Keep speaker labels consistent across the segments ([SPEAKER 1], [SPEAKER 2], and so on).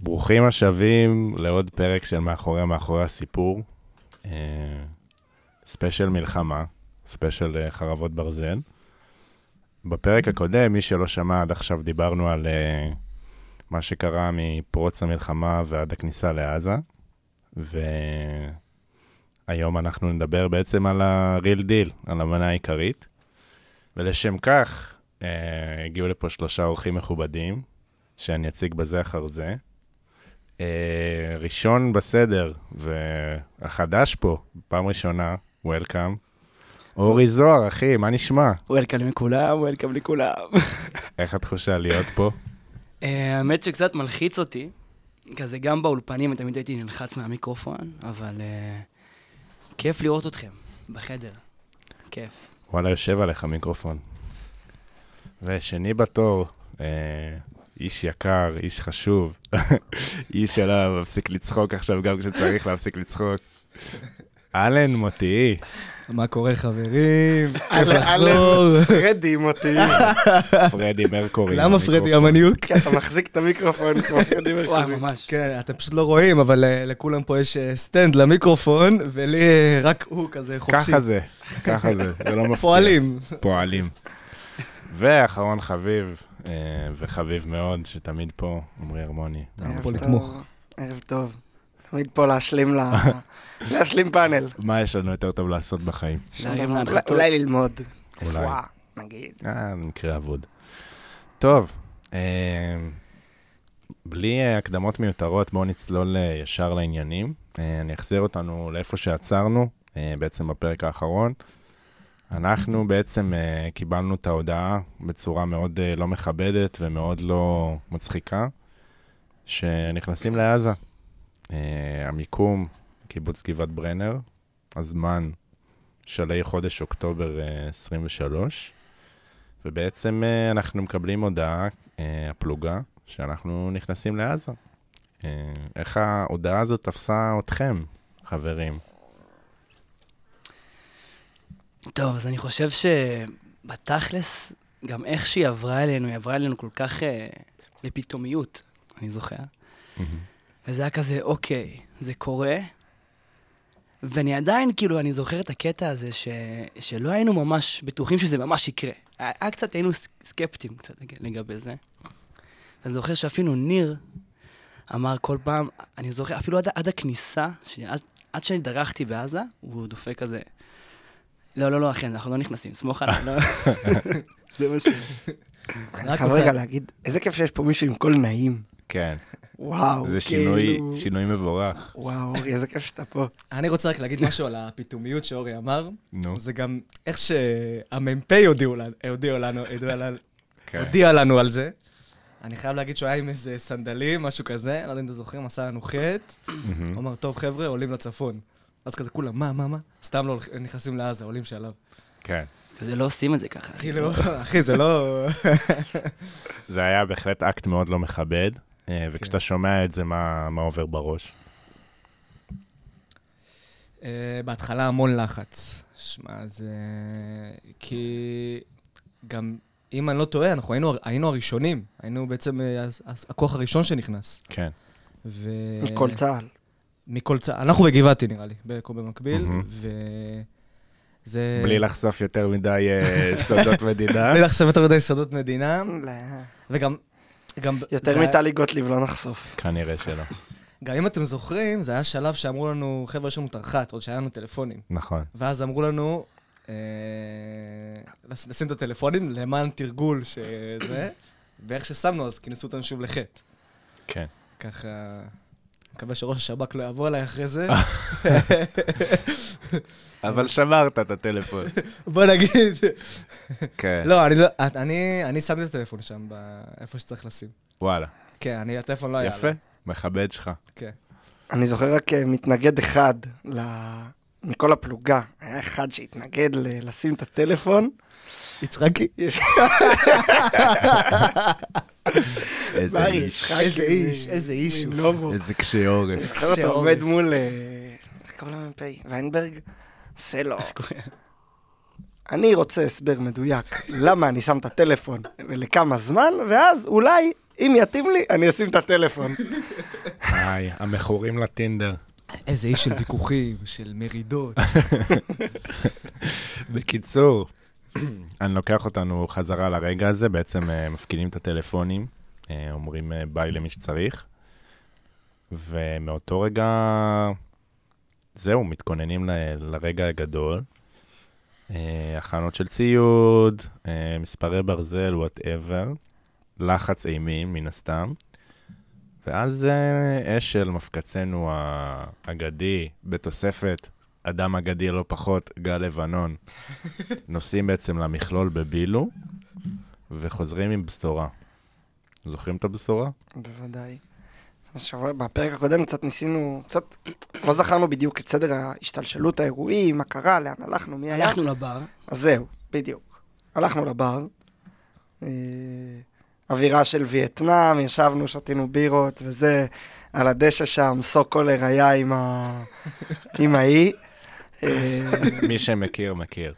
[SPEAKER 1] ברוכים השבים לעוד פרק של מאחורי הסיפור. ספיישל מלחמה, ספיישל חרבות ברזל. בפרק הקודם, מי שלא שמע עד עכשיו, דיברנו על מה שקרה מפרוץ המלחמה ועד הכניסה לעזה. והיום אנחנו נדבר בעצם על הריל דיל, על המנה העיקרית. ולשם כך, הגיעו לפה 3 אורחים מכובדים, שאני אציג בזה אחר זה. ראשון בסדר, והחדש פה, פעם ראשונה, וולקאם. אורי זוהר, אחי, מה נשמע?
[SPEAKER 2] וולקאם לכולם, וולקאם לכולם.
[SPEAKER 1] איך התחושה להיות פה?
[SPEAKER 2] האמת שקצת מלחיץ אותי, כזה גם באולפנים, תמיד הייתי נלחץ מהמיקרופון, אבל כיף לראות אתכם בחדר, כיף.
[SPEAKER 1] וואלה, יושב עליך מיקרופון. ושני בתור, איש יקר, איש חשוב, איש שלא מפסיק לצחוק עכשיו גם כשצריך להפסיק לצחוק. אלן מוטי.
[SPEAKER 3] מה קורה חברים? כיף לחזור.
[SPEAKER 4] פרדי מוטי.
[SPEAKER 1] פרדי מרקורי.
[SPEAKER 3] למה פרדי המניוק?
[SPEAKER 4] כי אתה מחזיק את המיקרופון כמו פרדי מרקורי.
[SPEAKER 2] וואי, ממש.
[SPEAKER 3] כן, אתם פשוט לא רואים, אבל לכולם פה יש סטנד למיקרופון, ולי רק הוא כזה חופשי.
[SPEAKER 1] ככה זה, זה לא מפתיע. פועלים. ואחרון חביב, וחביב מאוד, שתמיד פה, עמרי הרמוני.
[SPEAKER 3] פה לתמוך.
[SPEAKER 4] ערב טוב. תמיד פה להשלים פאנל.
[SPEAKER 1] מה יש לנו יותר טוב לעשות בחיים?
[SPEAKER 4] אולי ללמוד. רפואה, נגיד.
[SPEAKER 1] מקרה אבוד. טוב, בלי הקדמות מיותרות, בואו נצלול ישר לעניינים. אני אחזיר אותנו לאיפה שעצרנו, בעצם בפרק האחרון. אנחנו בעצם קיבלנו את ההודעה בצורה מאוד לא מכבדת ומאוד לא מצחיקה, שנכנסים לעזה. המיקום, קיבוץ גבעת ברנר, הזמן שלי חודש אוקטובר 23, ובעצם אנחנו מקבלים הודעה, הפלוגה, שאנחנו נכנסים לעזה. איך ההודעה הזאת תפסה אתכם, חברים?
[SPEAKER 2] טוב, אז אני חושב שבתכלס, גם איך שהיא עברה אלינו, היא עברה אלינו כל כך בפתאומיות, אני זוכר. וזה היה כזה, אוקיי, זה קורה, ואני עדיין, כאילו, אני זוכר את הקטע הזה שלא היינו ממש בטוחים שזה ממש יקרה. היה קצת, היינו סקפטיים קצת לגבי זה. ואני זוכר שאפילו ניר אמר כל פעם, אני זוכר, אפילו עד הכניסה, עד שאני דרכתי בעזה, הוא דופק כזה, לא, אחי, אנחנו לא נכנסים, סמוך עליי, לא. זה מה ש...
[SPEAKER 4] אני חייב רגע להגיד, איזה כיף שיש פה מישהו עם קול נעים.
[SPEAKER 1] כן.
[SPEAKER 4] וואו,
[SPEAKER 1] זה שינוי מבורך.
[SPEAKER 4] וואו, אורי, איזה כיף שאתה פה.
[SPEAKER 3] אני רוצה רק להגיד משהו על הפתאומיות שאורי אמר.
[SPEAKER 1] נו.
[SPEAKER 3] זה גם איך שהמ"פ הודיע לנו על זה. אני חייב להגיד שהוא היה עם איזה סנדלים, משהו כזה, לא יודע אם אתם זוכרים, עשה לנו חטא. הוא אמר, טוב חבר'ה, עולים לצפון. אז כזה כולם, מה? סתם לא נכנסים לעזה, עולים שעליו.
[SPEAKER 1] כן.
[SPEAKER 2] כזה לא עושים את זה ככה.
[SPEAKER 3] אחי, זה לא...
[SPEAKER 1] זה היה בהחלט אקט מאוד לא מכבד, וכשאתה שומע את זה, מה עובר בראש?
[SPEAKER 3] בהתחלה המון לחץ. שמע, זה... כי גם, אם אני לא טועה, אנחנו היינו הראשונים. היינו בעצם הכוח הראשון שנכנס.
[SPEAKER 1] כן.
[SPEAKER 4] מכל צה"ל.
[SPEAKER 3] מכל צה"ל. אנחנו בגבעתי, נראה לי, במקביל, זה...
[SPEAKER 1] בלי לחשוף יותר מדי סודות מדינה.
[SPEAKER 3] בלי לחשוף יותר מדי סודות מדינה. וגם...
[SPEAKER 4] יותר מטלי גוטליב לא נחשוף.
[SPEAKER 1] כנראה שלא.
[SPEAKER 3] גם אם אתם זוכרים, זה היה שלב שאמרו לנו, חבר'ה, יש לנו תרחת, עוד שהיה לנו טלפונים.
[SPEAKER 1] נכון.
[SPEAKER 3] ואז אמרו לנו, לשים את הטלפונים למען תרגול שזה, ואיך ששמנו, אז כינסו אותנו שוב לחטא.
[SPEAKER 1] כן.
[SPEAKER 3] ככה... מקווה שראש השב"כ לא יעבור עליי אחרי זה.
[SPEAKER 1] אבל שמרת את הטלפון.
[SPEAKER 3] בוא נגיד.
[SPEAKER 1] כן.
[SPEAKER 3] לא, אני שמתי את הטלפון שם, איפה שצריך לשים.
[SPEAKER 1] וואלה.
[SPEAKER 3] כן, הטלפון לא היה.
[SPEAKER 1] יפה, מכבד שלך.
[SPEAKER 3] כן.
[SPEAKER 4] אני זוכר רק מתנגד אחד מכל הפלוגה. היה אחד שהתנגד לשים את הטלפון.
[SPEAKER 3] יצחקי?
[SPEAKER 1] איזה איש.
[SPEAKER 3] איזה איש.
[SPEAKER 1] איזה קשי עורף.
[SPEAKER 4] אתה עובד מול... איך קוראים למ"פ? ויינברג? עושה לו. אני רוצה הסבר מדויק למה אני שם את הטלפון ולכמה זמן, ואז אולי אם יתאים לי, אני אשים את הטלפון.
[SPEAKER 1] היי, המכורים לטינדר.
[SPEAKER 3] איזה איש של ויכוחים, של מרידות.
[SPEAKER 1] בקיצור, אני לוקח אותנו חזרה לרגע הזה, בעצם מפקידים את הטלפונים, אומרים ביי למי שצריך, ומאותו רגע, זהו, מתכוננים לרגע הגדול. הכנות של ציוד, מספרי ברזל, whatever, לחץ אימים, מן הסתם. ואז אשל מפקצנו האגדי, בתוספת אדם אגדי לא פחות, גל לבנון, נוסעים בעצם למכלול בבילו, וחוזרים עם בשורה. זוכרים את הבשורה?
[SPEAKER 4] בוודאי. בפרק הקודם קצת ניסינו, קצת לא זכרנו בדיוק את סדר ההשתלשלות האירועים, מה קרה, לאן הלכנו, מי היה.
[SPEAKER 2] הלכנו לבר.
[SPEAKER 4] אז זהו, בדיוק. הלכנו לבר, אווירה של וייטנאם, ישבנו, שתינו בירות, וזה, על הדשא שם, סוקולר היה עם האי.
[SPEAKER 1] מי שמכיר, מכיר.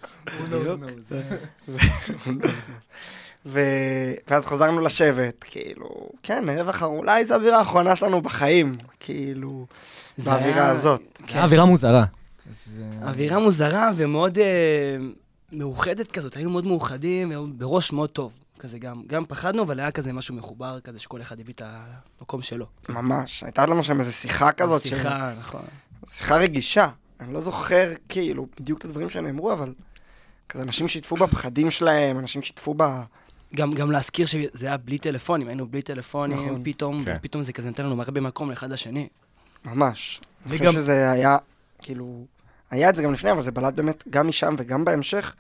[SPEAKER 4] ואז חזרנו לשבת, כאילו, כן, ערב אחרון, אולי זו האווירה האחרונה שלנו בחיים, כאילו, באווירה הזאת.
[SPEAKER 3] זה אווירה מוזרה.
[SPEAKER 2] אווירה מוזרה ומאוד מאוחדת כזאת, היינו מאוד מאוחדים, בראש מאוד טוב. כזה גם פחדנו, אבל היה כזה משהו מחובר, כזה שכל אחד הביא את המקום שלו.
[SPEAKER 4] ממש, הייתה לנו שם איזו שיחה כזאת.
[SPEAKER 2] שיחה, נכון. שיחה
[SPEAKER 4] רגישה. אני לא זוכר, כאילו, בדיוק את הדברים שנאמרו, אבל כזה אנשים שיתפו בפחדים שלהם, אנשים שיתפו
[SPEAKER 2] גם להזכיר שזה היה בלי טלפונים, היינו בלי טלפונים,
[SPEAKER 4] נכון.
[SPEAKER 2] פתאום זה כזה נתן לנו הרבה מקום לאחד לשני.
[SPEAKER 4] ממש. אני חושב שזה היה, כאילו, היה את זה גם לפני, אבל זה בלט באמת גם משם וגם בהמשך,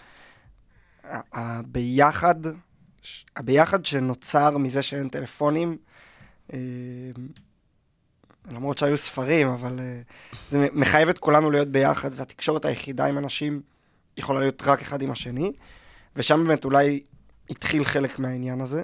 [SPEAKER 4] הביחד שנוצר מזה שאין טלפונים, למרות שהיו ספרים, אבל זה מחייב את כולנו להיות ביחד, והתקשורת היחידה עם אנשים יכולה להיות רק אחד עם השני, ושם באמת אולי התחיל חלק מהעניין הזה.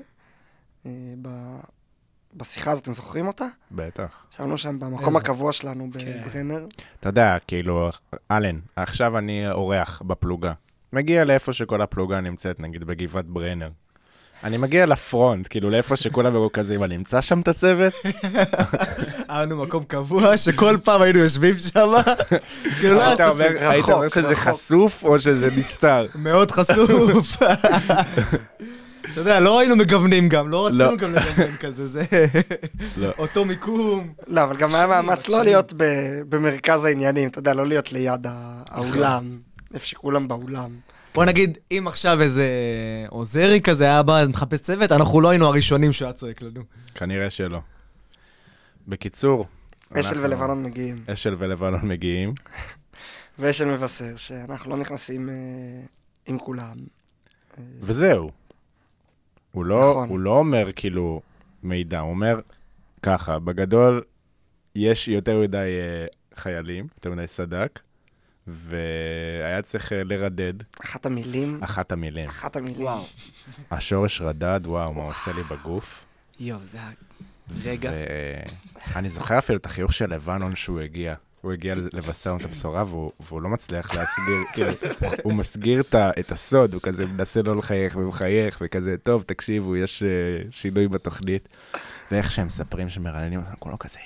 [SPEAKER 4] בשיחה הזאת, אתם זוכרים אותה?
[SPEAKER 1] בטח.
[SPEAKER 4] ישבנו שם במקום הקבוע שלנו בברנר.
[SPEAKER 1] אתה יודע, כאילו, אלן, עכשיו אני אורח בפלוגה. מגיע לאיפה שכל הפלוגה נמצאת, נגיד בגבעת ברנר. אני מגיע לפרונט, כאילו לאיפה שכולם מרוכזים, אני אמצא שם את הצוות?
[SPEAKER 3] היה לנו מקום קבוע, שכל פעם היינו יושבים שם, כאילו לא היה ספק.
[SPEAKER 1] היית אומר שזה חשוף או שזה מסתר?
[SPEAKER 3] מאוד חשוף. אתה יודע, לא היינו מגוונים גם, לא רצינו גם לגוון כזה, זה אותו מיקום.
[SPEAKER 4] לא, אבל גם היה מאמץ לא להיות במרכז העניינים, אתה יודע, לא להיות ליד האולם, איפה שכולם באולם.
[SPEAKER 3] בוא נגיד, אם עכשיו איזה עוזרי כזה היה בא, מחפש צוות, אנחנו לא היינו הראשונים שהוא היה צועק לנו.
[SPEAKER 1] כנראה שלא. בקיצור.
[SPEAKER 4] אשל ולבנון מגיעים.
[SPEAKER 1] אשל ולבנון מגיעים.
[SPEAKER 4] ואשל מבשר שאנחנו לא נכנסים עם כולם.
[SPEAKER 1] וזהו. הוא לא אומר כאילו מידע, הוא אומר ככה, בגדול יש יותר מדי חיילים, יותר מדי סדק, והיה צריך לרדד.
[SPEAKER 4] אחת המילים.
[SPEAKER 2] וואו.
[SPEAKER 1] השורש רדד, וואו, מה עושה לי בגוף.
[SPEAKER 2] יואו, זה רגע.
[SPEAKER 1] אני זוכר אפילו את החיוך של לבנון שהוא הגיע. הוא הגיע לבשר את הבשורה, והוא לא מצליח להסגיר, כאילו, הוא מסגיר את הסוד, הוא כזה מנסה לא לחייך ומחייך, וכזה, טוב, תקשיבו, יש שינוי בתוכנית. ואיך שהם מספרים שמרעננים אותנו, כולו כזה,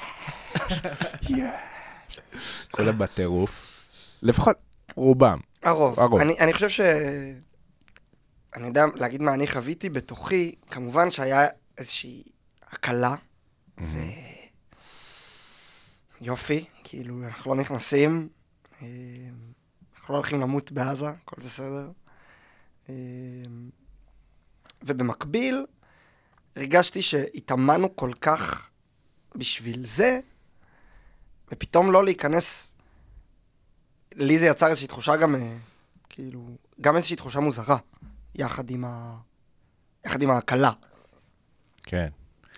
[SPEAKER 1] כולם בטירוף. לפחות רובם.
[SPEAKER 4] הרוב. אני חושב ש... אני יודע להגיד מה אני חוויתי בתוכי, כמובן שהיה איזושהי הקלה, יופי, כאילו אנחנו לא נכנסים, אנחנו לא הולכים למות בעזה, הכל בסדר. ובמקביל, הרגשתי שהתאמנו כל כך בשביל זה, ופתאום לא להיכנס, לי זה יצר איזושהי תחושה גם, כאילו, גם איזושהי תחושה מוזרה, יחד עם ההקלה.
[SPEAKER 1] כן.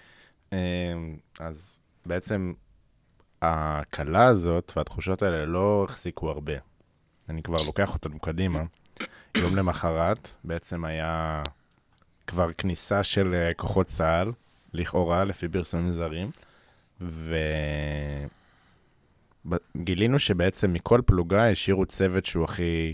[SPEAKER 1] אז בעצם ההקלה הזאת והתחושות האלה לא החזיקו הרבה. אני כבר לוקח אותנו קדימה. יום למחרת בעצם היה כבר כניסה של כוחות צה"ל, לכאורה, לפי פרסומים זרים, וגילינו שבעצם מכל פלוגה השאירו צוות שהוא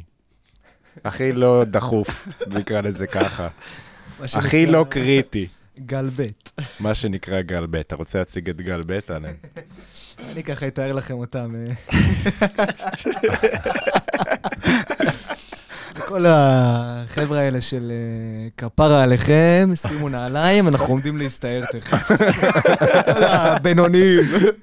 [SPEAKER 1] הכי לא דחוף, נקרא לזה ככה. הכי לא קריטי.
[SPEAKER 3] גל ב'.
[SPEAKER 1] מה שנקרא גל ב'. אתה רוצה להציג את גל ב', אלן?
[SPEAKER 3] אני ככה אתאר לכם אותם. זה כל החבר'ה האלה של כפרה עליכם, שימו נעליים, אנחנו עומדים להסתער תכף. כל הבינוניים.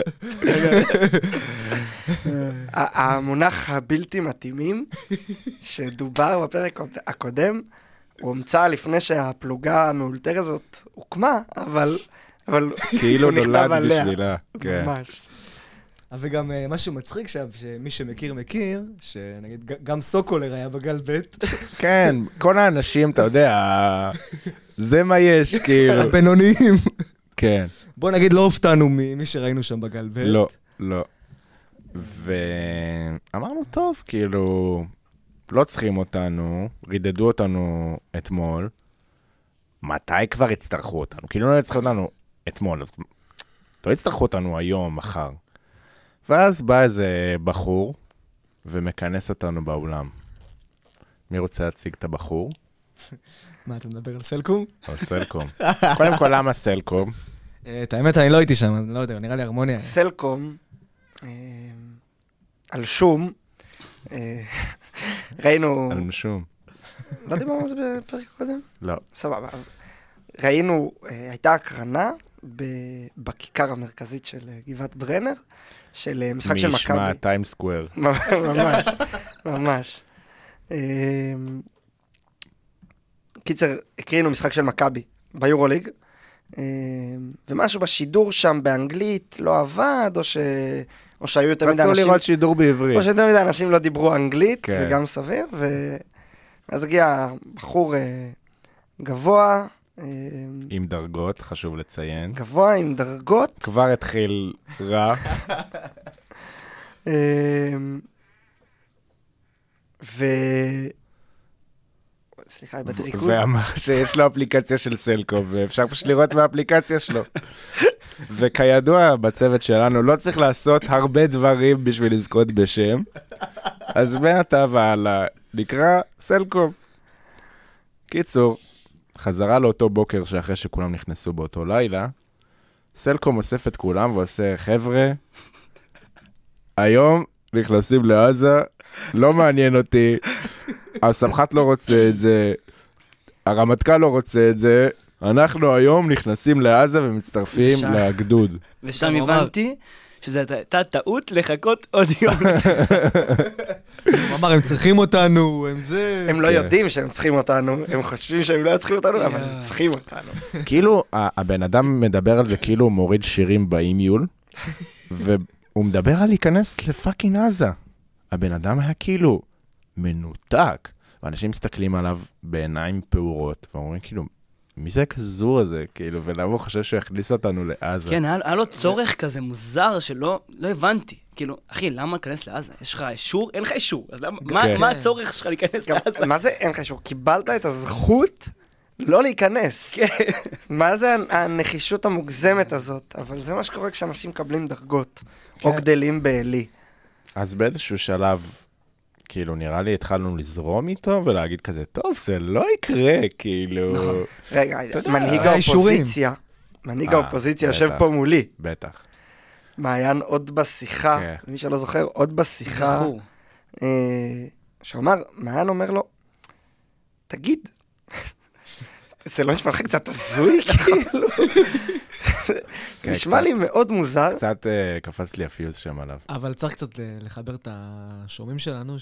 [SPEAKER 4] המונח הבלתי מתאימים, שדובר בפרק הקודם, הוא הומצא לפני שהפלוגה המאולתרת הזאת הוקמה, אבל
[SPEAKER 1] כאילו
[SPEAKER 4] הוא נכתב
[SPEAKER 1] נולד
[SPEAKER 4] עליה.
[SPEAKER 1] בשבילה. כן.
[SPEAKER 4] ממש.
[SPEAKER 3] וגם משהו מצחיק שמי שמכיר מכיר, שנגיד גם סוקולר היה בגל ב'.
[SPEAKER 1] כן, כל האנשים, אתה יודע, זה מה יש, כאילו.
[SPEAKER 3] הבינוניים.
[SPEAKER 1] כן.
[SPEAKER 3] בוא נגיד לא הופתענו ממי שראינו שם בגל ב'.
[SPEAKER 1] לא, לא. ואמרנו, טוב, כאילו, לא צריכים אותנו, רידדו אותנו אתמול, מתי כבר יצטרכו אותנו? כאילו לא יצטרכו אותנו אתמול, לא יצטרכו אותנו היום, מחר. ואז בא איזה בחור, ומכנס אותנו באולם. מי רוצה להציג את הבחור?
[SPEAKER 3] מה, אתה מדבר על סלקום?
[SPEAKER 1] על סלקום. קודם כל, למה סלקום?
[SPEAKER 3] את האמת, אני לא הייתי שם, אני לא יודע, נראה לי הרמוניה.
[SPEAKER 4] סלקום, על שום, ראינו...
[SPEAKER 1] על משום.
[SPEAKER 4] לא דיברנו על זה בפרק הקודם?
[SPEAKER 1] לא.
[SPEAKER 4] סבבה, אז ראינו, הייתה הקרנה בכיכר המרכזית של גבעת ברנר, של משחק של מכבי.
[SPEAKER 1] משמע טיים סקוואר.
[SPEAKER 4] ממש, ממש. קיצר, הקרינו משחק של מכבי ביורוליג, ומשהו בשידור שם באנגלית לא עבד, או שהיו יותר מדי אנשים...
[SPEAKER 1] רצו לראות שידור בעברית.
[SPEAKER 4] או שיותר מדי אנשים לא דיברו אנגלית,
[SPEAKER 1] כן.
[SPEAKER 4] זה גם סביר, ואז הגיע בחור גבוה,
[SPEAKER 1] עם דרגות, חשוב לציין.
[SPEAKER 4] גבוה עם דרגות.
[SPEAKER 1] כבר התחיל רע.
[SPEAKER 4] סליחה, איבדתי ריכוז.
[SPEAKER 1] ואמר שיש לו אפליקציה של סלקום, ואפשר פשוט לראות מהאפליקציה שלו. וכידוע, בצוות שלנו לא צריך לעשות הרבה דברים בשביל לזכות בשם, אז מעתה והלאה נקרא סלקום. קיצור, חזרה לאותו בוקר שאחרי שכולם נכנסו באותו לילה, סלקום אוסף את כולם ועושה, חבר'ה, היום נכנסים לעזה, לא מעניין אותי, הסמח"ט לא רוצה את זה, הרמטכ"ל לא רוצה את זה, אנחנו היום נכנסים לעזה ומצטרפים לגדוד.
[SPEAKER 2] ושם הבנתי שזו הייתה טעות לחכות עוד יום.
[SPEAKER 3] הוא אמר, הם צריכים אותנו, הם זה...
[SPEAKER 4] הם לא יודעים שהם צריכים אותנו, הם חושבים שהם לא צריכים אותנו, אבל הם צריכים אותנו.
[SPEAKER 1] כאילו, הבן אדם מדבר על זה כאילו הוא מוריד שירים באימיול, והוא מדבר על להיכנס לפאקינג עזה. הבן אדם היה כאילו מנותק, ואנשים מסתכלים עליו בעיניים פעורות, ואומרים כאילו, מי זה הכזור הזה, כאילו, ולמה הוא חושב שהוא יכניס אותנו לעזה?
[SPEAKER 2] כן, היה לו צורך כזה מוזר שלא הבנתי. כאילו, אחי, למה להיכנס לעזה? יש לך אישור? אין לך אישור. אז מה הצורך שלך להיכנס לעזה?
[SPEAKER 4] מה זה אין לך אישור? קיבלת את הזכות לא להיכנס. מה זה הנחישות המוגזמת הזאת? אבל זה מה שקורה כשאנשים מקבלים דרגות, או גדלים בעלי.
[SPEAKER 1] אז באיזשהו שלב, כאילו, נראה לי התחלנו לזרום איתו ולהגיד כזה, טוב, זה לא יקרה, כאילו...
[SPEAKER 4] נכון. רגע, מנהיג האופוזיציה יושב פה מולי.
[SPEAKER 1] בטח.
[SPEAKER 4] מעיין עוד בשיחה, מי שלא זוכר, עוד בשיחה, שאומר, מעיין אומר לו, תגיד, זה לא נשמע לך קצת הזוי, כאילו? זה נשמע לי מאוד מוזר.
[SPEAKER 1] קצת קפץ לי הפיוז שם עליו.
[SPEAKER 3] אבל צריך קצת לחבר את השומעים שלנו,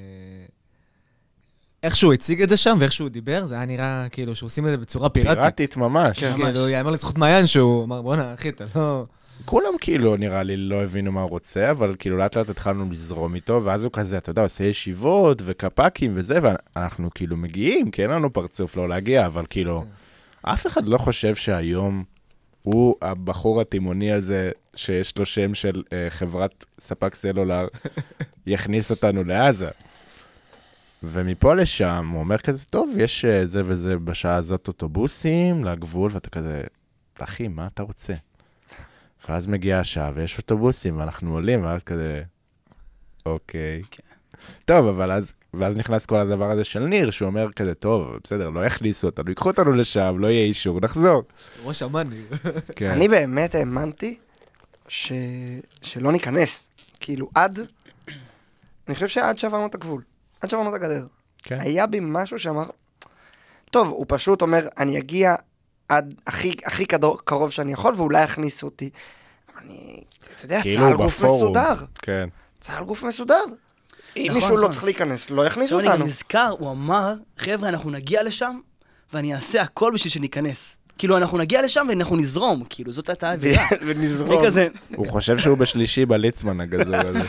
[SPEAKER 3] איך שהוא הציג את זה שם, ואיך שהוא דיבר, זה היה נראה כאילו שעושים את זה בצורה פיראטית.
[SPEAKER 1] פיראטית ממש.
[SPEAKER 3] כאילו, יאמר לזכות מעיין שהוא אמר, בוא'נה, אחי, אתה לא...
[SPEAKER 1] כולם כאילו, נראה לי, לא הבינו מה הוא רוצה, אבל כאילו לאט לאט התחלנו לזרום איתו, ואז הוא כזה, אתה יודע, עושה ישיבות וקפקים וזה, ואנחנו כאילו מגיעים, כי אין לנו פרצוף לא להגיע, אבל כאילו, אף אחד לא חושב שהיום הוא הבחור התימוני הזה, שיש לו שם של חברת ספק סלולר, יכניס אותנו לעזה. ומפה לשם, הוא אומר כזה, טוב, יש זה וזה בשעה הזאת אוטובוסים לגבול, ואתה כזה, אחי, מה אתה רוצה? ואז מגיעה השעה, ויש אוטובוסים, ואנחנו עולים, ואז כזה, אוקיי. טוב, אבל אז ואז נכנס כל הדבר הזה של ניר, שהוא אומר כזה, טוב, בסדר, לא יכניסו אותנו, ייקחו אותנו לשם, לא יהיה אישור, נחזור.
[SPEAKER 3] ראש המאני.
[SPEAKER 1] כן.
[SPEAKER 4] אני באמת האמנתי שלא ניכנס. כאילו, אני חושב שעד שעברנו את הגבול, עד שעברנו את הגדר.
[SPEAKER 1] כן.
[SPEAKER 4] היה בי משהו שאמר, טוב, הוא פשוט אומר, אני אגיע עד הכי קרוב שאני יכול, ואולי יכניסו אותי. אתה יודע,
[SPEAKER 1] כאילו
[SPEAKER 4] צהל גוף
[SPEAKER 1] בפורום.
[SPEAKER 4] מסודר.
[SPEAKER 1] כן.
[SPEAKER 4] צהל גוף מסודר. אם
[SPEAKER 2] נכון,
[SPEAKER 4] מישהו לא
[SPEAKER 2] נכון.
[SPEAKER 4] צריך להיכנס, לא יכניסו
[SPEAKER 2] עכשיו אני גם
[SPEAKER 4] אותנו.
[SPEAKER 2] נזכר, הוא אמר, חבר'ה, אנחנו נגיע לשם, ואני אעשה הכל בשביל שניכנס. כאילו, אנחנו נגיע לשם ואנחנו נזרום, כאילו, זאת הייתה האווירה.
[SPEAKER 4] ונזרום.
[SPEAKER 2] אני כזה,
[SPEAKER 1] הוא חושב שהוא בשלישי בליצמן הגזור הזה.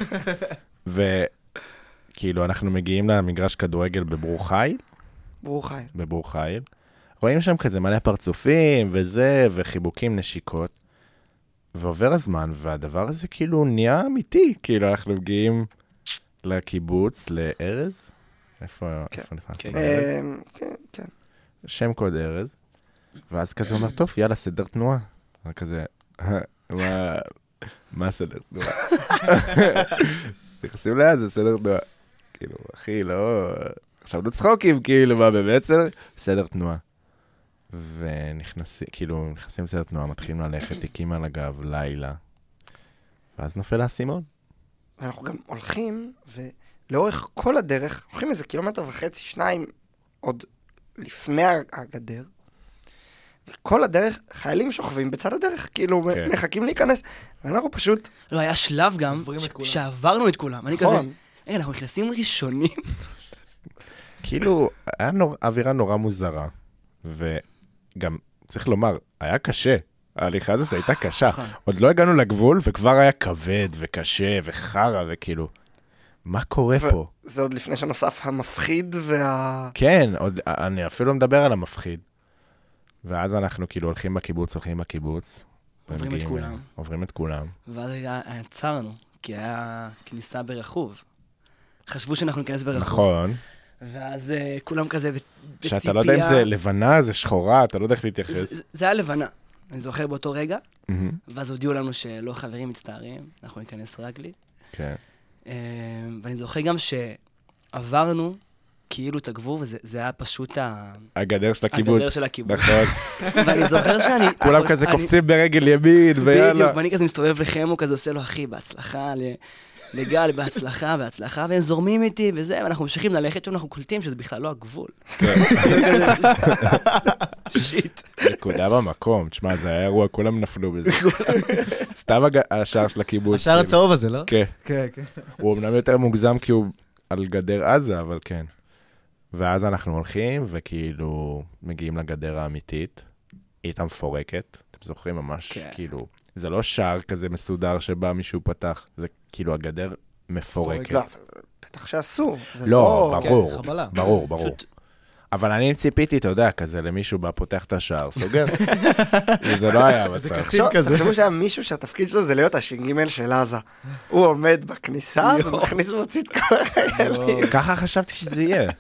[SPEAKER 1] וכאילו, אנחנו מגיעים למגרש כדורגל בברור חיל,
[SPEAKER 4] ברור חיל.
[SPEAKER 1] בברור חיל. רואים שם כזה מלא פרצופים וזה, וחיבוקים, נשיקות. ועובר הזמן, והדבר הזה כאילו נהיה אמיתי. כאילו, אנחנו מגיעים לקיבוץ, לארז. איפה נכנס?
[SPEAKER 2] כן.
[SPEAKER 4] כן.
[SPEAKER 1] שם קוד ארז. ואז כזה אומר, טוב, יאללה, סדר תנועה. וכזה, מה סדר תנועה? נכנסים ליד, זה סדר תנועה. כאילו, אחי, לא... עכשיו נצחוקים, כאילו, מה באמת סדר תנועה. ונכנסים, כאילו, נכנסים לסדר תנועה, מתחילים ללכת, תיקים על הגב, לילה. ואז נופל האסימון.
[SPEAKER 4] ואנחנו גם הולכים, ולאורך כל הדרך, הולכים איזה 1.5 קילומטר, 2, עוד לפני הגדר, וכל הדרך, חיילים שוכבים בצד הדרך, כאילו,
[SPEAKER 1] כן.
[SPEAKER 4] מחכים להיכנס, ואנחנו פשוט...
[SPEAKER 2] לא, היה שלב גם,
[SPEAKER 3] עוברים את כולם.
[SPEAKER 2] שעברנו את כולם. אני כזה,
[SPEAKER 4] נכון.
[SPEAKER 2] רגע, אנחנו נכנסים ראשונים.
[SPEAKER 1] כאילו, היה אווירה נורא מוזרה, וגם, צריך לומר, היה קשה. ההליכה הזאת הייתה קשה.
[SPEAKER 2] נכון.
[SPEAKER 1] עוד לא הגענו לגבול, וכבר היה כבד וקשה וחרא, וכאילו, מה קורה פה?
[SPEAKER 4] זה עוד לפני שנוסף המפחיד
[SPEAKER 1] כן, עוד, אני אפילו לא מדבר על המפחיד. ואז אנחנו כאילו הולכים בקיבוץ,
[SPEAKER 2] עוברים את כולם.
[SPEAKER 1] עוברים את כולם.
[SPEAKER 2] ואז עצרנו, כי היה כניסה ברחוב. חשבו שאנחנו ניכנס ברחוב.
[SPEAKER 1] נכון.
[SPEAKER 2] ואז כולם כזה בציפייה.
[SPEAKER 1] שאתה לא יודע אם זה לבנה, זה שחורה, אתה לא יודע איך להתייחס.
[SPEAKER 2] זה היה לבנה. אני זוכר באותו רגע,
[SPEAKER 1] מהמם.
[SPEAKER 2] ואז הודיעו לנו שלא חברים מצטערים, אנחנו ניכנס רגלי.
[SPEAKER 1] כן.
[SPEAKER 2] ואני זוכר גם שעברנו כאילו את הגבול, וזה היה פשוט
[SPEAKER 1] הגדר של הקיבוץ.
[SPEAKER 2] הגדר של הקיבוץ.
[SPEAKER 1] נכון.
[SPEAKER 2] ואני זוכר שאני...
[SPEAKER 1] כולם כזה קופצים ברגל ימין, ויאללה.
[SPEAKER 2] בדיוק, ואני כזה מסתובב לחמו, כזה עושה לו, אחי, בהצלחה, לגל, בהצלחה, והם זורמים איתי וזה, ואנחנו ממשיכים ללכת שם, אנחנו קולטים שזה בכלל לא הגבול. שיט.
[SPEAKER 1] נקודה במקום, תשמע, זה היה אירוע, כולם נפלו בזה. סתם השער של הקיבוץ.
[SPEAKER 3] השער הצהוב הזה, לא?
[SPEAKER 1] כן.
[SPEAKER 3] כן, כן.
[SPEAKER 1] הוא אמנם יותר מוגזם כי הוא על גדר עזה, אבל כן. ואז אנחנו הולכים, וכאילו מגיעים לגדר האמיתית. היא הייתה מפורקת, אתם זוכרים ממש,
[SPEAKER 2] כן.
[SPEAKER 1] כאילו, זה לא שער כזה מסודר שבא מישהו פתח, זה כאילו הגדר מפורקת.
[SPEAKER 4] לא, בטח שאסור. זה
[SPEAKER 1] לא,
[SPEAKER 3] כן,
[SPEAKER 1] ברור,
[SPEAKER 3] חבלה.
[SPEAKER 1] ברור.
[SPEAKER 2] פשוט-
[SPEAKER 1] אבל אני ציפיתי, אתה יודע, כזה למישהו בא, פותח את השער, סוגר. וזה לא היה
[SPEAKER 3] זה
[SPEAKER 1] המצב.
[SPEAKER 3] קצין כזה.
[SPEAKER 4] תחשבו שהיה מישהו שהתפקיד שלו זה להיות הש"ג של עזה. הוא עומד בכניסה ומכניס ומוציא את כל החיילים.
[SPEAKER 1] ככה חשבתי שזה יהיה.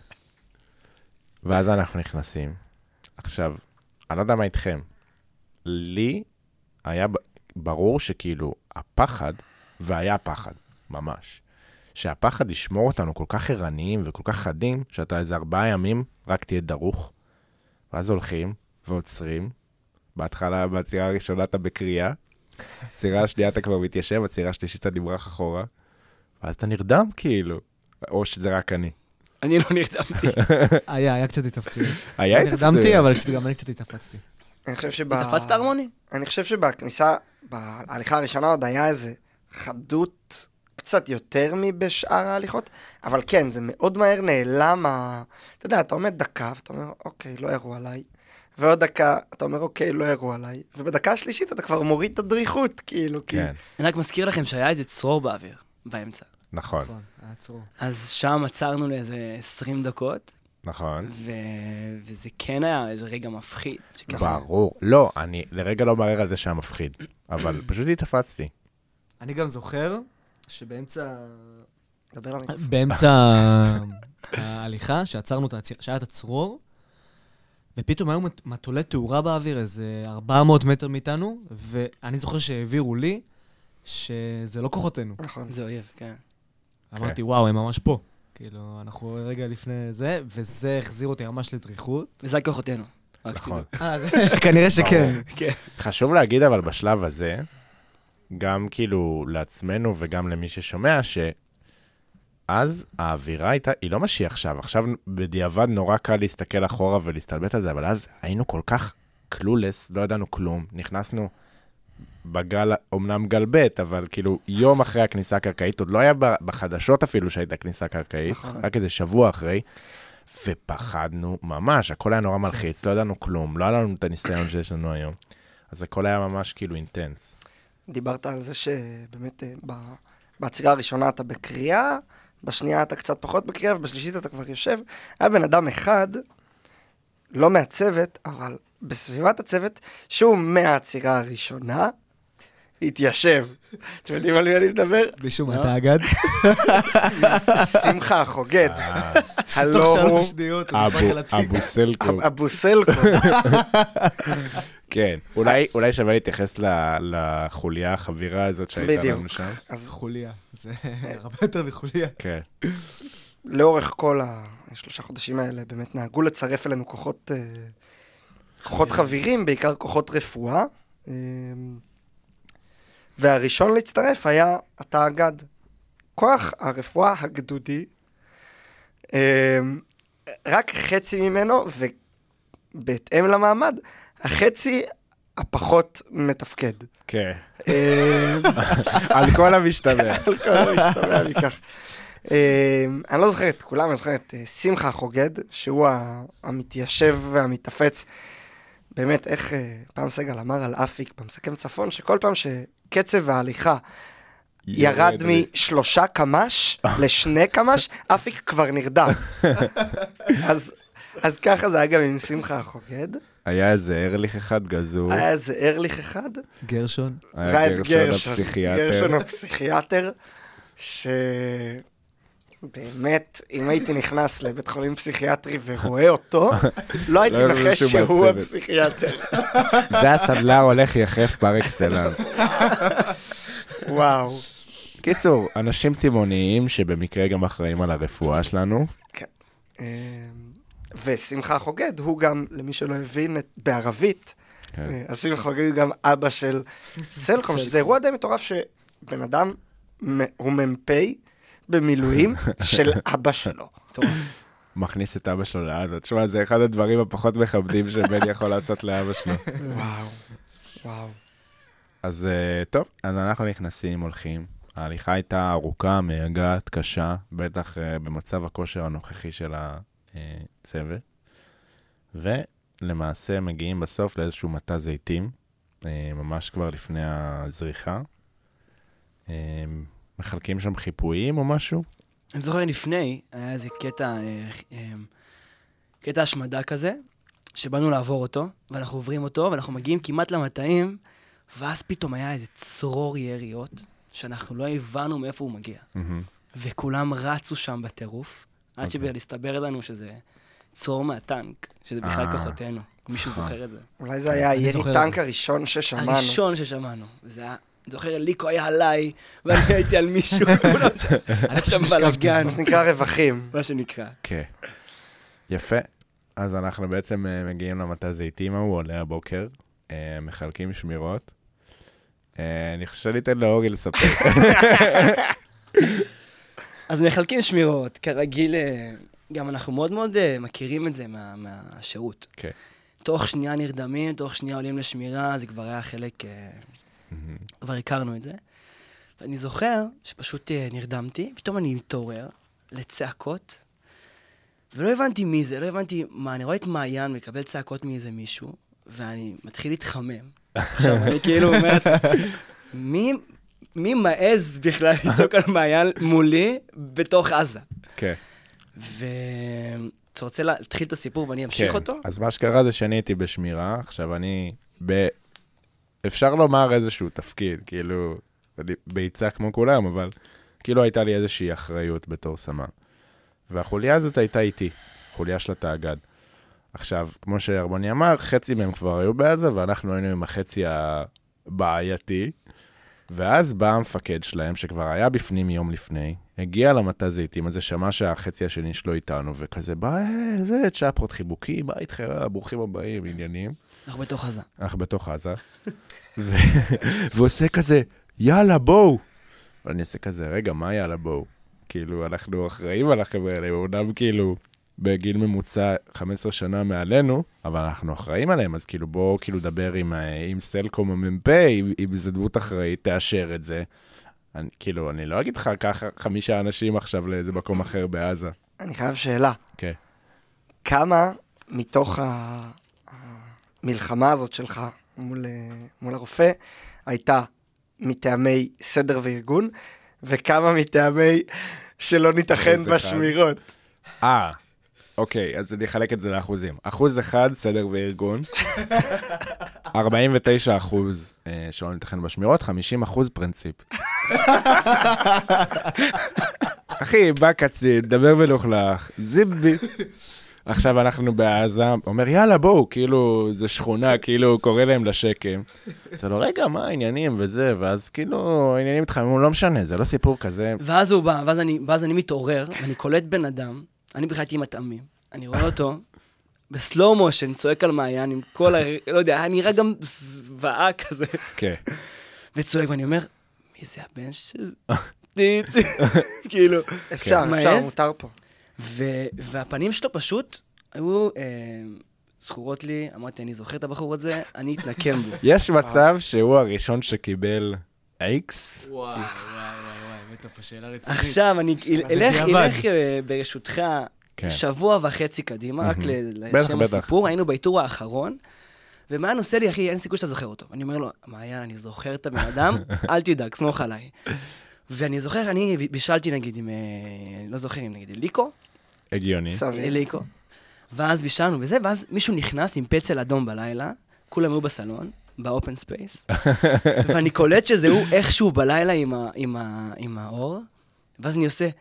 [SPEAKER 1] ואז אנחנו נכנסים. עכשיו, אני לא יודע מה איתכם. לי היה ברור שכאילו הפחד, והיה פחד, ממש, שהפחד ישמור אותנו כל כך ערניים וכל כך חדים, שאתה איזה 4 ימים רק תהיה דרוך, ואז הולכים ועוצרים. בהתחלה, בצירה הראשונה אתה בקריאה, בצירה השנייה אתה כבר מתיישב, בצירה השלישית אתה נברח אחורה, ואז אתה נרדם כאילו, או שזה רק אני.
[SPEAKER 2] אני לא נרדמתי.
[SPEAKER 3] היה קצת התאפצות.
[SPEAKER 1] היה התאפצות.
[SPEAKER 3] נרדמתי, אבל גם אני קצת התאפצתי.
[SPEAKER 4] אני חושב
[SPEAKER 2] תפסת הרמוני?
[SPEAKER 4] אני חושב שבכניסה, בהליכה הראשונה עוד היה איזה חדות קצת יותר מבשאר ההליכות, אבל כן, זה מאוד מהר נעלם. אתה יודע, אתה עומד דקה, ואתה אומר, אוקיי, לא ירו עליי. ועוד דקה, אתה אומר, אוקיי, לא ירו עליי. ובדקה השלישית אתה כבר מוריד את הדריכות, כאילו, כי...
[SPEAKER 1] כן,
[SPEAKER 2] אני רק מזכיר לכם שהיה איזה צרור באוויר, באמצע.
[SPEAKER 1] נכון,
[SPEAKER 3] נכון, עצרו.
[SPEAKER 2] אז שם עצרנו לאיזה 20 דקות,
[SPEAKER 1] נכון.
[SPEAKER 2] וזה כן היה איזה רגע מפחיד. שככה-
[SPEAKER 1] ברור. לא, אני לרגע לא מערער על זה שהיה מפחיד, אבל פשוט התאפצתי.
[SPEAKER 3] אני גם זוכר שבאמצע
[SPEAKER 4] דבר למיקרופון.
[SPEAKER 3] באמצע ההליכה, שעצרנו את העציר, שהיה את הצרור, ופתאום היו מטולי תאורה באוויר, איזה 400 מטר מאיתנו, ואני זוכר שהעבירו לי שזה לא כוחותינו.
[SPEAKER 4] נכון.
[SPEAKER 2] זה אויב, כן.
[SPEAKER 3] אמרתי, וואו, הם ממש פה. כאילו, אנחנו רגע לפני זה, וזה החזיר אותי ממש לדריכות.
[SPEAKER 2] וזה כוחותינו.
[SPEAKER 1] נכון.
[SPEAKER 3] כנראה שכן.
[SPEAKER 1] חשוב להגיד אבל בשלב הזה, גם כאילו לעצמנו וגם למי ששומע, שאז האווירה הייתה, היא לא מה שהיא עכשיו. עכשיו בדיעבד נורא קל להסתכל אחורה ולהסתלבט על זה, אבל אז היינו כל כך קלולס, לא ידענו כלום. נכנסנו בגל, אומנם גל ב', אבל כאילו יום אחרי הכניסה הקרקעית, עוד לא היה בחדשות אפילו שהייתה כניסה קרקעית, רק איזה שבוע אחרי, ופחדנו ממש, הכל היה נורא מלחיץ, לא ידענו כלום, לא היה לנו את הניסיון שיש לנו היום. אז הכל היה ממש כאילו אינטנס.
[SPEAKER 4] דיברת על זה שבאמת בעצירה הראשונה אתה בקריאה, בשנייה אתה קצת פחות בקריאה, ובשלישית אתה כבר יושב. היה בן אדם אחד, לא מהצוות, אבל בסביבת הצוות, שהוא מהעצירה הראשונה, התיישב. אתם יודעים על מי אני מדבר?
[SPEAKER 3] משום אתה אגד?
[SPEAKER 4] שמחה חוגד.
[SPEAKER 3] תוך 3 שניות, הוא משחק על התיק.
[SPEAKER 1] אבו סלקו.
[SPEAKER 4] אבו סלקו.
[SPEAKER 1] כן, אולי שווה להתייחס לחוליה החבירה הזאת שהייתה לנו שם.
[SPEAKER 3] חוליה, זה הרבה יותר מחוליה.
[SPEAKER 1] כן.
[SPEAKER 4] לאורך כל 3 חודשים האלה באמת נהגו לצרף אלינו כוחות חבירים, בעיקר כוחות רפואה. והראשון להצטרף היה אתה אגד. כוח הרפואה הגדודי, רק חצי ממנו, ובהתאם למעמד, החצי הפחות מתפקד.
[SPEAKER 1] כן. על כל המשתמע.
[SPEAKER 4] על כל המשתמע מכך. אני לא זוכר את כולם, אני זוכר את שמחה חוגד, שהוא המתיישב והמתאפץ. באמת, איך פעם סגל אמר על אפיק במסכם צפון, שכל פעם שקצב ההליכה ירד מ3 קמ"ש ל2 קמ"ש, אפיק כבר נרדם. אז ככה זה היה גם עם שמחה החוגד.
[SPEAKER 1] היה איזה ארליך אחד גזור.
[SPEAKER 4] היה איזה ארליך אחד.
[SPEAKER 3] גרשון.
[SPEAKER 1] היה גרשון הפסיכיאטר.
[SPEAKER 4] גרשון הפסיכיאטר, באמת, אם הייתי נכנס לבית חולים פסיכיאטרי ורואה אותו, לא הייתי נחש שהוא הפסיכיאטר.
[SPEAKER 1] זה הסנדלר הולך יחף פר אקסלנס.
[SPEAKER 4] וואו.
[SPEAKER 1] קיצור, אנשים תימוניים שבמקרה גם אחראים על הרפואה שלנו.
[SPEAKER 4] כן. ושמחה חוגד, הוא גם, למי שלא הבין בערבית, אז שמחה חוגד הוא גם אבא של סלקום, שזה אירוע די מטורף שבן אדם הוא ממפי, במילואים של אבא שלו.
[SPEAKER 1] מכניס את אבא שלו לעזה. תשמע, זה אחד הדברים הפחות מכבדים שבן יכול לעשות לאבא שלו.
[SPEAKER 4] וואו, וואו.
[SPEAKER 1] אז טוב, אז אנחנו נכנסים, הולכים. ההליכה הייתה ארוכה, מייגעת, קשה, בטח במצב הכושר הנוכחי של הצוות. ולמעשה מגיעים בסוף לאיזשהו מטע זיתים, ממש כבר לפני הזריחה. מחלקים שם חיפויים או משהו?
[SPEAKER 2] אני זוכר לפני, היה איזה קטע השמדה כזה, שבאנו לעבור אותו, ואנחנו עוברים אותו, ואנחנו מגיעים כמעט למטעים, ואז פתאום היה איזה צרור יריות, שאנחנו לא הבנו מאיפה הוא מגיע. וכולם רצו שם בטירוף, עד שבגלל הסתבר לנו שזה צרור מהטנק, שזה בכלל כוחותינו. מישהו זוכר את זה.
[SPEAKER 4] אולי זה היה הירי טנק הראשון ששמענו.
[SPEAKER 2] הראשון ששמענו. וזה היה... אני זוכר, ליקו היה עליי, ואני הייתי על מישהו. אני שם בלגן.
[SPEAKER 4] מה שנקרא רווחים.
[SPEAKER 2] מה שנקרא.
[SPEAKER 1] כן. יפה. אז אנחנו בעצם מגיעים למטע זיתים, הוא עולה הבוקר, מחלקים שמירות. אני חושב שניתן לאורי לספר.
[SPEAKER 2] אז מחלקים שמירות, כרגיל, גם אנחנו מאוד מאוד מכירים את זה מהשירות.
[SPEAKER 1] כן.
[SPEAKER 2] תוך שנייה נרדמים, תוך שנייה עולים לשמירה, זה כבר היה חלק... כבר הכרנו את זה. ואני זוכר שפשוט נרדמתי, פתאום אני מתעורר לצעקות, ולא הבנתי מי זה, לא הבנתי מה, אני רואה את מעיין מקבל צעקות מאיזה מישהו, ואני מתחיל להתחמם. עכשיו, אני כאילו אומר מי מעז בכלל לצעוק על מעיין מולי בתוך עזה?
[SPEAKER 1] כן.
[SPEAKER 2] ואתה רוצה להתחיל את הסיפור ואני אמשיך אותו?
[SPEAKER 1] אז מה שקרה זה שאני הייתי בשמירה, עכשיו אני אפשר לומר איזשהו תפקיד, כאילו, ביצע כמו כולם, אבל כאילו הייתה לי איזושהי אחריות בתור סמן. והחוליה הזאת הייתה איתי, חוליה של התאגד. עכשיו, כמו שהרבוני אמר, חצי מהם כבר היו בעזה, ואנחנו היינו עם החצי הבעייתי. ואז בא המפקד שלהם, שכבר היה בפנים יום לפני, הגיע למטע זיתים הזה, שמע שהחצי השני שלו איתנו, וכזה, בא, זה, צ'פרות חיבוקים, בא איתכם, ברוכים הבאים, עניינים.
[SPEAKER 2] אנחנו בתוך עזה.
[SPEAKER 1] אנחנו בתוך עזה. ועושה כזה, יאללה, בואו. ואני עושה כזה, רגע, מה יאללה, בואו? כאילו, אנחנו אחראים על החבר'ה האלה, אומנם כאילו, בגיל ממוצע 15 שנה מעלינו, אבל אנחנו אחראים עליהם, אז כאילו, בואו כאילו דבר עם סלקום המ"פ, אם זה דמות אחראית, תאשר את זה. כאילו, אני לא אגיד לך ככה 5 אנשים עכשיו לאיזה מקום אחר בעזה.
[SPEAKER 4] אני חייב שאלה.
[SPEAKER 1] כן.
[SPEAKER 4] כמה מתוך המלחמה הזאת שלך מול הרופא הייתה מטעמי סדר וארגון, וכמה מטעמי שלא ניתכן בשמירות?
[SPEAKER 1] אוקיי, אז אני אחלק את זה לאחוזים. 1% סדר וארגון, 49% שלא ניתכן בשמירות, 50% פרינציפ. אחי, בא קצין, דבר מלוכלך, זיבי. עכשיו אנחנו בעזה, אומר, יאללה, בואו, כאילו, זה שכונה, כאילו, קורא להם לשקם. אז לו, רגע, מה העניינים וזה, ואז כאילו, העניינים מתחממים, לא משנה, זה לא סיפור כזה.
[SPEAKER 2] ואז הוא בא, ואז אני מתעורר, ואני קולט בן אדם, אני בכלל הייתי עם הטעמים, אני רואה אותו, בסלואו מושן, צועק על מעיין, עם כל לא יודע, נראה גם זוועה כזה.
[SPEAKER 1] כן.
[SPEAKER 2] וצועק, ואני אומר, מי זה הבן שזה? כאילו.
[SPEAKER 4] אפשר, מותר פה.
[SPEAKER 2] והפנים שלו פשוט היו זכורות לי, אמרתי, אני זוכר את הבחור הזה, אני אתנקם בו.
[SPEAKER 1] יש מצב שהוא הראשון שקיבל איקס?
[SPEAKER 3] וואי, הבאת פה שאלה רצינית.
[SPEAKER 2] עכשיו, אני אלך ברשותך שבוע וחצי קדימה, רק לשם הסיפור, היינו באיתור האחרון, ומה הנושא לי, אחי, אין סיכוי שאתה זוכר אותו. אני אומר לו, מעיין, אני זוכר את הבן אדם, אל תדאג, סמוך עליי. ואני זוכר, אני בישלתי נגיד עם, אני לא זוכר, נגיד ליקו.
[SPEAKER 1] הגיוני.
[SPEAKER 2] ליקו. ואז בישלנו וזה, ואז מישהו נכנס עם פצל אדום בלילה, כולם היו בסלון, באופן ספייס, ואני קולט שזה הוא איכשהו בלילה עם האור, ואז אני עושה,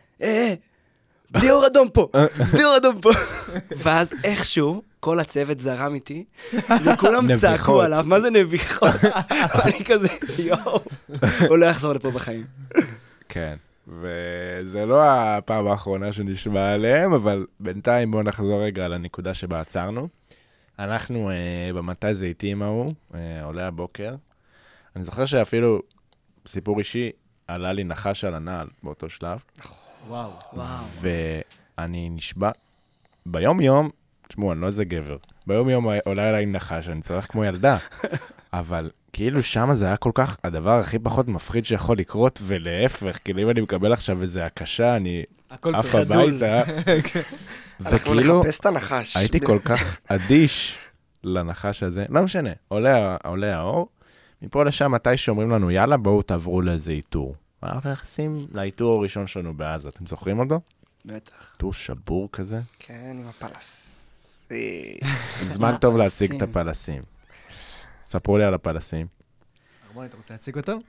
[SPEAKER 2] בלי אור אדום פה, בלי אור אדום פה. ואז איכשהו, כל הצוות זרם איתי, וכולם צעקו עליו, מה זה נביחות? ואני כזה, יואו, הוא לא יחזור לפה בחיים.
[SPEAKER 1] כן, וזה לא הפעם האחרונה שנשמע עליהם, אבל בינתיים בואו נחזור רגע לנקודה שבה עצרנו. אנחנו במטע זיתים ההוא, עולה הבוקר. אני זוכר שאפילו סיפור אישי, עלה לי נחש על הנעל באותו שלב.
[SPEAKER 3] וואו.
[SPEAKER 1] ואני נשבע, ביום יום, תשמעו, אני לא איזה גבר, ביום יום עולה אליי נחש, אני צורך כמו ילדה, אבל כאילו שם זה היה כל כך הדבר הכי פחות מפחיד שיכול לקרות, ולהפך, כאילו אם אני מקבל עכשיו איזה הקשה, אני אף הביתה.
[SPEAKER 4] אנחנו נחפש את הנחש.
[SPEAKER 1] הייתי כל כך אדיש לנחש הזה, לא משנה, עולה האור, מפה לשם מתי שאומרים לנו, יאללה, בואו תעברו לאיזה איתור. אנחנו נכנסים לאיתור הראשון שלנו בעזה, אתם זוכרים אותו?
[SPEAKER 2] בטח.
[SPEAKER 1] איתור שבור כזה?
[SPEAKER 4] כן, עם הפלס.
[SPEAKER 1] זמן טוב להציג את הפלסים. ספרו לי על הפלסים.
[SPEAKER 3] ארמון, אתה רוצה להציג אותם?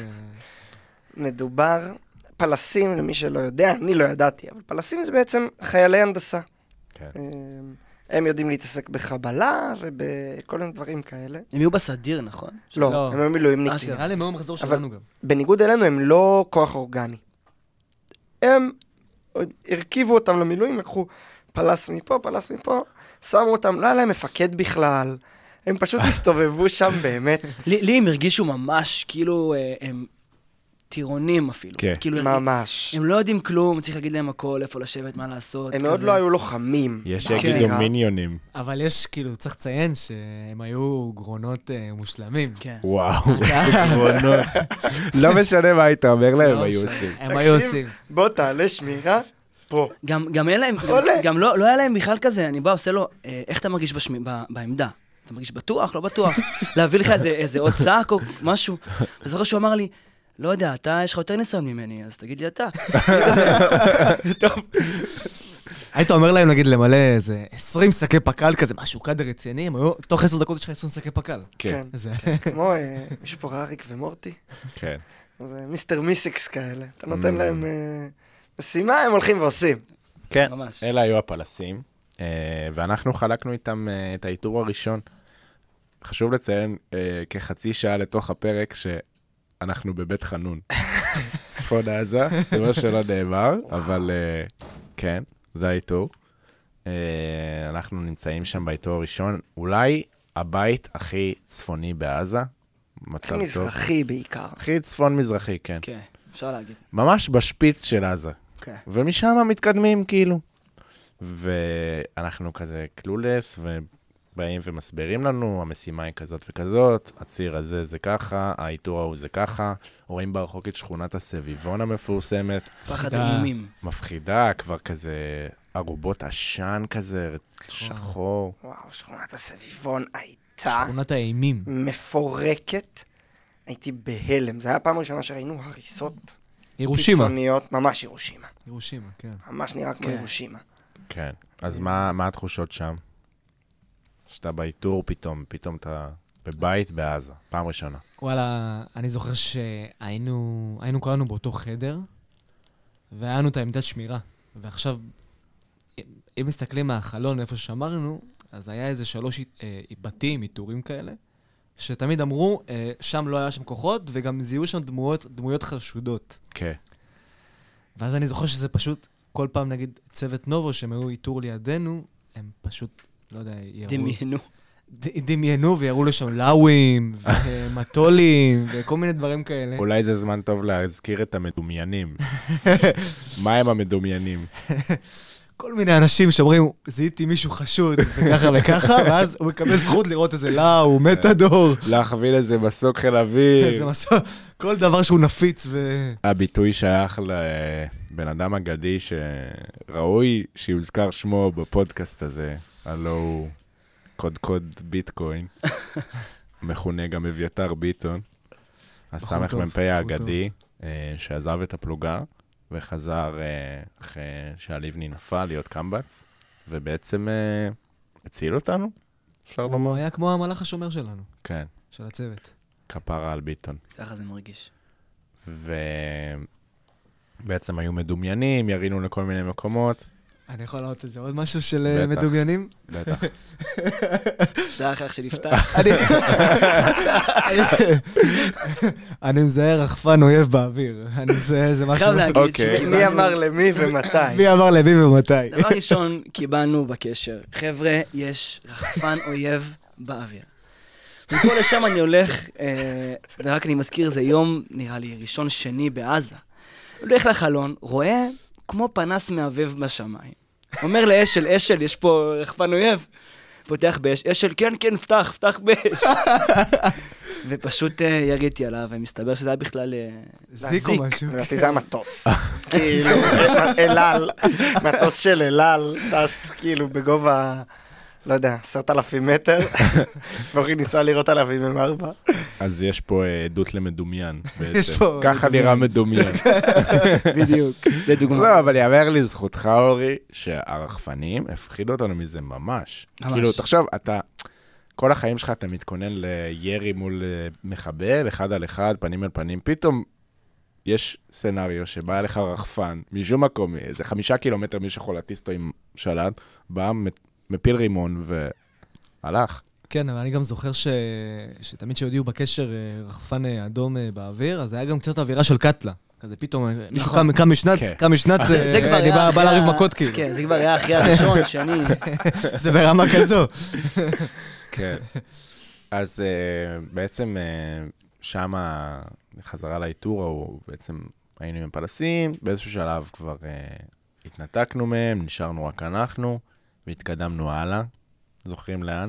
[SPEAKER 4] מדובר, פלסים, למי שלא יודע, אני לא ידעתי, אבל פלסים זה בעצם חיילי הנדסה.
[SPEAKER 1] כן.
[SPEAKER 4] הם יודעים להתעסק בחבלה ובכל מיני דברים כאלה.
[SPEAKER 2] הם יהיו בסדיר, נכון?
[SPEAKER 4] לא, הם היו מילואימניקים.
[SPEAKER 3] נראה לי מאוד מחזור שלנו גם.
[SPEAKER 4] בניגוד אלינו, הם לא כוח אורגני. הם הרכיבו אותם למילואים, לקחו פלס מפה, שמו אותם, לא היה להם מפקד בכלל. הם פשוט הסתובבו שם באמת.
[SPEAKER 2] לי הם הרגישו ממש, כאילו הם טירונים אפילו.
[SPEAKER 1] כן.
[SPEAKER 4] ממש.
[SPEAKER 2] הם לא יודעים כלום, צריך להגיד להם הכל, איפה לשבת, מה לעשות.
[SPEAKER 4] הם מאוד לא היו לוחמים.
[SPEAKER 1] יש שיגידו מיניונים.
[SPEAKER 3] אבל יש, כאילו, צריך לציין שהם היו גרונות מושלמים.
[SPEAKER 2] כן.
[SPEAKER 1] וואו, איזה גרונות. לא משנה מה היית אומר להם, היו עושים.
[SPEAKER 3] הם היו עושים.
[SPEAKER 4] בוא תעלה שמירה, פה.
[SPEAKER 2] גם אין להם, גם לא היה להם בכלל כזה, אני בא, עושה לו, איך אתה מרגיש בעמדה? אתה מרגיש בטוח, לא בטוח? להביא לך איזה עוד צעק או משהו. וזוכר שהוא אמר לי, לא יודע, אתה, יש לך יותר ניסיון ממני, אז תגיד לי אתה. טוב.
[SPEAKER 3] היית אומר להם, נגיד, למלא איזה 20 שקי פקל כזה, משהו קאדר רציני, תוך 10 דקות יש לך 20 שקי פקל.
[SPEAKER 1] כן.
[SPEAKER 4] כמו מישהו פה ריק ומורטי.
[SPEAKER 1] כן.
[SPEAKER 4] זה מיסטר מיסיקס כאלה. אתה נותן להם משימה, הם הולכים ועושים.
[SPEAKER 1] כן, אלה היו הפלסים, ואנחנו חלקנו איתם את האיתור הראשון. חשוב לציין, כחצי שעה לתוך הפרק, אנחנו בבית חנון. צפון עזה, זה מה שלא נאמר, אבל כן, זה האיתור. אנחנו נמצאים שם באיתור הראשון, אולי הבית הכי צפוני בעזה.
[SPEAKER 4] הכי מזרחי בעיקר.
[SPEAKER 1] הכי צפון-מזרחי, כן.
[SPEAKER 2] כן, אפשר להגיד.
[SPEAKER 1] ממש בשפיץ של עזה.
[SPEAKER 2] כן.
[SPEAKER 1] ומשם מתקדמים כאילו. ואנחנו כזה קלולס, ובאים ומסבירים לנו, המשימה היא כזאת וכזאת, הציר הזה זה ככה, האיתור ההוא זה ככה, רואים ברחוק את שכונת הסביבון המפורסמת.
[SPEAKER 2] פחד איומים.
[SPEAKER 1] מפחידה, כבר כזה ארובות עשן כזה, שחור.
[SPEAKER 4] וואו, שכונת הסביבון הייתה
[SPEAKER 3] שכונת האימים.
[SPEAKER 4] מפורקת. הייתי בהלם. זה היה הפעם הראשונה שראינו הריסות
[SPEAKER 3] הירושימה.
[SPEAKER 4] קיצוניות, ממש הירושימה.
[SPEAKER 3] הירושימה, כן.
[SPEAKER 4] ממש נראה כמו הירושימה.
[SPEAKER 1] כן. אז מה התחושות שם? שאתה באיתור פתאום אתה בבית בעזה, פעם ראשונה.
[SPEAKER 3] וואלה, אני זוכר שהיינו כולנו באותו חדר, והיה לנו את העמדת שמירה. ועכשיו, אם מסתכלים מהחלון איפה ששמרנו, אז היה איזה 3 בתים, איתורים כאלה, שתמיד אמרו, שם לא היה שם כוחות, וגם זיהו שם דמויות חשודות.
[SPEAKER 1] כן.
[SPEAKER 3] ואז אני זוכר שזה פשוט, כל פעם נגיד צוות נובו, שהם היו איתור לידינו, הם פשוט, לא יודע, דמיינו ויראו לשם לאווים, ומטולים, וכל מיני דברים כאלה.
[SPEAKER 1] אולי זה זמן טוב להזכיר את המדומיינים. מה הם המדומיינים?
[SPEAKER 3] כל מיני אנשים שאומרים, זיהיתי מישהו חשוד, וככה וככה, ואז הוא מקבל זכות לראות איזה לאו, מתדור.
[SPEAKER 1] להחביל איזה מסוק חיל אוויר.
[SPEAKER 3] איזה מסוק, כל דבר שהוא נפיץ
[SPEAKER 1] הביטוי שייך לבן אדם אגדי שראוי שיוזכר שמו בפודקאסט הזה, הלא הוא קוד ביטקוין, מכונה גם אביתר ביטון, הסמך מ"פ האגדי, שעזב את הפלוגה, וחזר אחרי שהליבני נפל להיות קמב"ץ, ובעצם הציל אותנו, אפשר לומר.
[SPEAKER 3] הוא היה כמו המלאך השומר שלנו.
[SPEAKER 1] כן.
[SPEAKER 3] של הצוות.
[SPEAKER 1] כפרה על ביטון.
[SPEAKER 2] ככה זה מרגיש.
[SPEAKER 1] ובעצם היו מדומיינים, ירינו לכל מיני מקומות.
[SPEAKER 3] אני יכול לראות את זה. עוד משהו של מדומיינים?
[SPEAKER 1] בטח.
[SPEAKER 2] זה האח שנפתח.
[SPEAKER 3] אני מזהה רחפן אויב באוויר. אני מזהה איזה משהו.
[SPEAKER 2] חייב להגיד
[SPEAKER 4] מי אמר למי ומתי?
[SPEAKER 3] מי אמר למי ומתי?
[SPEAKER 2] דבר ראשון, קיבלנו בקשר. חבר'ה, יש רחפן אויב באוויר. מפה לשם אני הולך, ורק אני מזכיר, זה יום, נראה לי, ראשון שני בעזה. הולך לחלון, רואה כמו פנס מעבב בשמיים. אומר לאשל, אשל, יש פה רחפן אויב. פותח באש, אשל, כן, פתח באש. ופשוט יריתי עליו, ומסתבר שזה היה בכלל
[SPEAKER 3] זיק או משהו.
[SPEAKER 4] לדעתי זה המטוס. כאילו, אלל, מטוס של אלל, טס כאילו בגובה, לא יודע, 10,000 מטר. ואורי ניסה לראות עליו עם 4.
[SPEAKER 1] אז יש פה עדות למדומיין בעצם. ככה נראה מדומיין.
[SPEAKER 2] בדיוק, זה דוגמה.
[SPEAKER 1] לא, אבל יאמר לי זכותך, אורי, שהרחפנים הפחידו אותנו מזה ממש. כאילו, תחשוב, אתה, כל החיים שלך אתה מתכונן לירי מול מחבל, 1 על 1, פנים על פנים, פתאום יש סנריו שבא לך רחפן, משום מקום, איזה 5 קילומטר מי שיכול להטיס אותו עם שלט, בא, מפיל רימון והלך.
[SPEAKER 3] כן, אבל אני גם זוכר שתמיד שהודיעו בקשר רחפן אדום באוויר, אז היה גם קצת אווירה של קטלה. כזה פתאום מישהו קם משנץ, אני בא להריב מכות כאילו.
[SPEAKER 2] כן, זה כבר היה אחרי הראשון, שאני...
[SPEAKER 3] זה ברמה כזו.
[SPEAKER 1] כן. אז בעצם שם חזרה לאיתור, או בעצם היינו עם פלסים, באיזשהו שלב כבר התנתקנו מהם, נשארנו רק אנחנו, והתקדמנו הלאה. זוכרים לאן?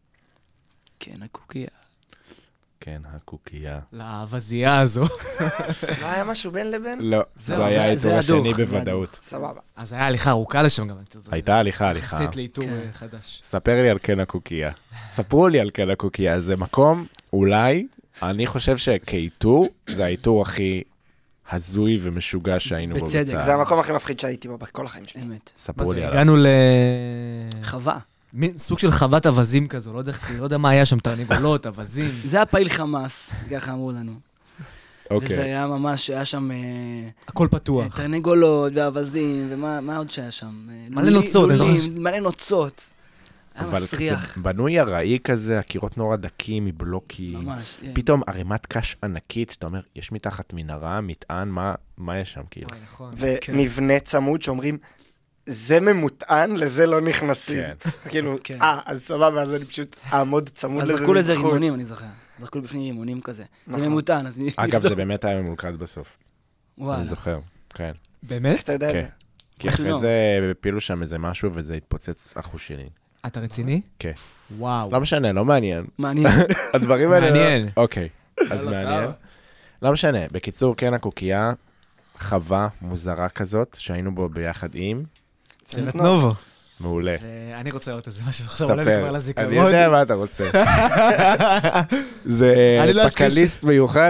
[SPEAKER 2] כן, הקוקייה.
[SPEAKER 1] כן, הקוקייה.
[SPEAKER 3] לאבזייה הזו.
[SPEAKER 4] לא היה משהו בין לבין?
[SPEAKER 1] לא, זה היה האיתור השני בוודאות.
[SPEAKER 4] סבבה.
[SPEAKER 3] אז היה הליכה ארוכה לשם גם.
[SPEAKER 1] הייתה הליכה.
[SPEAKER 3] יחסית לאיתור חדש.
[SPEAKER 1] ספר לי על כן הקוקייה. ספרו לי על כן הקוקייה. זה מקום, אולי, אני חושב שכאיתור, זה האיתור הכי הזוי ומשוגע שהיינו בו בצד.
[SPEAKER 4] זה המקום הכי מפחיד שהייתי בו בכל החיים שלי.
[SPEAKER 2] אמת.
[SPEAKER 1] ספרו לי עליו.
[SPEAKER 3] הגענו
[SPEAKER 2] חווה.
[SPEAKER 3] סוג של חוות אבזים כזו, לא יודע מה היה שם, תרנגולות, אבזים.
[SPEAKER 2] זה היה פעיל חמאס, ככה אמרו לנו.
[SPEAKER 1] אוקיי.
[SPEAKER 2] וזה היה ממש, היה שם...
[SPEAKER 3] הכל פתוח.
[SPEAKER 2] תרנגולות ואבזים, ומה עוד שהיה שם?
[SPEAKER 3] מלא נוצות.
[SPEAKER 2] מלא נוצות. היה
[SPEAKER 1] אבל
[SPEAKER 2] מסריח.
[SPEAKER 1] זה בנוי ארעי כזה, הקירות נורא דקים מבלוקים.
[SPEAKER 2] ממש.
[SPEAKER 1] פתאום ערימת קש ענקית, שאתה אומר, יש מתחת מנהרה, מטען, מה יש שם כאילו?
[SPEAKER 3] וואי, נכון.
[SPEAKER 4] ומבנה צמוד שאומרים, זה ממוטען, לזה לא נכנסים.
[SPEAKER 1] כן.
[SPEAKER 4] כאילו,
[SPEAKER 2] כן.
[SPEAKER 4] אז סבבה, אז אני פשוט אעמוד צמוד
[SPEAKER 2] אז
[SPEAKER 4] לזה
[SPEAKER 2] זרקו לזה
[SPEAKER 4] מבחוץ.
[SPEAKER 2] רימונים, אני זוכר. זרקו בפנים רימונים כזה. זה
[SPEAKER 4] נכון.
[SPEAKER 2] ממותן, אז אני...
[SPEAKER 1] אגב, זה באמת היה ממולכד בסוף. אני
[SPEAKER 2] וואלה.
[SPEAKER 1] זוכר, כן.
[SPEAKER 3] באמת?
[SPEAKER 4] איך אתה יודע את
[SPEAKER 1] כן.
[SPEAKER 4] זה?
[SPEAKER 1] כי
[SPEAKER 2] משהו
[SPEAKER 1] אחרי
[SPEAKER 2] לא.
[SPEAKER 1] זה הפילו שם איזה משהו וזה התפוצץ החוש שלי.
[SPEAKER 3] אתה רציני?
[SPEAKER 1] כן.
[SPEAKER 3] וואו.
[SPEAKER 1] לא משנה, לא מעניין.
[SPEAKER 2] מעניין.
[SPEAKER 1] הדברים האלה...
[SPEAKER 3] מעניין.
[SPEAKER 1] אוקיי, אז
[SPEAKER 3] יאללה,
[SPEAKER 1] מעניין.
[SPEAKER 3] סבבה.
[SPEAKER 1] לא משנה, בקיצור, כן, הקוקייה, חווה מוזרה כזאת, שהיינו בו ביחד עם,
[SPEAKER 3] צוות נובו.
[SPEAKER 1] מעולה.
[SPEAKER 3] ואני רוצה לראות איזה משהו עכשיו, עולה לי כבר
[SPEAKER 1] ספר,
[SPEAKER 3] לזיכרון.
[SPEAKER 1] אני יודע מה אתה רוצה. זה
[SPEAKER 3] אני לא אזכיר
[SPEAKER 1] פקליסט מיוחד.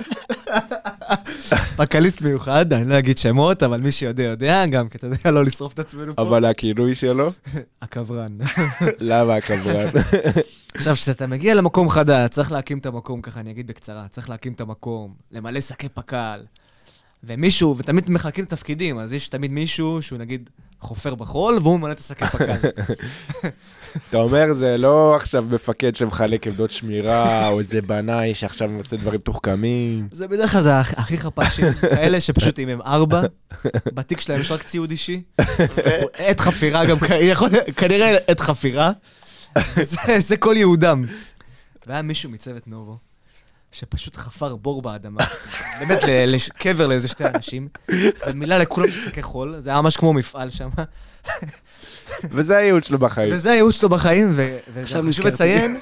[SPEAKER 3] פקליסט מיוחד, אני לא אגיד שמות, אבל מי שיודע יודע, גם כי אתה יודע לא לשרוף את עצמנו פה.
[SPEAKER 1] אבל הכינוי שלו?
[SPEAKER 3] הקברן.
[SPEAKER 1] למה הקברן?
[SPEAKER 3] עכשיו, כשאתה מגיע למקום חדש, צריך להקים את המקום, ככה אני אגיד בקצרה, צריך להקים את המקום, למלא שקי פקל, ומישהו, ותמיד מחלקים תפקידים, אז יש תמיד מישהו שהוא נגיד חופר בחול, והוא ממלא את השקי פקל.
[SPEAKER 1] אתה אומר, זה לא עכשיו מפקד שמחלק עמדות שמירה, או איזה בנאי שעכשיו עושה דברים תוחכמים.
[SPEAKER 3] זה בדרך כלל זה הכי חפשים, כאלה שפשוט אם הם 4, בתיק שלהם יש רק ציוד אישי, עת חפירה גם, כנראה עת חפירה, זה כל יהודם. והיה מישהו מצוות נובו, שפשוט חפר בור באדמה, באמת לקבר לאיזה 2 אנשים, ומילא לכולם שקי חול, זה היה ממש כמו מפעל שם,
[SPEAKER 1] וזה הייעוד שלו בחיים.
[SPEAKER 3] וזה הייעוד שלו בחיים, וגם חשוב
[SPEAKER 2] נזכרתי.
[SPEAKER 3] לציין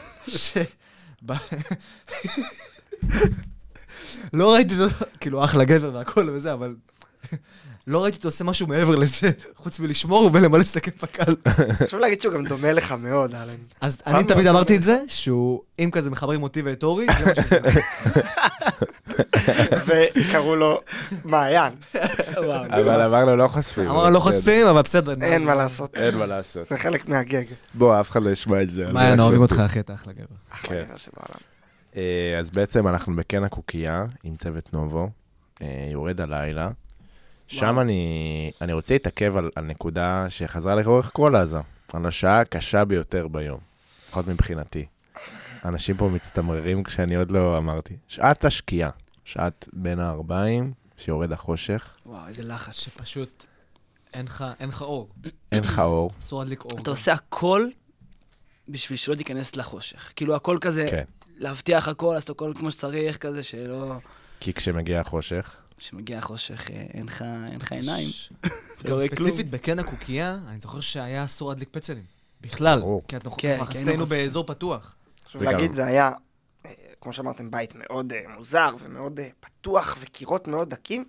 [SPEAKER 3] לא ראיתי אותו, כאילו אחלה גבר והכל וזה, אבל לא ראיתי אותו עושה משהו מעבר לזה, חוץ מלשמור ולמלא שקי פקל.
[SPEAKER 4] חשוב להגיד שהוא גם דומה לך מאוד, אלן.
[SPEAKER 3] אז אני תמיד אמרתי את זה, שהוא, אם כזה מחברים אותי ואת אורי, זה מה שזה.
[SPEAKER 4] וקראו לו מעיין.
[SPEAKER 1] אבל אמרנו לא חושפים.
[SPEAKER 3] אמרנו לא חושפים, אבל בסדר.
[SPEAKER 4] אין מה לעשות.
[SPEAKER 1] אין מה לעשות.
[SPEAKER 4] זה חלק מהגג.
[SPEAKER 1] בוא, אף אחד לא ישמע את זה.
[SPEAKER 3] מעיין, אוהבים אותך אחי, אתה אחלה גבר.
[SPEAKER 4] אחלה גבר שבעולם.
[SPEAKER 1] אז בעצם אנחנו בקן הקוקייה עם צוות נובו, יורד הלילה. שם אני רוצה להתעכב על נקודה שחזרה לאורך כל עזה, על השעה הקשה ביותר ביום, לפחות מבחינתי. אנשים פה מצטמררים כשאני עוד לא אמרתי. שעת השקיעה, שעת בין הערביים, שיורד החושך,
[SPEAKER 2] וואו, איזה לחץ.
[SPEAKER 3] שפשוט אין לך אור.
[SPEAKER 1] אין לך אור.
[SPEAKER 3] אסור להדליק אור.
[SPEAKER 2] אתה עושה הכל בשביל שלא תיכנס לחושך. כאילו, הכל כזה,
[SPEAKER 1] כן,
[SPEAKER 2] להבטיח הכל, לעשות הכל כמו שצריך, כזה שלא...
[SPEAKER 1] כי כשמגיע החושך,
[SPEAKER 2] כשמגיע החושך, אין לך עיניים.
[SPEAKER 3] גם ספציפית בקן הקוקייה, אני זוכר שהיה אסור להדליק פצלים. בכלל,
[SPEAKER 1] ברור.
[SPEAKER 3] כי אנחנו
[SPEAKER 2] כן,
[SPEAKER 3] כבר
[SPEAKER 2] כן,
[SPEAKER 3] חסתנו
[SPEAKER 2] אנחנו
[SPEAKER 3] באזור פתוח.
[SPEAKER 4] חשוב
[SPEAKER 1] וגם-
[SPEAKER 4] להגיד, זה היה, כמו שאמרתם, בית מאוד מוזר ומאוד פתוח וקירות מאוד דקים.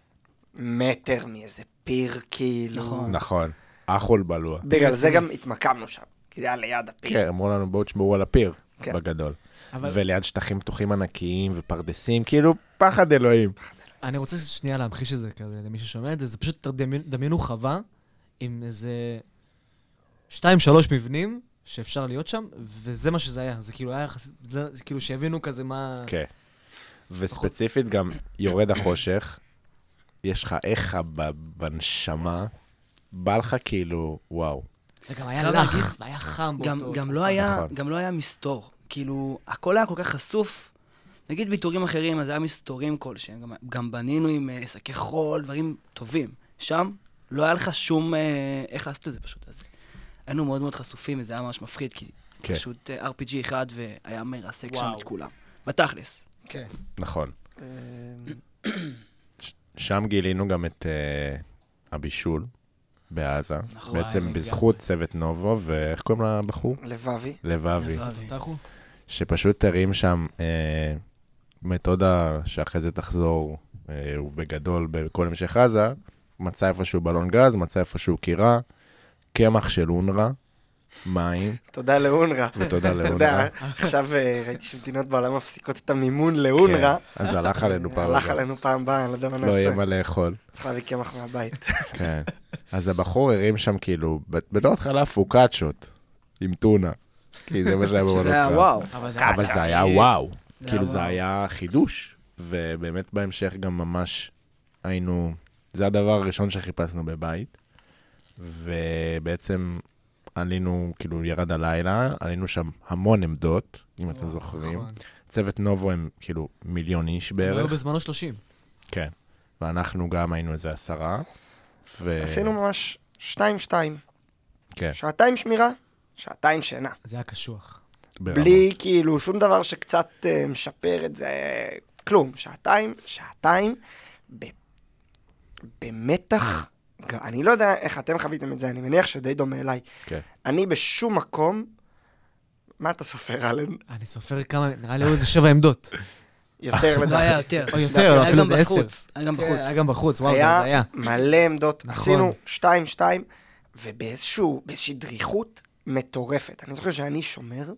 [SPEAKER 4] מטר מאיזה פיר, כאילו.
[SPEAKER 2] נכון.
[SPEAKER 1] נכון, אחול בלוע.
[SPEAKER 4] בגלל זה גם התמקמנו שם, כי זה היה ליד הפיר.
[SPEAKER 1] כן, אמרו לנו בואו תשמעו על הפיר,
[SPEAKER 4] כן.
[SPEAKER 1] בגדול.
[SPEAKER 3] אבל
[SPEAKER 1] וליד שטחים פתוחים ענקיים ופרדסים, כאילו פחד אלוהים.
[SPEAKER 3] אני רוצה שנייה להמחיש את זה כזה, למי ששומע את זה, זה פשוט דמיינו חווה עם איזה 2-3 מבנים שאפשר להיות שם, וזה מה שזה היה. זה כאילו היה יחסית, זה כאילו שהבינו כזה מה...
[SPEAKER 1] כן. וספציפית גם יורד החושך, יש לך איכה בנשמה, בא לך כאילו, וואו.
[SPEAKER 3] וגם היה
[SPEAKER 2] חייב
[SPEAKER 3] לח,
[SPEAKER 2] להגיד,
[SPEAKER 3] והיה חם באותו...
[SPEAKER 2] גם לא היה מסתור. כאילו, הכל היה כל כך חשוף. נגיד ביתורים אחרים, אז היה מסתורים כלשהם. גם בנינו עם שקי חול, דברים טובים. שם לא היה לך שום איך לעשות את זה פשוט. אז היינו מאוד מאוד חשופים, וזה היה ממש מפחיד, כי
[SPEAKER 1] כן.
[SPEAKER 2] פשוט RPG אחד והיה מרסק שם
[SPEAKER 3] וואו.
[SPEAKER 2] את כולם. בתכלס.
[SPEAKER 3] כן.
[SPEAKER 1] נכון.
[SPEAKER 4] אה,
[SPEAKER 1] שם גילינו גם את הבישול בעזה.
[SPEAKER 2] נכון.
[SPEAKER 1] בעצם בזכות צוות נובו, ואיך קוראים לבחור?
[SPEAKER 4] לבבי.
[SPEAKER 1] לבבי.
[SPEAKER 2] לבבי.
[SPEAKER 3] תחו?
[SPEAKER 1] שפשוט תרים שם מתודה שאחרי זה תחזור, ובגדול בכל המשך עזה, מצא איפשהו בלון גז, מצא איפשהו קירה, קמח של אונר"א, מים,
[SPEAKER 4] תודה לאונר"א.
[SPEAKER 1] ותודה
[SPEAKER 4] אתה
[SPEAKER 1] לאונר"א.
[SPEAKER 4] יודע, עכשיו ראיתי שמדינות בעולם מפסיקות את המימון לאונר"א.
[SPEAKER 1] כן, אז הלך עלינו פעם
[SPEAKER 4] הלך
[SPEAKER 1] הבאה.
[SPEAKER 4] עלינו פעם באה, אני לא יודע מה
[SPEAKER 1] לא יהיה
[SPEAKER 4] נעשה.
[SPEAKER 1] מה לאכול.
[SPEAKER 4] צריך להביא קמח מהבית.
[SPEAKER 1] כן. אז הבחור הרים שם כאילו, בתור התחלה פוקאצ'ות, עם טונה. כי זה מה שהיה בבנות
[SPEAKER 2] שזה היה
[SPEAKER 1] קרב.
[SPEAKER 2] וואו.
[SPEAKER 1] אבל זה היה וואו.
[SPEAKER 2] זה
[SPEAKER 1] כאילו
[SPEAKER 2] היה
[SPEAKER 1] זה
[SPEAKER 2] וואו.
[SPEAKER 1] היה חידוש. ובאמת בהמשך גם ממש היינו, זה הדבר הראשון שחיפשנו בבית. ובעצם עלינו, כאילו ירד הלילה, עלינו שם המון עמדות, אם אתם זוכרים. צוות נובו הם כאילו 1,000,000 איש בערך.
[SPEAKER 3] היו בזמנו 30.
[SPEAKER 1] כן. ואנחנו גם היינו איזה 10.
[SPEAKER 4] עשינו ממש 2-2.
[SPEAKER 1] כן.
[SPEAKER 4] 2 שמירה, 2 שינה.
[SPEAKER 3] זה היה קשוח.
[SPEAKER 4] בלי כאילו שום דבר שקצת משפר את זה, כלום. 2 במתח, אני לא יודע איך אתם חוויתם את זה, אני מניח שדי דומה אליי.
[SPEAKER 1] כן.
[SPEAKER 4] אני בשום מקום, מה אתה סופר, אלן?
[SPEAKER 3] אני סופר כמה, נראה לי היו איזה 7 עמדות.
[SPEAKER 4] יותר
[SPEAKER 2] לא
[SPEAKER 4] לדעתי.
[SPEAKER 2] היה יותר.
[SPEAKER 3] או יותר, אפילו זה 10.
[SPEAKER 2] היה גם בחוץ.
[SPEAKER 3] היה גם בחוץ, וואו, זה
[SPEAKER 4] היה
[SPEAKER 3] היה.
[SPEAKER 4] מלא עמדות,
[SPEAKER 3] נכון.
[SPEAKER 4] עשינו 2-2, ובאיזושהי דריכות מטורפת. אני זוכר שאני שומר,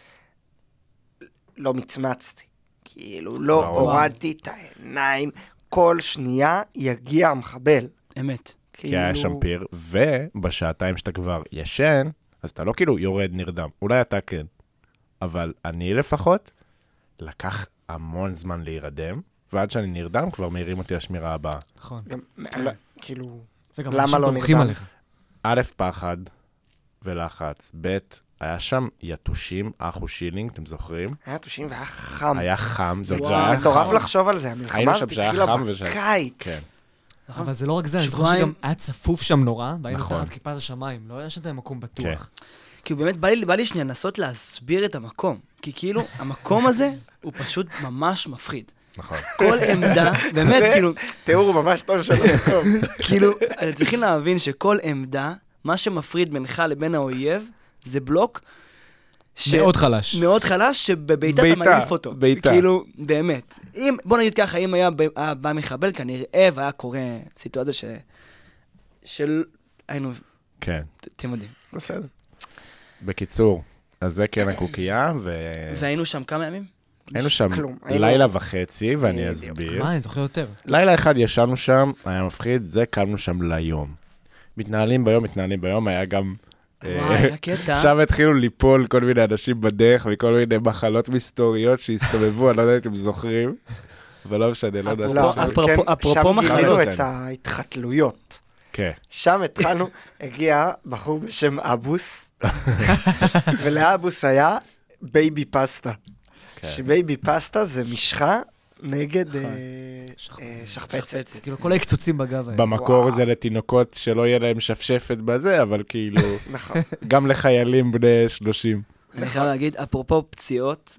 [SPEAKER 4] לא מצמצתי. כאילו, לא הורדתי את העיניים, כל שנייה יגיע המחבל.
[SPEAKER 2] אמת.
[SPEAKER 1] כי היה שם פיר, ובשעתיים שאתה כבר ישן, אז אתה לא כאילו יורד נרדם. אולי אתה כן. אבל אני לפחות, לקח המון זמן להירדם, ועד שאני נרדם כבר מהירים אותי השמירה הבאה.
[SPEAKER 3] נכון.
[SPEAKER 4] כאילו,
[SPEAKER 3] וגם
[SPEAKER 4] למה
[SPEAKER 3] אנשים
[SPEAKER 4] לא
[SPEAKER 3] דורכים
[SPEAKER 4] נרדם?
[SPEAKER 3] עליך.
[SPEAKER 1] א', פחד ולחץ, ב', היה שם יתושים, אחו שילינג, אתם זוכרים?
[SPEAKER 4] היה תושים והיה חם.
[SPEAKER 1] היה חם,
[SPEAKER 2] זה
[SPEAKER 1] זה היה
[SPEAKER 4] מטורף
[SPEAKER 1] חם.
[SPEAKER 4] לחשוב על זה,
[SPEAKER 1] היינו
[SPEAKER 4] המלחמה
[SPEAKER 1] שם
[SPEAKER 4] הזאת
[SPEAKER 1] שהיה
[SPEAKER 4] התחילה
[SPEAKER 1] חם
[SPEAKER 4] בקיץ.
[SPEAKER 1] כן.
[SPEAKER 3] אבל זה לא רק זה, אני זוכר
[SPEAKER 2] שבועיים.
[SPEAKER 3] שגם היה צפוף שם נורא, והיינו
[SPEAKER 1] נכון.
[SPEAKER 3] תחת כיפת השמיים, לא היה שם מקום בטוח.
[SPEAKER 2] כאילו באמת בא לי שנייה לנסות להסביר את המקום. כי כאילו, המקום הזה הוא פשוט ממש מפחיד.
[SPEAKER 1] נכון.
[SPEAKER 2] כל עמדה, באמת, כאילו,
[SPEAKER 4] תיאור ממש טוב של המקום.
[SPEAKER 2] כאילו, אתם צריכים להבין שכל עמדה, מה שמפריד בינך לבין האויב, זה בלוק
[SPEAKER 3] מאוד חלש.
[SPEAKER 2] מאוד חלש, שבביתה אתה מעיף אותו.
[SPEAKER 1] בעיטה.
[SPEAKER 2] כאילו, באמת. בוא נגיד ככה, אם היה בא מחבל, כנראה, והיה קורה סיטואציה של היינו,
[SPEAKER 1] כן.
[SPEAKER 2] אתם יודעים.
[SPEAKER 4] בסדר.
[SPEAKER 1] בקיצור, אז זה כן הקוקייה,
[SPEAKER 2] והיינו שם כמה ימים?
[SPEAKER 1] היינו שם
[SPEAKER 4] כלום.
[SPEAKER 1] לילה וחצי, ואני
[SPEAKER 4] בדיוק.
[SPEAKER 1] אסביר.
[SPEAKER 3] מה, אני זוכר יותר.
[SPEAKER 1] לילה אחד ישנו שם, היה מפחיד, זה קמנו שם ליום. מתנהלים ביום, היה גם...
[SPEAKER 2] וואי, הקטע.
[SPEAKER 1] שם התחילו ליפול כל מיני אנשים בדרך, וכל מיני מחלות מסתוריות שהסתובבו, אני לא יודע אם אתם זוכרים, אבל לא משנה, לא נעשה
[SPEAKER 4] לא,
[SPEAKER 1] שם.
[SPEAKER 4] אבל
[SPEAKER 2] אפרופו
[SPEAKER 4] כן, שם
[SPEAKER 2] מחלות.
[SPEAKER 4] גילינו את ההתחתלויות.
[SPEAKER 1] כן,
[SPEAKER 4] שם התחלנו, הגיע בחור בשם אבוס, ולאבוס היה בייבי פסטה.
[SPEAKER 1] כן.
[SPEAKER 4] שבייבי פסטה זה משחה נגד שכפצת.
[SPEAKER 3] כאילו, כל ההקצוצים בגב האלה.
[SPEAKER 1] במקור
[SPEAKER 4] וואו.
[SPEAKER 1] זה לתינוקות שלא יהיה להם שפשפת בזה, אבל כאילו,
[SPEAKER 4] נכון.
[SPEAKER 1] גם לחיילים בני 30.
[SPEAKER 2] אני חייב להגיד, אפרופו פציעות,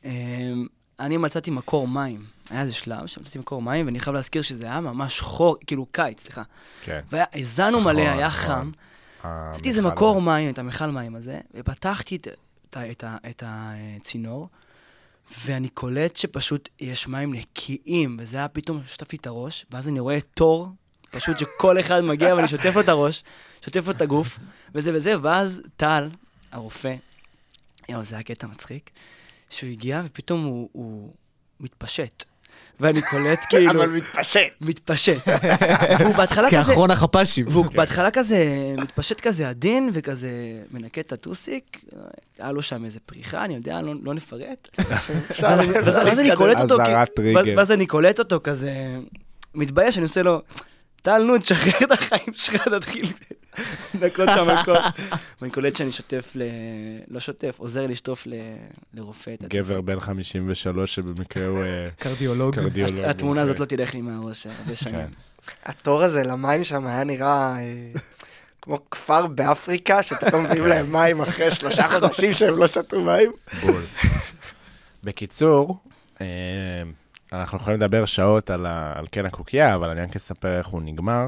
[SPEAKER 2] אני מצאתי מקור מים. היה איזה שלב שמצאתי מקור מים, ואני חייב להזכיר שזה היה ממש חור, כאילו קיץ, סליחה.
[SPEAKER 1] כן.
[SPEAKER 2] והזענו מלא, היה
[SPEAKER 1] נכון.
[SPEAKER 2] חם. מצאתי איזה
[SPEAKER 1] המכל
[SPEAKER 2] מקור מים, את המכל מים הזה, ופתחתי את הצינור, ואני קולט שפשוט יש מים נקיים, וזה היה פתאום, שטפתי את הראש, ואז אני רואה תור, פשוט שכל אחד מגיע ואני שוטף לו את הראש, שוטף לו את הגוף, וזה, ואז טל, הרופא, זה היה קטע מצחיק, שהוא הגיע ופתאום הוא מתפשט. ואני קולט כאילו...
[SPEAKER 4] אבל מתפשט.
[SPEAKER 2] והוא בהתחלה כזה...
[SPEAKER 3] כאחרון החפשים.
[SPEAKER 2] והוא בהתחלה כזה מתפשט כזה עדין וכזה מנקה את הטוסיק. היה לו שם איזה פריחה, אני יודע, לא נפרט. ואז אני קולט אותו...
[SPEAKER 1] אזהרת טריגר.
[SPEAKER 2] ואז אני קולט אותו כזה... מתבייש, אני עושה לו... טל, נו, תשחרר את החיים שלך, תתחיל לנקות שם הכל. ואני קולט שאני שוטף לא שוטף, עוזר לשטוף לרופא את הטוסיק.
[SPEAKER 1] גבר בן 53 שבמקרה הוא
[SPEAKER 3] קרדיולוג.
[SPEAKER 1] קרדיולוג.
[SPEAKER 2] התמונה הזאת לא תלך לי מהראש הרבה שנים.
[SPEAKER 4] התור הזה למים שם היה נראה כמו כפר באפריקה, שפתאום מביאים להם מים אחרי 3 חודשים שהם לא שתו מים.
[SPEAKER 1] בול. בקיצור, אנחנו יכולים לדבר שעות על כן הקוקייה, אבל אני רק אספר איך הוא נגמר.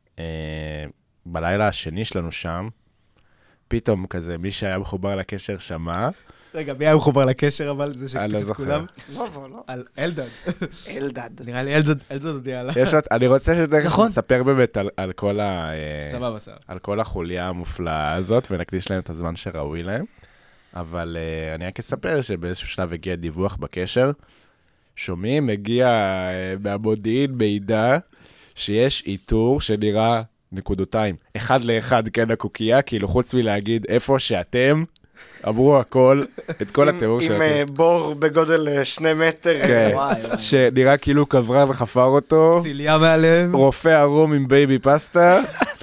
[SPEAKER 1] בלילה השני שלנו שם, פתאום כזה, מי שהיה מחובר לקשר שמע.
[SPEAKER 3] רגע, מי היה מחובר לקשר, אבל זה
[SPEAKER 1] אני לא
[SPEAKER 3] שקפיץ את
[SPEAKER 1] זוכר.
[SPEAKER 3] כולם?
[SPEAKER 4] לא.
[SPEAKER 3] על אלדד.
[SPEAKER 4] אלדד.
[SPEAKER 3] נראה לי אלדד הודיע עליו.
[SPEAKER 1] אני רוצה שתכף
[SPEAKER 2] נכון.
[SPEAKER 1] נספר באמת על כל
[SPEAKER 3] סבבה.
[SPEAKER 1] על כל החוליה המופלאה הזאת, ונקדיש להם את הזמן שראוי להם. אבל אני רק אספר שבאיזשהו שלב הגיע דיווח בקשר, שומעים, הגיע מהמודיעין מידע שיש איתור שנראה נקודותיים. 1 ל-1 כן הקוקייה, כאילו חוץ מלהגיד איפה שאתם, אמרו הכל, את כל התיאור שלכם.
[SPEAKER 4] עם בור בגודל 2 מטר.
[SPEAKER 1] כן, שנראה כאילו קברה וחפר אותו.
[SPEAKER 3] ציליה מעליהם.
[SPEAKER 1] רופא ערום עם בייבי פסטה,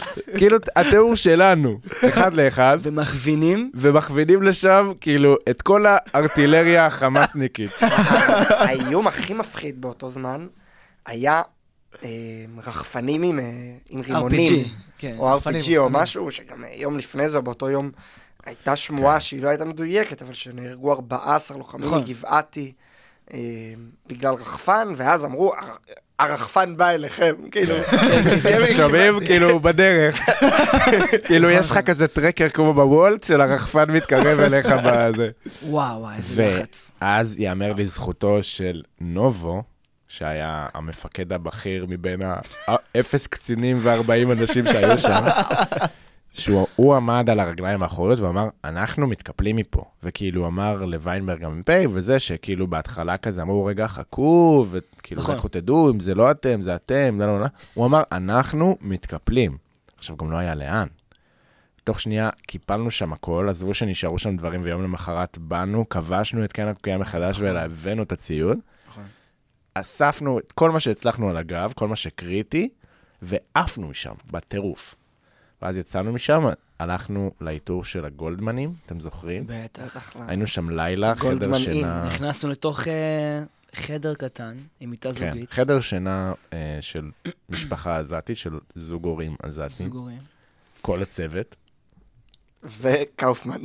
[SPEAKER 1] כאילו, התיאור שלנו, אחד לאחד,
[SPEAKER 2] ומכווינים
[SPEAKER 1] לשם, כאילו, את כל הארטילריה החמאסניקית.
[SPEAKER 4] האיום הכי מפחיד באותו זמן היה רחפנים עם רימונים. או RPG או משהו, שגם יום לפני זה, באותו יום, הייתה שמועה שהיא לא הייתה מדויקת, אבל שנהרגו 14 לוחמים מגבעתי בגלל רחפן, ואז אמרו, הרחפן בא אליכם, כאילו,
[SPEAKER 1] שומעים כאילו בדרך, כאילו יש לך כזה טרקר כמו בוולט של הרחפן מתקרב אליך בזה.
[SPEAKER 2] וואו, איזה לחץ.
[SPEAKER 1] ואז יאמר לזכותו של נובו, שהיה המפקד הבכיר מבין האפס קצינים ו40 אנשים שהיו שם, שהוא עמד על הרגליים האחוריות ואמר, אנחנו מתקפלים מפה. וכאילו אמר לוויינברג המ"פ, וזה שכאילו בהתחלה כזה אמרו, רגע, חכו, וכאילו לכו תדעו, אם זה לא אתם, זה אתם, לא, לא, לא. הוא אמר, אנחנו מתקפלים. עכשיו גם לא היה לאן. תוך שנייה קיפלנו שם הכל, עזבו שנשארו שם דברים, ויום למחרת באנו, כבשנו את קן הקוקייה מחדש, והבאנו את הציוד. אספנו את כל מה שהצלחנו על הגב, כל מה שקריטי, ועפנו משם, בטירוף. ואז יצאנו משם, הלכנו לאיתור של הגולדמנים, אתם זוכרים?
[SPEAKER 2] בטח.
[SPEAKER 1] היינו שם לילה, חדר שינה...
[SPEAKER 2] נכנסנו לתוך חדר קטן, עם מיטה זוגית.
[SPEAKER 1] כן, חדר שינה של משפחה עזתית, של זוג הורים עזתים.
[SPEAKER 2] זוג הורים.
[SPEAKER 1] כל הצוות.
[SPEAKER 4] וקאופמן.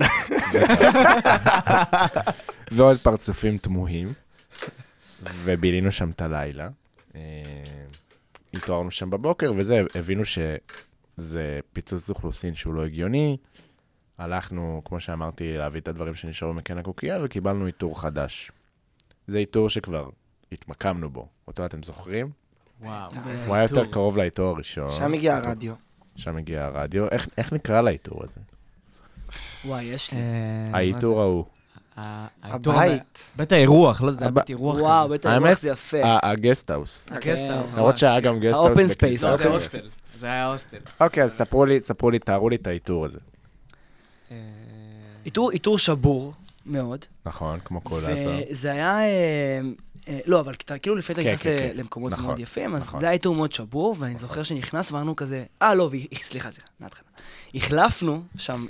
[SPEAKER 1] ועוד פרצופים תמוהים. ובילינו שם את הלילה. התעוררנו שם בבוקר, וזה, הבינו שזה פיצוץ אוכלוסין שהוא לא הגיוני. הלכנו, כמו שאמרתי, להביא את הדברים שנשארו מקן הקוקייה, וקיבלנו איתור חדש. זה איתור שכבר התמקמנו בו. אותו אתם זוכרים?
[SPEAKER 3] וואו.
[SPEAKER 1] הוא היה יותר קרוב לאיתור הראשון.
[SPEAKER 4] שם הגיע הרדיו.
[SPEAKER 1] שם הגיע הרדיו. איך נקרא לאיתור הזה?
[SPEAKER 2] וואי, יש לי.
[SPEAKER 1] האיתור ההוא.
[SPEAKER 4] הבית.
[SPEAKER 3] בית האירוח, לא יודע, בית אירוח.
[SPEAKER 2] וואו, בית האירוח זה יפה.
[SPEAKER 1] הגסטהאוס.
[SPEAKER 3] הגסטהאוס.
[SPEAKER 1] למרות שהיה גם גסטהאוס.
[SPEAKER 2] האופן ספייס.
[SPEAKER 3] זה הוסטל. זה היה הוסטל.
[SPEAKER 1] אוקיי, אז ספרו לי, תארו לי את האיתור הזה.
[SPEAKER 2] איתור שבור מאוד.
[SPEAKER 1] נכון, כמו כל עזה.
[SPEAKER 2] וזה היה... לא, אבל כאילו לפני אתה נכנס למקומות מאוד יפים, אז זה היה איתור מאוד שבור, ואני זוכר שנכנס ואמרנו כזה... לא, סליחה, מההתחלה. החלפנו שם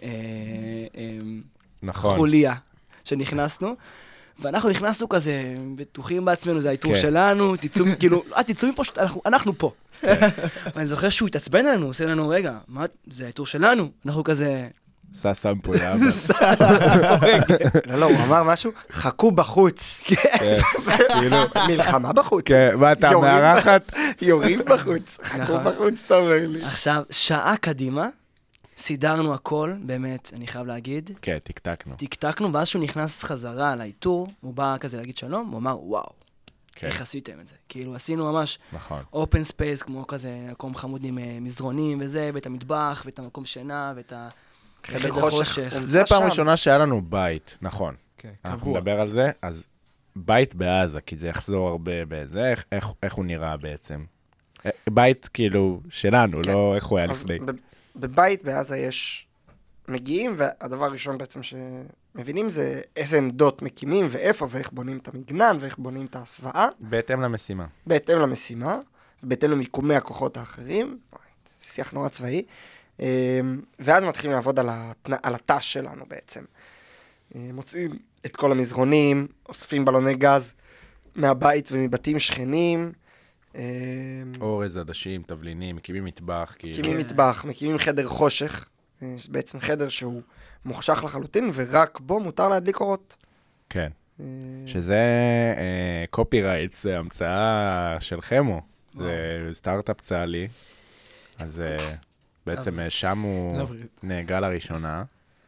[SPEAKER 2] חוליה שנכנסנו, ואנחנו נכנסנו כזה בטוחים בעצמנו, זה האיתור שלנו, כאילו, תצאו מפה, אנחנו פה. ואני זוכר שהוא התעצבן עלינו, עושה לנו, רגע, מה, זה האיתור שלנו? אנחנו כזה...
[SPEAKER 1] ססם פה יאבא.
[SPEAKER 4] לא, הוא אמר משהו, חכו בחוץ. מלחמה בחוץ.
[SPEAKER 1] כן, מה אתה מארחת?
[SPEAKER 4] יורים בחוץ, חכו בחוץ, אתה אומר לי.
[SPEAKER 2] עכשיו, שעה קדימה, סידרנו הכל, באמת, אני חייב להגיד.
[SPEAKER 1] כן, תקתקנו,
[SPEAKER 2] ואז שהוא נכנס חזרה לאיתור, הוא בא כזה להגיד שלום, הוא אמר, וואו, איך עשיתם את זה? כאילו, עשינו ממש אופן ספייס, כמו כזה, מקום חמוד עם מזרונים וזה, ואת המטבח, ואת המקום שינה, ואת
[SPEAKER 4] חדר חושך.
[SPEAKER 1] זה פעם ראשונה שהיה לנו בית, נכון. אנחנו נדבר על זה, אז בית בעזה, כי זה יחזור הרבה בזה, איך הוא נראה בעצם? בית כאילו שלנו, לא איך הוא היה לפני.
[SPEAKER 4] בבית בעזה יש מגיעים, והדבר הראשון בעצם שמבינים זה איזה עמדות מקימים ואיפה, ואיך בונים את המגנן, ואיך בונים את ההסוואה.
[SPEAKER 1] בהתאם למשימה.
[SPEAKER 4] בהתאם למשימה, ובהתאם למיקומי הכוחות האחרים, שיח נורא צבאי, ואז מתחילים לעבוד על התא שלנו בעצם. מוצאים את כל המזרונים, אוספים בלוני גז מהבית ומבתים שכנים,
[SPEAKER 1] אורז, עדשים, תבלינים, מקימים מטבח.
[SPEAKER 4] מקימים מטבח, מקימים חדר חושך, בעצם חדר שהוא מוחשך לחלוטין, ורק בו מותר להדליק אורות.
[SPEAKER 1] כן. שזה קופירייט, זה המצאה של חמו. זה סטארט-אפ צה"לי. אז בעצם שם הוא נהגה לראשונה,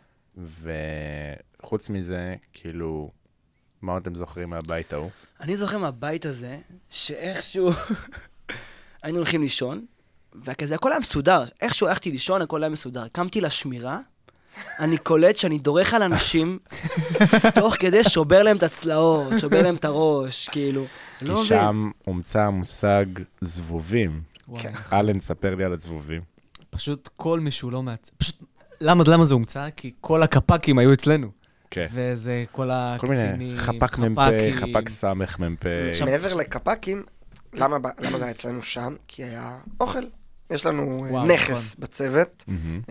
[SPEAKER 1] וחוץ מזה, כאילו... מה אתם זוכרים מהבית ההוא?
[SPEAKER 2] אני זוכר מהבית הזה, שאיכשהו היינו הולכים לישון, וכזה הכל היה מסודר. איכשהו הלכתי לישון, הכל היה מסודר. קמתי לשמירה, אני קולט שאני דורך על אנשים, תוך כדי שובר להם את הצלעות, שובר להם את הראש, כאילו.
[SPEAKER 1] כי שם הומצא המושג זבובים. אלן, ספר לי על הזבובים.
[SPEAKER 3] פשוט כל מישהו לא פשוט, למה זה הומצא? כי כל הקפקים היו אצלנו. וזה כל הקצינים,
[SPEAKER 1] חפק מ"פ, חפק סמך מ"פ.
[SPEAKER 4] מעבר לקפקים, למה זה היה אצלנו שם? כי היה אוכל. יש לנו
[SPEAKER 3] וואו,
[SPEAKER 4] נכס בצוות,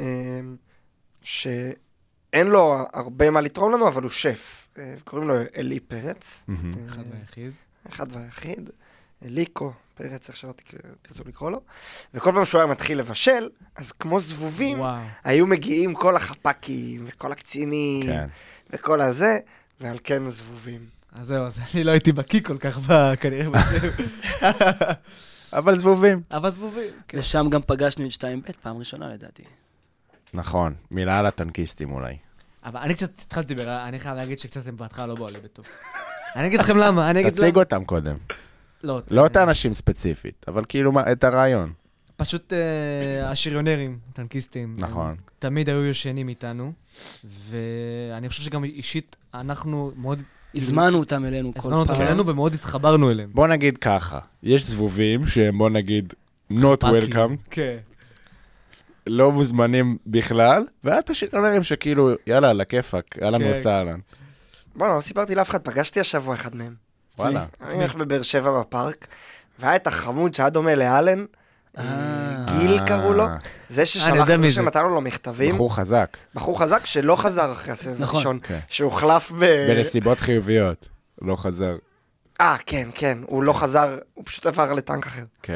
[SPEAKER 4] שאין לו הרבה מה לתרום לנו, אבל הוא שף. קוראים לו אלי פרץ.
[SPEAKER 3] אחד והיחיד.
[SPEAKER 4] אחד והיחיד. אליקו פרץ, איך שלא תרצו לקרוא לו. וכל פעם שהוא היה מתחיל לבשל, אז כמו זבובים, היו מגיעים כל החפקים, וכל הקצינים, וכל הזה, ועל כן זבובים.
[SPEAKER 3] אז זהו, אז אני לא הייתי בקיא כל כך כנראה בשם.
[SPEAKER 1] אבל זבובים.
[SPEAKER 3] אבל זבובים.
[SPEAKER 2] ושם גם פגשנו את 2ב' פעם ראשונה לדעתי.
[SPEAKER 1] נכון, מילה על הטנקיסטים אולי.
[SPEAKER 3] אבל אני קצת התחלתי, אני חייב להגיד שקצת הם בהתחלה לא באו לי בטוב. אני אגיד לכם למה,
[SPEAKER 1] תציג אותם קודם. לא את האנשים ספציפית, אבל כאילו את הרעיון.
[SPEAKER 3] פשוט השריונרים, טנקיסטים.
[SPEAKER 1] נכון.
[SPEAKER 3] תמיד היו ישנים איתנו, ואני חושב שגם אישית אנחנו מאוד...
[SPEAKER 2] הזמנו אותם אלינו כל פעם.
[SPEAKER 3] הזמנו אותם אלינו ומאוד התחברנו אליהם.
[SPEAKER 1] בוא נגיד ככה, יש זבובים שהם בוא נגיד not welcome.
[SPEAKER 3] כן.
[SPEAKER 1] לא מוזמנים בכלל, ואת השריונרים שכאילו, יאללה, לכיפק, אהלן וסהלן.
[SPEAKER 4] בוא'נה, לא סיפרתי לאף אחד, פגשתי השבוע אחד מהם.
[SPEAKER 1] וואלה.
[SPEAKER 4] אני הולך בבאר שבע בפארק, והיה את החמוד שהיה דומה לאלן, גיל קראו לו, זה שנתנו לו מכתבים.
[SPEAKER 1] בחור חזק.
[SPEAKER 4] בחור חזק שלא חזר אחרי הסבב הראשון, שהוחלף
[SPEAKER 1] בנסיבות חיוביות, לא חזר.
[SPEAKER 4] כן, כן, הוא לא חזר, הוא פשוט עבר לטנק אחר.
[SPEAKER 1] כן.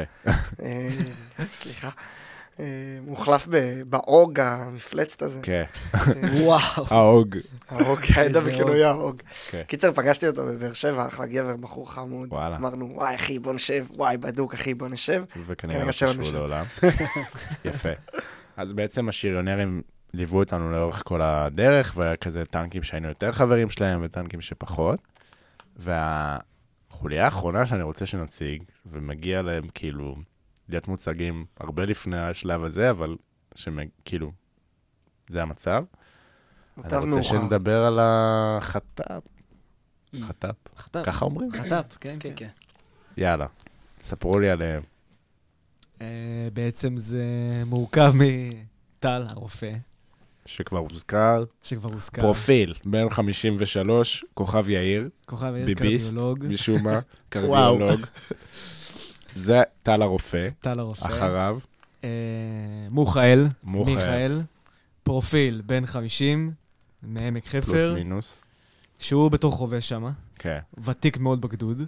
[SPEAKER 4] סליחה. הוא הוחלף באוג המפלצת הזה.
[SPEAKER 1] כן.
[SPEAKER 2] וואו.
[SPEAKER 1] האוג.
[SPEAKER 4] האוג, הידע בכינוי האוג. קיצר, פגשתי אותו בבאר שבע, אחלה גבר, בחור חמוד. אמרנו, וואי אחי, בוא נשב, וואי בדוק אחי, בוא נשב.
[SPEAKER 1] וכנראה קשור לעולם. יפה. אז בעצם השריונרים ליוו אותנו לאורך כל הדרך, והיה כזה טנקים שהיינו יותר חברים שלהם, וטנקים שפחות. והחוליה האחרונה שאני רוצה שנציג, ומגיע להם כאילו... להיות מוצגים הרבה לפני השלב הזה, אבל כאילו, זה המצב. אני רוצה שנדבר על החטאפ. חטאפ. ככה אומרים?
[SPEAKER 3] חטאפ, כן, כן.
[SPEAKER 1] יאללה, ספרו לי עליהם.
[SPEAKER 3] בעצם זה מורכב מטל, הרופא.
[SPEAKER 1] שכבר הוזכר. פרופיל, בן 53, כוכב יאיר. ביביסט, משום מה, קרדיולוג. זה טל הרופא.
[SPEAKER 3] טל הרופא.
[SPEAKER 1] אחריו.
[SPEAKER 3] מיכאל. פרופיל, בן 50, מעמק חפר.
[SPEAKER 1] פלוס מינוס.
[SPEAKER 3] שהוא בתור חובש שם.
[SPEAKER 1] כן.
[SPEAKER 3] ותיק מאוד בגדוד.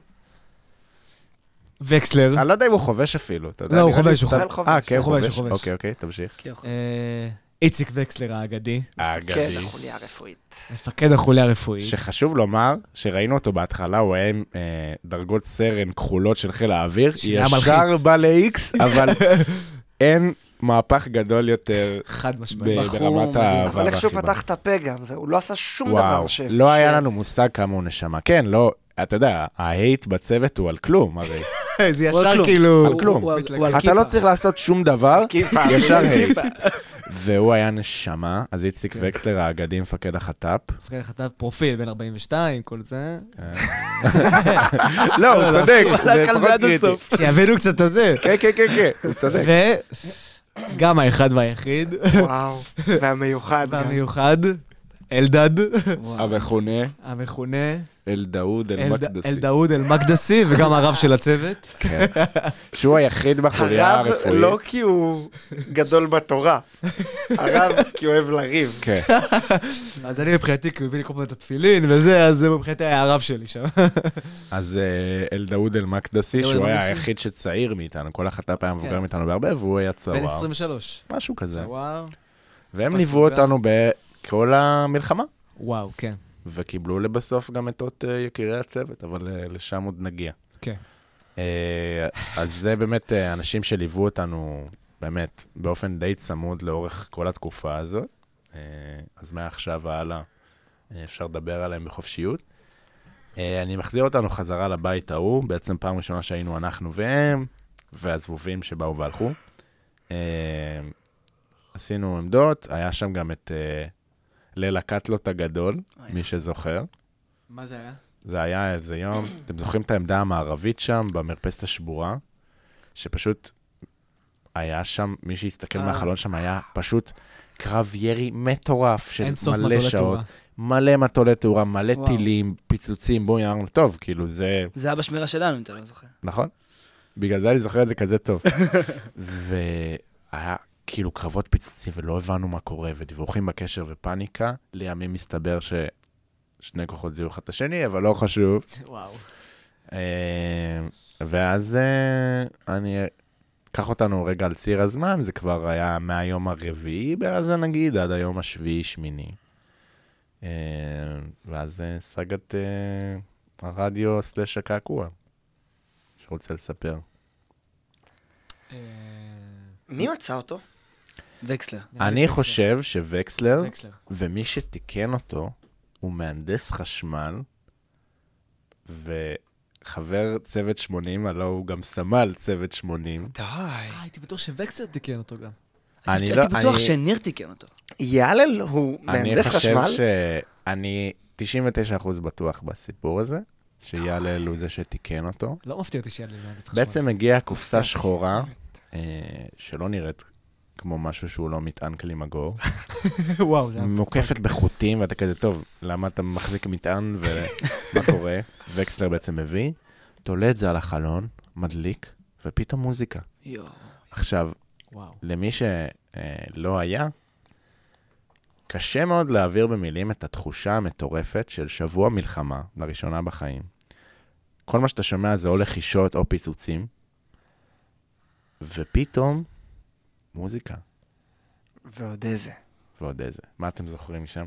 [SPEAKER 3] וקסלר.
[SPEAKER 1] אני לא יודע אם הוא חובש אפילו.
[SPEAKER 3] לא, הוא חובש.
[SPEAKER 1] כן, הוא חובש. אוקיי, תמשיך.
[SPEAKER 3] איציק וקסלר האגדי.
[SPEAKER 4] מפקד החוליה הרפואית.
[SPEAKER 3] מפקד החוליה הרפואית.
[SPEAKER 1] שחשוב לומר, שראינו אותו בהתחלה, הוא היה עם דרגות סרן כחולות של חיל האוויר, ישר בא ל-X, אבל אין מהפך גדול יותר
[SPEAKER 3] חד משמעית.
[SPEAKER 1] ברמת האהבה.
[SPEAKER 4] אבל איך שהוא פתח את הפה גם, הוא לא עשה שום דבר שף.
[SPEAKER 1] לא היה לנו מושג כמה הוא נשמה. כן, לא, אתה יודע, ההייט בצוות הוא על כלום, הרי.
[SPEAKER 3] זה ישר כאילו...
[SPEAKER 1] על כלום. אתה לא צריך לעשות שום דבר, ישר הייט. והוא היה נשמה, אז איציק וקסלר האגדי, מפקד החטאפ.
[SPEAKER 3] מפקד החטאפ, פרופיל, בן 42, כל זה.
[SPEAKER 1] לא, הוא צודק, זה פחות קריטי.
[SPEAKER 3] שיבינו קצת את זה.
[SPEAKER 1] כן, הוא צודק.
[SPEAKER 3] וגם האחד והיחיד.
[SPEAKER 4] וואו,
[SPEAKER 3] והמיוחד. אלדד.
[SPEAKER 1] המכונה. אלדאוד אל-מקדסי.
[SPEAKER 3] אלדאוד אל-מקדסי, וגם הרב של הצוות.
[SPEAKER 1] כן. שהוא היחיד בחוליה הרפואית.
[SPEAKER 4] הרב לא כי הוא גדול בתורה, הרב כי הוא אוהב לריב.
[SPEAKER 1] כן.
[SPEAKER 3] אז אני מבחינתי, כי הוא הביא לי כל פעם את התפילין וזה, אז זה מבחינתי היה הרב שלי שם.
[SPEAKER 1] אז אלדאוד אל-מקדסי, שהוא היה היחיד שצעיר מאיתנו, כל החטאפ היה מבוגר מאיתנו בהרבה, והוא היה צוואר.
[SPEAKER 3] בן 23.
[SPEAKER 1] משהו כזה.
[SPEAKER 3] צוואר.
[SPEAKER 1] והם ליוו אותנו בכל המלחמה.
[SPEAKER 3] וואו, כן.
[SPEAKER 1] וקיבלו לבסוף גם את אות יקירי הצוות, אבל לשם עוד נגיע.
[SPEAKER 3] כן.
[SPEAKER 1] אז זה באמת אנשים שליוו אותנו, באמת, באופן די צמוד לאורך כל התקופה הזאת. אז מעכשיו והלאה אפשר לדבר עליהם בחופשיות. אני מחזיר אותנו חזרה לבית ההוא, בעצם פעם ראשונה שהיינו אנחנו והם, והזבובים שבאו והלכו. עשינו עמדות, היה שם גם את... ליל הקטלות הגדול, מי שזוכר.
[SPEAKER 3] מה זה היה?
[SPEAKER 1] זה היה איזה יום, אתם זוכרים את העמדה המערבית שם, במרפסת השבורה, שפשוט היה שם, מי שהסתכל מהחלון שם, היה פשוט קרב ירי מטורף של מלא שעות, מלא מטולי תאורה, מלא טילים, פיצוצים, בואי אמרנו, טוב, כאילו זה...
[SPEAKER 2] זה היה בשמירה שלנו, אם אתה לא זוכר.
[SPEAKER 1] נכון. בגלל זה אני זוכר את זה כזה טוב. היה כאילו קרבות פיצוצים ולא הבנו מה קורה, ודיווחים בקשר ופאניקה. לימים מסתבר ששני כוחות זיהו אחד את השני, אבל לא חשוב.
[SPEAKER 3] וואו.
[SPEAKER 1] ואז אני אקח אותנו רגע על ציר הזמן, זה כבר היה מהיום הרביעי בעזה נגיד, עד היום השביעי, שמיני. ואז סגת הרדיו סלש הקעקוע, שרוצה לספר.
[SPEAKER 4] מי מצא אותו?
[SPEAKER 2] וקסלר.
[SPEAKER 1] אני חושב שווקסלר,
[SPEAKER 3] וקסלר.
[SPEAKER 1] ומי שתיקן אותו, הוא מהנדס חשמל, וחבר צוות 80, הלא הוא גם סמל צוות 80.
[SPEAKER 4] די.
[SPEAKER 3] הייתי בטוח שווקסלר תיקן אותו גם.
[SPEAKER 2] הייתי בטוח שניר תיקן אותו.
[SPEAKER 4] יאלל הוא מהנדס חשמל?
[SPEAKER 1] אני חושב שאני 99% בטוח בסיפור הזה, שיאלל הוא זה שתיקן אותו.
[SPEAKER 3] לא מפתיע אותי שיאלל מהנדס חשמל.
[SPEAKER 1] בעצם הגיעה קופסה שחורה, שלא נראית כמו משהו שהוא לא מטען קלימגור.
[SPEAKER 3] וואו, זה...
[SPEAKER 1] מוקפת בחוטים, ואתה כזה, טוב, למה אתה מחזיק מטען ומה קורה? וקסלר בעצם מביא, תולה את זה על החלון, מדליק, ופתאום מוזיקה. עכשיו, למי שלא היה, קשה מאוד להעביר במילים את התחושה המטורפת של שבוע מלחמה, לראשונה בחיים. כל מה שאתה שומע זה או לחישות או פיצוצים, ופתאום מוזיקה.
[SPEAKER 4] ועוד איזה.
[SPEAKER 1] ועוד איזה. מה אתם זוכרים משם?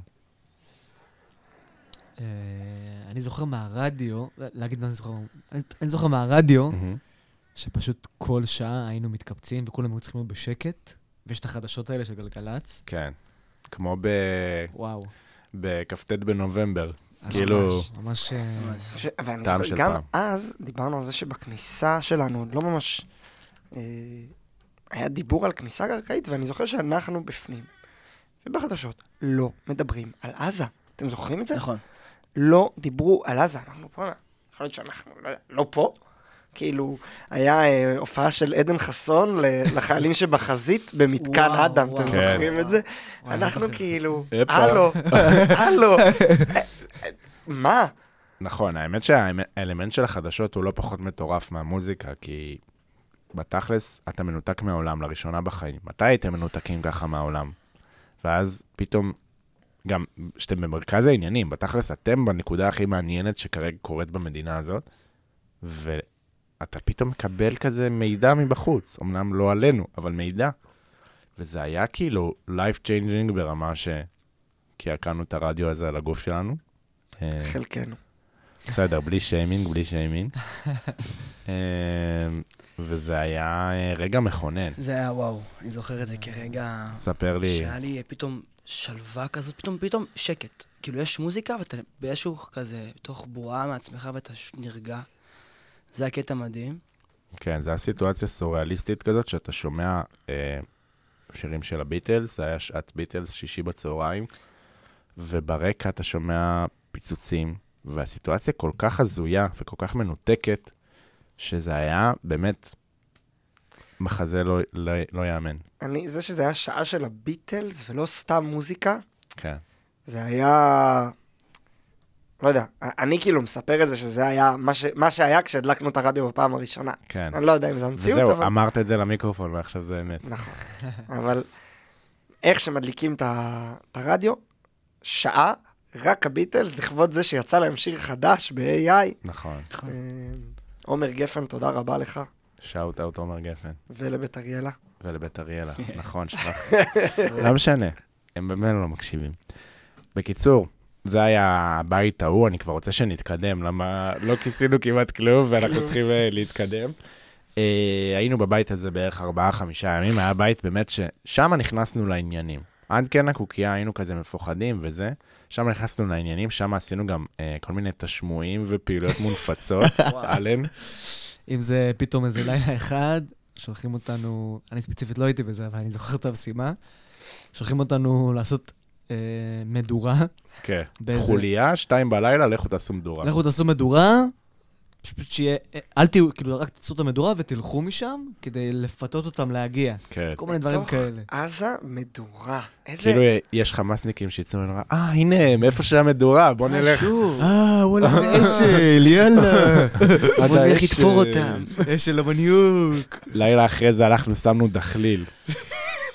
[SPEAKER 3] אני זוכר מהרדיו, להגיד מה אני זוכר, אני זוכר מהרדיו, שפשוט כל שעה היינו מתקבצים, וכולם היו צריכים להיות בשקט, ויש את החדשות האלה של גלגלץ.
[SPEAKER 1] כן. כמו
[SPEAKER 3] וואו.
[SPEAKER 1] בכ"ט בנובמבר. כאילו...
[SPEAKER 3] ממש...
[SPEAKER 4] ואני זוכר, גם אז דיברנו על זה שבכניסה שלנו עוד לא ממש... היה דיבור על כניסה קרקעית, ואני זוכר שאנחנו בפנים. ובחדשות לא מדברים על עזה. אתם זוכרים את זה?
[SPEAKER 2] נכון.
[SPEAKER 4] לא דיברו על עזה. אמרנו פה, יכול להיות שאנחנו לא פה. כאילו, היה הופעה של עדן חסון לחיילים שבחזית במתקן אדם. אתם זוכרים את זה? אנחנו כאילו, הלו, מה?
[SPEAKER 1] נכון, האמת שהאלמנט של החדשות הוא לא פחות מטורף מהמוזיקה, כי בתכלס אתה מנותק מהעולם לראשונה בחיים. מתי הייתם מנותקים ככה מהעולם? ואז פתאום, גם שאתם במרכז העניינים, בתכלס אתם בנקודה הכי מעניינת שכרגע קורית במדינה הזאת, ואתה פתאום מקבל כזה מידע מבחוץ, אמנם לא עלינו, אבל מידע. וזה היה כאילו life changing ברמה שקעקענו את הרדיו הזה על הגוף שלנו.
[SPEAKER 4] חלקנו.
[SPEAKER 1] בסדר, בלי שיימינג. וזה היה רגע מכונן.
[SPEAKER 2] זה היה וואו, אני זוכר את זה כרגע...
[SPEAKER 1] ספר לי.
[SPEAKER 2] שהיה לי פתאום שלווה כזאת, פתאום שקט. כאילו יש מוזיקה ואתה באיזשהו כזה, בתוך בועה מעצמך ואתה נרגע. זה הקטע מדהים.
[SPEAKER 1] כן, זו הסיטואציה סוריאליסטית כזאת, שאתה שומע שירים של הביטלס, זה היה שעת ביטלס, 6 בצהריים, וברקע אתה שומע פיצוצים, והסיטואציה כל כך הזויה וכל כך מנותקת, שזה היה באמת מחזה לא יאמן.
[SPEAKER 4] זה שזה היה שעה של הביטלס ולא סתם מוזיקה,
[SPEAKER 1] כן.
[SPEAKER 4] זה היה, לא יודע, אני כאילו מספר את זה שזה היה מה שהיה כשהדלקנו את הרדיו בפעם הראשונה.
[SPEAKER 1] כן.
[SPEAKER 4] אני לא יודע אם זה המציאות, אבל...
[SPEAKER 1] וזהו, אמרת את זה למיקרופון ועכשיו זה אמת.
[SPEAKER 4] נכון. אבל איך שמדליקים את הרדיו, שעה, רק הביטלס, לכבוד זה שיצא להם שיר חדש ב-AI.
[SPEAKER 1] נכון.
[SPEAKER 4] עומר גפן, תודה רבה לך.
[SPEAKER 1] שאוט אאוט עומר גפן.
[SPEAKER 4] ולבית אריאלה.
[SPEAKER 1] ולבית אריאלה, נכון, שלח. לא משנה, הם באמת לא מקשיבים. בקיצור, זה היה הבית ההוא, אני כבר רוצה שנתקדם, למה לא כיסינו כמעט כלום, ואנחנו צריכים להתקדם. היינו בבית הזה בערך 4-5 ימים, היה בית באמת ששם נכנסנו לעניינים. עד כן הקוקייה היינו כזה מפוחדים וזה, שם נכנסנו לעניינים, שם עשינו גם כל מיני תשמועים ופעילויות מונפצות, אלן.
[SPEAKER 3] אם זה פתאום איזה לילה אחד, שולחים אותנו, אני ספציפית לא הייתי בזה, אבל אני זוכר את המשימה, שולחים אותנו לעשות מדורה.
[SPEAKER 1] כן, חוליה, 2 בלילה, לכו תעשו מדורה.
[SPEAKER 3] לכו תעשו מדורה, פשוט שיהיה, אל תהיו, כאילו רק תעשו את המדורה ותלכו משם, כדי לפתות אותם להגיע.
[SPEAKER 1] כן.
[SPEAKER 3] כל מיני דברים כאלה.
[SPEAKER 4] בתוך עזה מדורה.
[SPEAKER 1] כאילו יש חמאסניקים שיצאו ונראה, הנה, מאיפה שהמדורה, בוא נלך.
[SPEAKER 3] וואלה, זה אשל, יאללה.
[SPEAKER 2] בוא נלך לתפור אותם.
[SPEAKER 3] אשל המניוק.
[SPEAKER 1] לילה אחרי זה הלכנו, שמנו דחליל.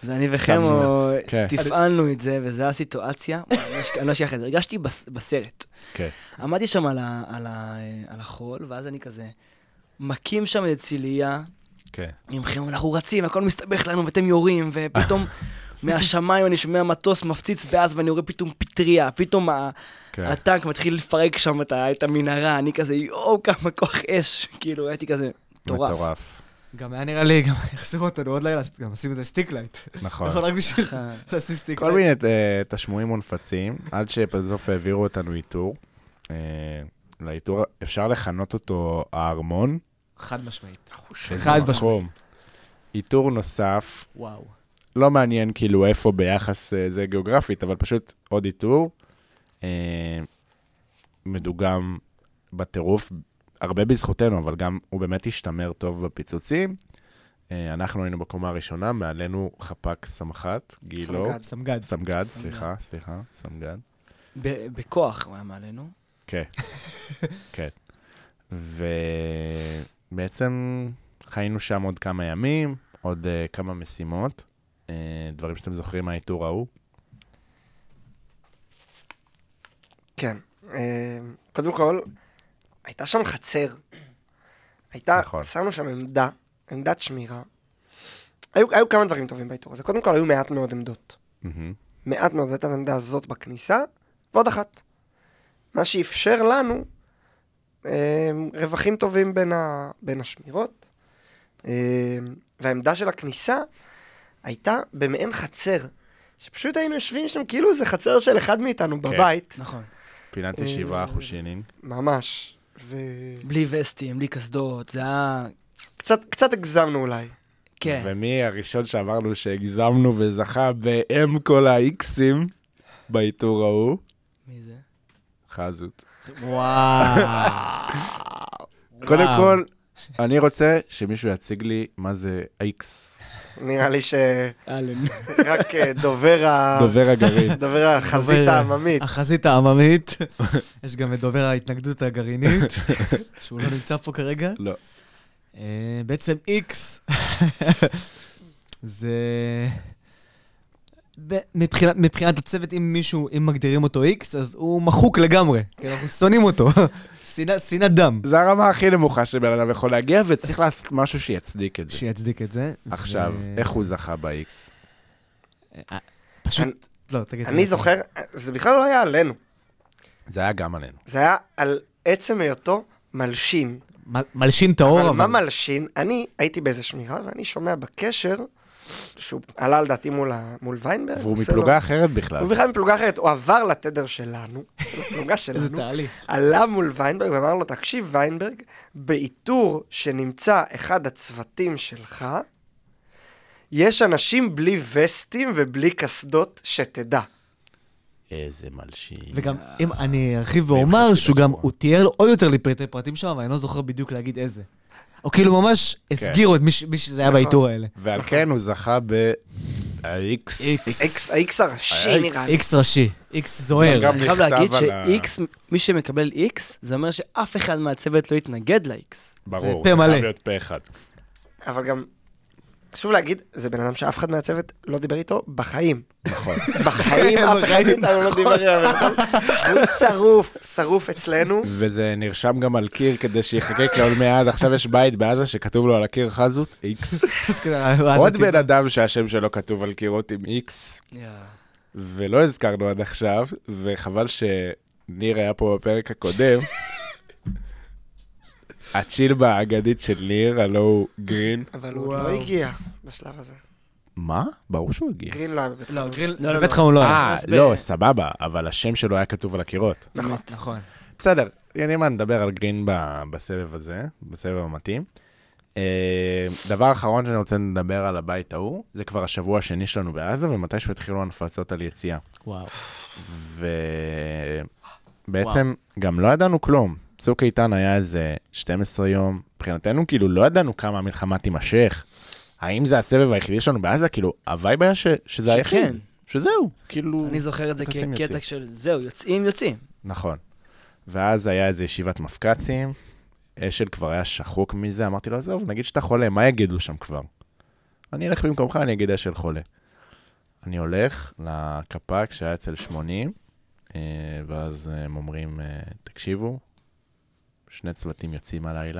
[SPEAKER 2] אז אני וחמו
[SPEAKER 1] כן.
[SPEAKER 2] תפעלנו את זה, וזו הסיטואציה. אני לא אשכח את זה. הרגשתי בסרט.
[SPEAKER 1] כן.
[SPEAKER 2] עמדתי שם על החול, ואז אני כזה מקים שם את ציליה,
[SPEAKER 1] כן.
[SPEAKER 2] עם חמו, אנחנו רצים, הכל מסתבך לנו, ואתם יורים, ופתאום מהשמיים אני שומע מטוס מפציץ בעז, ואני רואה פתאום פטריה, פתאום הטנק מתחיל לפרק שם את המנהרה, אני כזה, יואו, כמה כוח אש, כאילו, הייתי כזה מטורף.
[SPEAKER 3] גם היה נראה לי, גם יחזירו אותנו עוד לילה, גם עשינו את הסטיק לייט.
[SPEAKER 1] נכון.
[SPEAKER 3] נכון, רק בשביל לשים סטיק
[SPEAKER 1] כל
[SPEAKER 3] לייט.
[SPEAKER 1] מיני תשמועים מונפצים, עד שבסוף העבירו אותנו איתור. לאיתור, אפשר לכנות אותו הארמון.
[SPEAKER 3] חד משמעית.
[SPEAKER 1] חד משמעית. איתור נוסף,
[SPEAKER 3] וואו.
[SPEAKER 1] לא מעניין כאילו איפה ביחס זה גיאוגרפית, אבל פשוט עוד איתור. מדוגם בטירוף, הרבה בזכותנו, אבל גם הוא באמת השתמר טוב בפיצוצים. אנחנו היינו בקומה הראשונה, מעלינו חפ"ק סמח"ט, גילו. סמג"ד, סליחה, סמג"ד.
[SPEAKER 2] בכוח הוא היה מעלינו.
[SPEAKER 1] כן, כן. ובעצם חיינו שם עוד כמה ימים, עוד כמה משימות, דברים שאתם זוכרים מהאיתור ההוא.
[SPEAKER 4] כן. קודם כל, הייתה שם חצר. הייתה,
[SPEAKER 1] נכון.
[SPEAKER 4] שמנו שם עמדת שמירה. היו כמה דברים טובים באיתור הזה. קודם כל, היו מעט מאוד עמדות. מעט מאוד, הייתה העמדה הזאת בכניסה, ועוד אחת. מה שאפשר לנו רווחים טובים בין השמירות. והעמדה של הכניסה הייתה במעין חצר, שפשוט היינו יושבים שם כאילו זה חצר של אחד מאיתנו בבית.
[SPEAKER 2] נכון.
[SPEAKER 1] פינת ישיבה, חושינינג.
[SPEAKER 4] ממש.
[SPEAKER 2] בלי וסטים, בלי קסדות, זה היה...
[SPEAKER 4] קצת הגזמנו אולי.
[SPEAKER 2] כן.
[SPEAKER 1] ומי הראשון שאמרנו שהגזמנו וזכה באם כל האיקסים באיתור ההוא?
[SPEAKER 2] מי זה?
[SPEAKER 4] חזות.
[SPEAKER 3] וואו.
[SPEAKER 1] קודם כל, אני רוצה שמישהו יציג לי מה זה האיקס.
[SPEAKER 4] נראה לי
[SPEAKER 2] אלן.
[SPEAKER 4] רק דובר
[SPEAKER 1] הגרעין.
[SPEAKER 4] דובר החזית העממית.
[SPEAKER 3] החזית העממית. יש גם את דובר ההתנגדות הגרעינית, שהוא לא נמצא פה כרגע.
[SPEAKER 1] לא.
[SPEAKER 3] בעצם X זה... מבחינת הצוות, אם מגדירים אותו X, אז הוא מחוק לגמרי, כי אנחנו שונאים אותו. שנאת דם.
[SPEAKER 1] זה הרמה הכי נמוכה שבן אדם יכול להגיע, וצריך לעשות משהו שיצדיק את זה.
[SPEAKER 3] שיצדיק את זה.
[SPEAKER 1] עכשיו, איך הוא זכה ב-X?
[SPEAKER 3] פשוט... לא, תגיד.
[SPEAKER 4] אני זוכר, זה בכלל לא היה עלינו.
[SPEAKER 1] זה היה גם עלינו.
[SPEAKER 4] זה היה על עצם היותו מלשין.
[SPEAKER 3] מלשין טהור, אבל...
[SPEAKER 4] אבל מה מלשין? אני הייתי באיזה שמירה, ואני שומע בקשר, שהוא עלה על דעתי מול ויינברג.
[SPEAKER 1] והוא מפלוגה אחרת בכלל.
[SPEAKER 4] הוא בכלל מפלוגה אחרת, הוא עבר לתדר שלנו, מפלוגה שלנו.
[SPEAKER 3] זה תהליך.
[SPEAKER 4] עלה מול ויינברג ואמר לו, תקשיב ויינברג, באיתור שנמצא אחד הצוותים שלך, יש אנשים בלי וסטים ובלי קסדות שתדע.
[SPEAKER 1] איזה מלשין.
[SPEAKER 3] וגם, אם אני ארחיב ואומר, שהוא גם, הוא תיאר לו עוד יותר לפרטי פרטים שם, אבל אני לא זוכר בדיוק להגיד איזה. או כאילו ממש הסגירו את מי שזה היה באיתור האלה.
[SPEAKER 1] ועל כן הוא זכה ב-X.
[SPEAKER 4] ה-X הראשי נראה לי.
[SPEAKER 3] X ראשי, X זוהר.
[SPEAKER 2] אני חייב להגיד ש-X, מי שמקבל X, זה אומר שאף אחד מהצוות לא יתנגד ל-X.
[SPEAKER 1] ברור,
[SPEAKER 3] זה פה מלא.
[SPEAKER 1] חייב להיות פה אחד.
[SPEAKER 4] אבל גם, חשוב להגיד, זה בן אדם שאף אחד מהצוות לא דיבר איתו בחיים.
[SPEAKER 1] נכון.
[SPEAKER 4] בחיים אף אחד מאיתנו לא דיבר איתו. הוא שרוף אצלנו.
[SPEAKER 1] וזה נרשם גם על קיר כדי שיחקק לעולמי עד. עכשיו יש בית בעזה שכתוב לו על הקיר חזות, X. עוד בן אדם שהשם שלו כתוב על קירות עם X. ולא הזכרנו עד עכשיו, וחבל שניר היה פה בפרק הקודם. הצ'ילבה האגדית של ניר, הלא הוא גרין.
[SPEAKER 4] אבל הוא לא הגיע בשלב הזה.
[SPEAKER 1] מה? ברור שהוא הגיע.
[SPEAKER 4] גרין לא היה בבית חמור.
[SPEAKER 3] לא, גרין, בבית חמור לא היה.
[SPEAKER 1] לא, סבבה, אבל השם שלו היה כתוב על הקירות.
[SPEAKER 3] נכון.
[SPEAKER 1] בסדר, מה נדבר על גרין בסבב הזה, בסבב המתאים. דבר אחרון שאני רוצה לדבר על הבית ההוא, זה כבר השבוע השני שלנו בעזה, ומתישהו התחילו הנפצות על יציאה.
[SPEAKER 3] וואו.
[SPEAKER 1] ובעצם גם לא ידענו כלום. צוק איתן היה איזה 12 יום. מבחינתנו, כאילו, לא ידענו כמה המלחמה תימשך. האם זה הסבב היחידי שלנו בעזה? כאילו, הווייב היה שזה היחיד. שזהו, כאילו...
[SPEAKER 2] אני זוכר את זה כקטע של זהו, יוצאים.
[SPEAKER 1] נכון. ואז היה איזה ישיבת מפקצים, אשל כבר היה שחוק מזה, אמרתי לו, עזוב, נגיד שאתה חולה, מה יגידו שם כבר? אני אלך במקומך, אני אגיד אשל חולה. אני הולך לקפק שהיה אצל 80, ואז הם אומרים, תקשיבו, 2 צוותים יוצאים הלילה,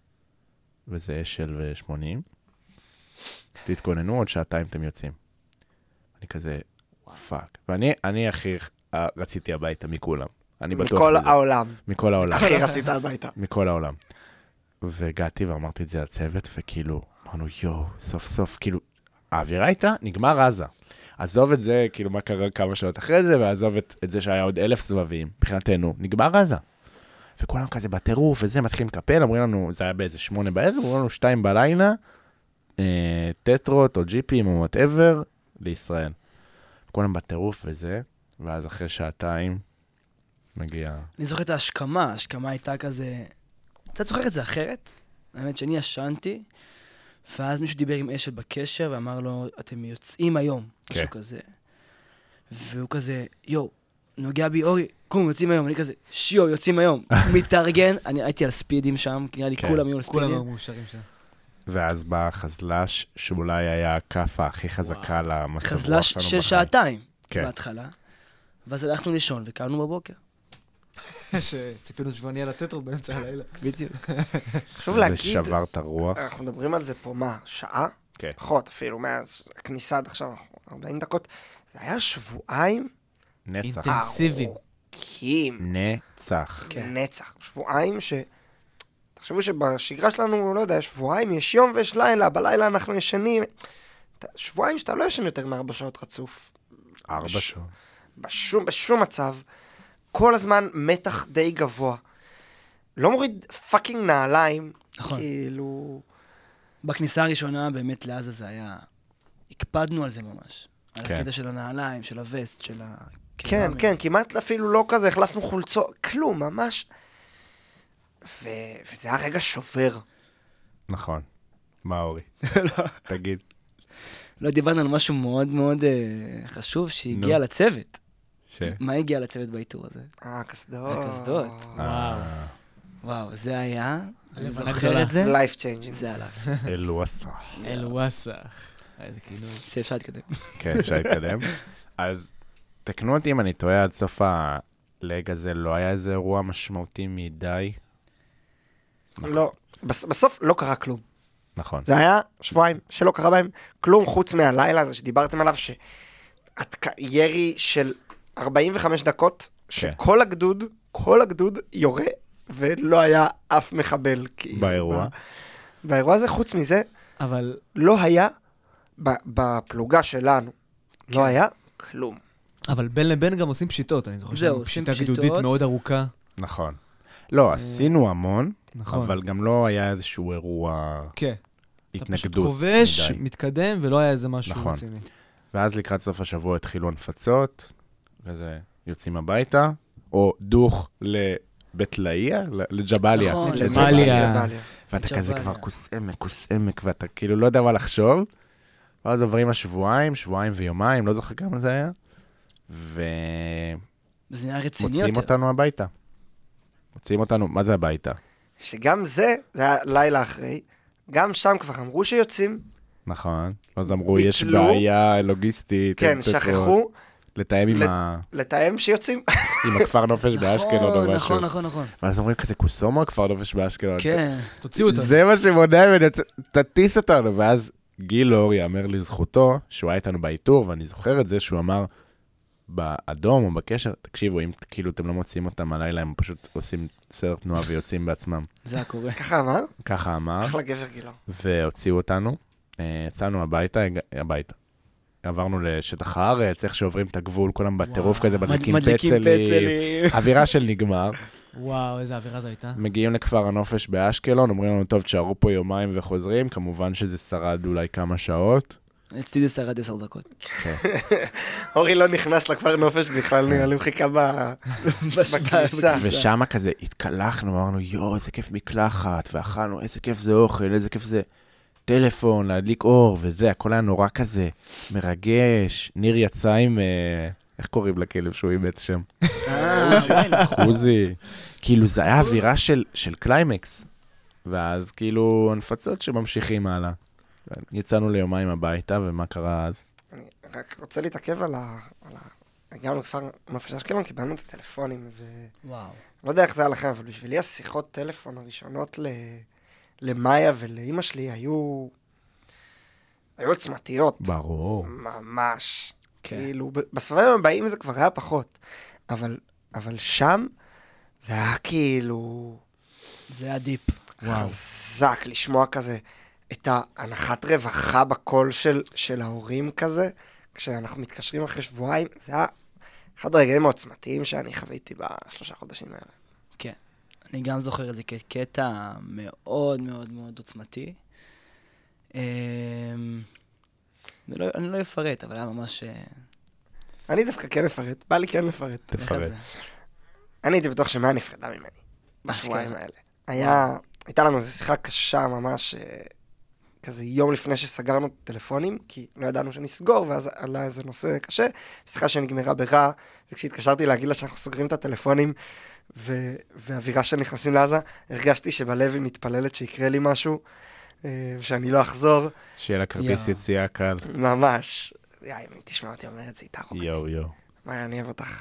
[SPEAKER 1] וזה אשל ו80, תתכוננו, עוד 2 שעתיים אתם יוצאים. אני כזה, פאק. ואני הכי רציתי הביתה מכולם. אני בטוח
[SPEAKER 4] מכל
[SPEAKER 1] בזה.
[SPEAKER 4] העולם.
[SPEAKER 1] מכל העולם.
[SPEAKER 4] הכי רצית הביתה.
[SPEAKER 1] מכל העולם. והגעתי ואמרתי את זה לצוות, וכאילו, אמרנו, סוף סוף, כאילו, האווירה הייתה, נגמר עזה. עזוב את זה, כאילו, מה קרה כמה שעות אחרי זה, ועזוב את זה שהיה עוד 1,000 סבבים, מבחינתנו, נגמר עזה. וכולם כזה בטירוף, וזה, מתחילים לקפל, אומרים לנו, זה היה באיזה 8 בערב, אומרים לנו 2 בלילה, טטרות או ג'יפים או whatever, לישראל. כולם בטירוף וזה, ואז אחרי 2 שעתיים, מגיע...
[SPEAKER 2] אני זוכר את ההשכמה, ההשכמה הייתה כזה... אתה זוכר את זה אחרת? האמת שאני ישנתי, ואז מישהו דיבר עם אשל בקשר, ואמר לו, אתם יוצאים היום, משהו כזה. והוא כזה, נוגע בי, אורי, קום, יוצאים היום. אני כזה, יוצאים היום. מתארגן, אני הייתי על ספידים שם, נראה לי כולם היו על ספידים.
[SPEAKER 3] כולם היו מאושרים שם.
[SPEAKER 1] ואז בא חזלש, שאולי היה הכאפה הכי חזקה למצב רוח שלנו
[SPEAKER 2] חזלש של 2 שעתיים
[SPEAKER 1] כן.
[SPEAKER 2] בהתחלה. ואז הלכנו לישון וקמנו בבוקר.
[SPEAKER 3] שציפינו שבוע על הטטרות באמצע הלילה.
[SPEAKER 2] בדיוק.
[SPEAKER 4] חשוב
[SPEAKER 1] זה
[SPEAKER 4] להגיד,
[SPEAKER 1] שבר את הרוח.
[SPEAKER 4] אנחנו מדברים על זה פה, שעה?
[SPEAKER 1] כן.
[SPEAKER 4] פחות אפילו, מהכניסה עד עכשיו, 40 דקות. זה היה שבועיים
[SPEAKER 1] נצח.
[SPEAKER 3] אינטנסיביים.
[SPEAKER 4] ארוכים.
[SPEAKER 1] נצח.
[SPEAKER 4] נצח. שבועיים תחשבו שבשגרה שלנו, לא יודע, שבועיים יש יום ויש לילה, בלילה אנחנו ישנים. שבועיים שאתה לא ישן יותר מ4 שעות רצוף.
[SPEAKER 1] 4 שעות.
[SPEAKER 4] בשום מצב. כל הזמן מתח די גבוה. לא מוריד פאקינג נעליים.
[SPEAKER 2] נכון.
[SPEAKER 4] כאילו...
[SPEAKER 2] בכניסה הראשונה באמת לעזה זה היה... הקפדנו על זה ממש. על
[SPEAKER 1] כן.
[SPEAKER 2] הקטע של הנעליים, של הווסט, של ה...
[SPEAKER 4] כן, כן, כמעט אפילו לא כזה, החלפנו חולצות, כלום, ממש. וזה היה רגע שובר.
[SPEAKER 1] נכון. מה אורי? תגיד.
[SPEAKER 2] לא דיברנו על משהו מאוד מאוד חשוב שהגיע לצוות. מה הגיע לצוות באיתור הזה?
[SPEAKER 4] הקסדות.
[SPEAKER 2] הקסדות. וואו, זה היה... אני
[SPEAKER 3] הלבנה
[SPEAKER 2] זוכר
[SPEAKER 3] גדולה.
[SPEAKER 2] את זה.
[SPEAKER 4] life changing.
[SPEAKER 2] זה עליו.
[SPEAKER 1] אלווסה.
[SPEAKER 3] אל-ווסח. איזה כינוי.
[SPEAKER 2] שאפשר להתקדם.
[SPEAKER 1] כן, אפשר להתקדם. אז תקנו אותי אם אני טועה, עד סוף הלג הזה לא היה איזה אירוע משמעותי מדי.
[SPEAKER 4] לא, בסוף לא קרה כלום.
[SPEAKER 1] נכון.
[SPEAKER 4] זה היה שבועיים שלא קרה בהם כלום חוץ מהלילה הזה שדיברתם עליו, ירי של 45 דקות, שכל הגדוד, כל הגדוד יורה, ולא היה אף מחבל.
[SPEAKER 1] באירוע.
[SPEAKER 4] באירוע הזה, חוץ מזה,
[SPEAKER 3] אבל...
[SPEAKER 4] לא היה, בפלוגה שלנו, לא היה כלום.
[SPEAKER 3] אבל בין לבין גם עושים פשיטות, אני זוכר
[SPEAKER 2] זהו,
[SPEAKER 3] פשיטה
[SPEAKER 2] עושים
[SPEAKER 3] גדודית
[SPEAKER 2] פשיטות.
[SPEAKER 3] מאוד ארוכה.
[SPEAKER 1] נכון. לא, עשינו המון,
[SPEAKER 3] נכון.
[SPEAKER 1] אבל גם לא היה איזשהו אירוע
[SPEAKER 3] כן. אתה פשוט
[SPEAKER 1] התנגדות
[SPEAKER 3] כובש,
[SPEAKER 1] מדי.
[SPEAKER 3] מתקדם, ולא היה איזה משהו
[SPEAKER 1] נכון.
[SPEAKER 3] רציני.
[SPEAKER 1] ואז לקראת סוף השבוע התחילו הנפצות, וזה יוצאים הביתה, או דוך לבית לאיה, לג'באליה.
[SPEAKER 2] נכון,
[SPEAKER 3] לג'באליה.
[SPEAKER 1] ואתה כזה
[SPEAKER 2] ג'באליה.
[SPEAKER 1] כבר כוס עמק, ואתה כאילו לא יודע מה לחשוב. ואז עוברים השבועיים, שבועיים ויומיים, לא זוכר כמה זה היה,
[SPEAKER 2] זה נראה רציני
[SPEAKER 1] ומוציאים
[SPEAKER 2] יותר.
[SPEAKER 1] אותנו הביתה. מוציאים אותנו, מה זה הביתה?
[SPEAKER 4] שגם זה היה לילה אחרי, גם שם כבר אמרו שיוצאים,
[SPEAKER 1] נכון. אז אמרו, יש
[SPEAKER 4] ביטלו.
[SPEAKER 1] בעיה לוגיסטית.
[SPEAKER 4] כן, שכחו,
[SPEAKER 1] לתאם
[SPEAKER 4] לתאם שיוצאים.
[SPEAKER 1] עם הכפר נופש באשקלון או משהו.
[SPEAKER 2] נכון.
[SPEAKER 1] ואז אומרים כזה, קוסומו, הכפר נופש באשקלון.
[SPEAKER 2] כן.
[SPEAKER 3] תוציאו אותה.
[SPEAKER 1] זה מה שמונע ממני, תטיס אותנו. ואז גיל אור יאמר לזכותו, שהוא היה איתנו באיתור, ואני זוכר את זה שהוא אמר, באדום או בקשר, תקשיבו, אם כאילו אתם לא מוצאים אותם הלילה, הם פשוט עושים סדר תנועה ויוצאים בעצמם.
[SPEAKER 2] זה היה קורה.
[SPEAKER 4] ככה אמר?
[SPEAKER 1] ככה אמר,
[SPEAKER 4] אחלה גבר גילו.
[SPEAKER 1] והוציאו אותנו, יצאנו הביתה, עברנו לשטח הארץ, איך שעוברים את הגבול, כולם בטירוף כזה, מדליקים פצלים, אווירה של נגמר.
[SPEAKER 3] וואו, איזה אווירה זו הייתה.
[SPEAKER 1] מגיעים לכפר הנופש באשקלון, אומרים לנו, טוב, תשארו פה יומיים וחוזרים, כמובן שזה שרד אולי כמה שעות.
[SPEAKER 2] אצלי זה שרד 10 דקות.
[SPEAKER 4] אורי לא נכנס לכפר נופש בכלל, נראה לי הוא חיכה בכניסה.
[SPEAKER 1] ושם כזה התקלחנו, אמרנו, יואו, איזה כיף מקלחת, ואכלנו, איזה כיף זה אוכל, איזה כיף זה טלפון, להדליק אור, וזה, הכל היה נורא כזה מרגש. ניר יצא עם, איך קוראים לכלב שהוא אימץ שם? חוזי. כאילו, זה היה אווירה של קליימקס, ואז כאילו הנפצות שממשיכים הלאה. יצאנו ליומיים הביתה, ומה קרה אז?
[SPEAKER 4] רק רוצה להתעכב על הגענו לכפר נופש אשקלון, קיבלנו את הטלפונים,
[SPEAKER 2] וואו.
[SPEAKER 4] לא יודע איך זה היה לכם, אבל בשבילי השיחות טלפון הראשונות למאיה ולאמא שלי היו עצמתיות.
[SPEAKER 1] ברור.
[SPEAKER 4] ממש.
[SPEAKER 2] כן.
[SPEAKER 4] כאילו, בסבבים הבאים זה כבר היה פחות. אבל שם זה היה כאילו...
[SPEAKER 2] זה היה דיפ.
[SPEAKER 4] חזק לשמוע כזה את ההנחת רווחה בקול של ההורים כזה, כשאנחנו מתקשרים אחרי שבועיים, זה היה אחד הרגעים העוצמתיים שאני חוויתי ב3 חודשים האלה.
[SPEAKER 2] כן. אני גם זוכר את זה כקטע מאוד מאוד מאוד עוצמתי. אני לא אפרט, אבל היה ממש...
[SPEAKER 4] אני דווקא כן אפרט, בא לי כן לפרט.
[SPEAKER 1] תפרט.
[SPEAKER 4] אני הייתי בטוח שמאיה נפרדה ממני, בשבועיים האלה. הייתה לנו איזו שיחה קשה ממש, כזה יום לפני שסגרנו את הטלפונים, כי לא ידענו שנסגור, ואז עלה איזה נושא קשה, שיחה שנגמרה ברע, וכשהתקשרתי להגיד לה שאנחנו סוגרים את הטלפונים, והאווירה שנכנסים לעזה, הרגשתי שבלב היא מתפללת שיקרה לי משהו, ושאני לא אחזור.
[SPEAKER 1] שיהיה לה כרטיס יציאה קל.
[SPEAKER 4] ממש. אם היא תשמע אותי אומרת, זה איתה רוקת.
[SPEAKER 1] יו.
[SPEAKER 4] מאיה, אני אוהב אותך.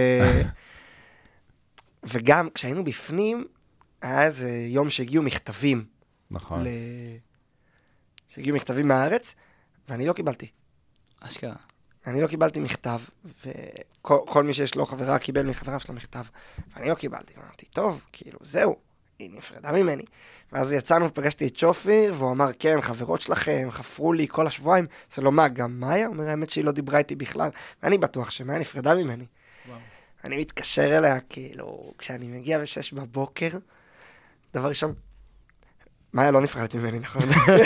[SPEAKER 4] וגם כשהיינו בפנים, היה איזה יום שהגיעו מכתבים.
[SPEAKER 1] נכון.
[SPEAKER 4] שהגיעו מכתבים מהארץ, ואני לא קיבלתי.
[SPEAKER 2] אשכרה.
[SPEAKER 4] אני לא קיבלתי מכתב, וכל מי שיש לו חברה קיבל מחברה שלה מכתב, ואני לא קיבלתי. אמרתי, טוב, כאילו, זהו, היא נפרדה ממני. ואז יצאנו ופגשתי את שופיר, והוא אמר, כן, חברות שלכם, חפרו לי כל השבועיים. זה לא מה, גם מאיה? אומר, האמת שהיא לא דיברה איתי בכלל. ואני בטוח שמאיה נפרדה ממני.
[SPEAKER 2] וואו.
[SPEAKER 4] אני מתקשר אליה, כאילו, כשאני מגיע ב6 בבוקר, דבר ראשון, מאיה לא נפרדת ממני, נכון?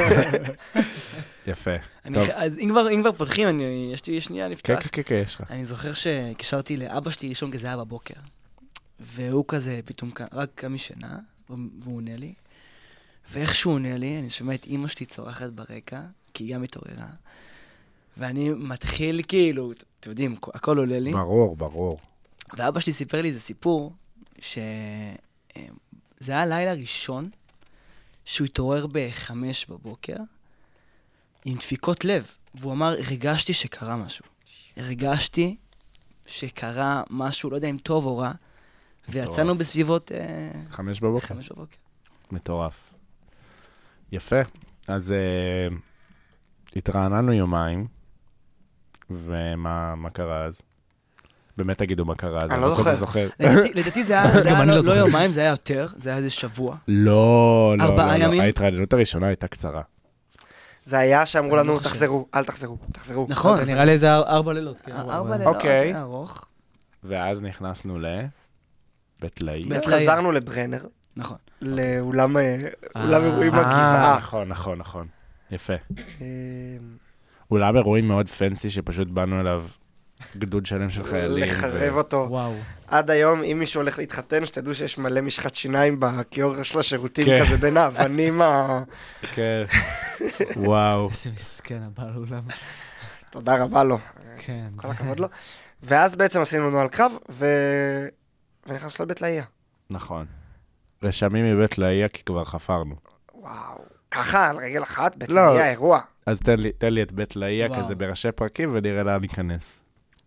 [SPEAKER 1] יפה.
[SPEAKER 2] אז אם כבר פותחים, יש לי שנייה לפתח.
[SPEAKER 1] כן, יש לך.
[SPEAKER 2] אני זוכר שקשרתי לאבא שלי ראשון כזה היה בבוקר, והוא כזה פתאום רק קם משינה, והוא עונה לי, ואיך שהוא עונה לי, אני שומע את אמא שלי צורחת ברקע, כי היא גם מתעוררה, ואני מתחיל כאילו, אתם יודעים, הכל עולה לי.
[SPEAKER 1] ברור.
[SPEAKER 2] ואבא שלי סיפר לי איזה סיפור, שזה היה לילה ראשון, שהוא התעורר ב5 בבוקר, עם דפיקות לב, והוא אמר, הרגשתי שקרה משהו. הרגשתי שקרה משהו, לא יודע אם טוב או רע, ויצאנו בסביבות
[SPEAKER 1] 5 בבוקר.
[SPEAKER 2] 5 בבוקר.
[SPEAKER 1] מטורף. יפה. אז התרעננו יומיים, ומה קרה אז? באמת תגידו מה קרה אז.
[SPEAKER 4] אני לא זוכר.
[SPEAKER 2] לדעתי זה היה לא יומיים, זה היה יותר, זה היה איזה שבוע.
[SPEAKER 1] לא.
[SPEAKER 2] 4 ימים.
[SPEAKER 1] ההתרעננות הראשונה הייתה קצרה.
[SPEAKER 4] זה היה שאמרו לנו, תחזרו, אל תחזרו.
[SPEAKER 2] נכון.
[SPEAKER 3] זה נראה לי איזה 4 לילות.
[SPEAKER 2] 4 לילות,
[SPEAKER 1] אוקיי.
[SPEAKER 2] היה ארוך.
[SPEAKER 1] ואז נכנסנו לבית לאי.
[SPEAKER 4] אז חזרנו לברנר,
[SPEAKER 2] נכון.
[SPEAKER 4] לאולם אירועים בגבעה.
[SPEAKER 1] נכון. יפה. אולם אירועים מאוד פנסי שפשוט באנו אליו גדוד שלם של חיילים.
[SPEAKER 4] לחרב אותו.
[SPEAKER 3] וואו.
[SPEAKER 4] עד היום, אם מישהו הולך להתחתן, שתדעו שיש מלא משחת שיניים בכיור של השירותים
[SPEAKER 1] כן.
[SPEAKER 4] כזה בין האבנים
[SPEAKER 1] כן. וואו.
[SPEAKER 3] איזה מסכן הבעל אולם.
[SPEAKER 4] תודה רבה לו.
[SPEAKER 3] כן.
[SPEAKER 4] כל הכבוד לו. ואז בעצם עשינו נוהל קרב, ונכנסנו לבית לאיה.
[SPEAKER 1] נכון. רשמים מבית לאיה כי כבר חפרנו.
[SPEAKER 4] וואו. ככה, על רגל אחת, בית
[SPEAKER 1] לא.
[SPEAKER 4] לאיה, אירוע.
[SPEAKER 1] אז תן לי את בית לאיה
[SPEAKER 3] וואו.
[SPEAKER 1] כזה בראשי פרקים ונראה לאן ניכנס.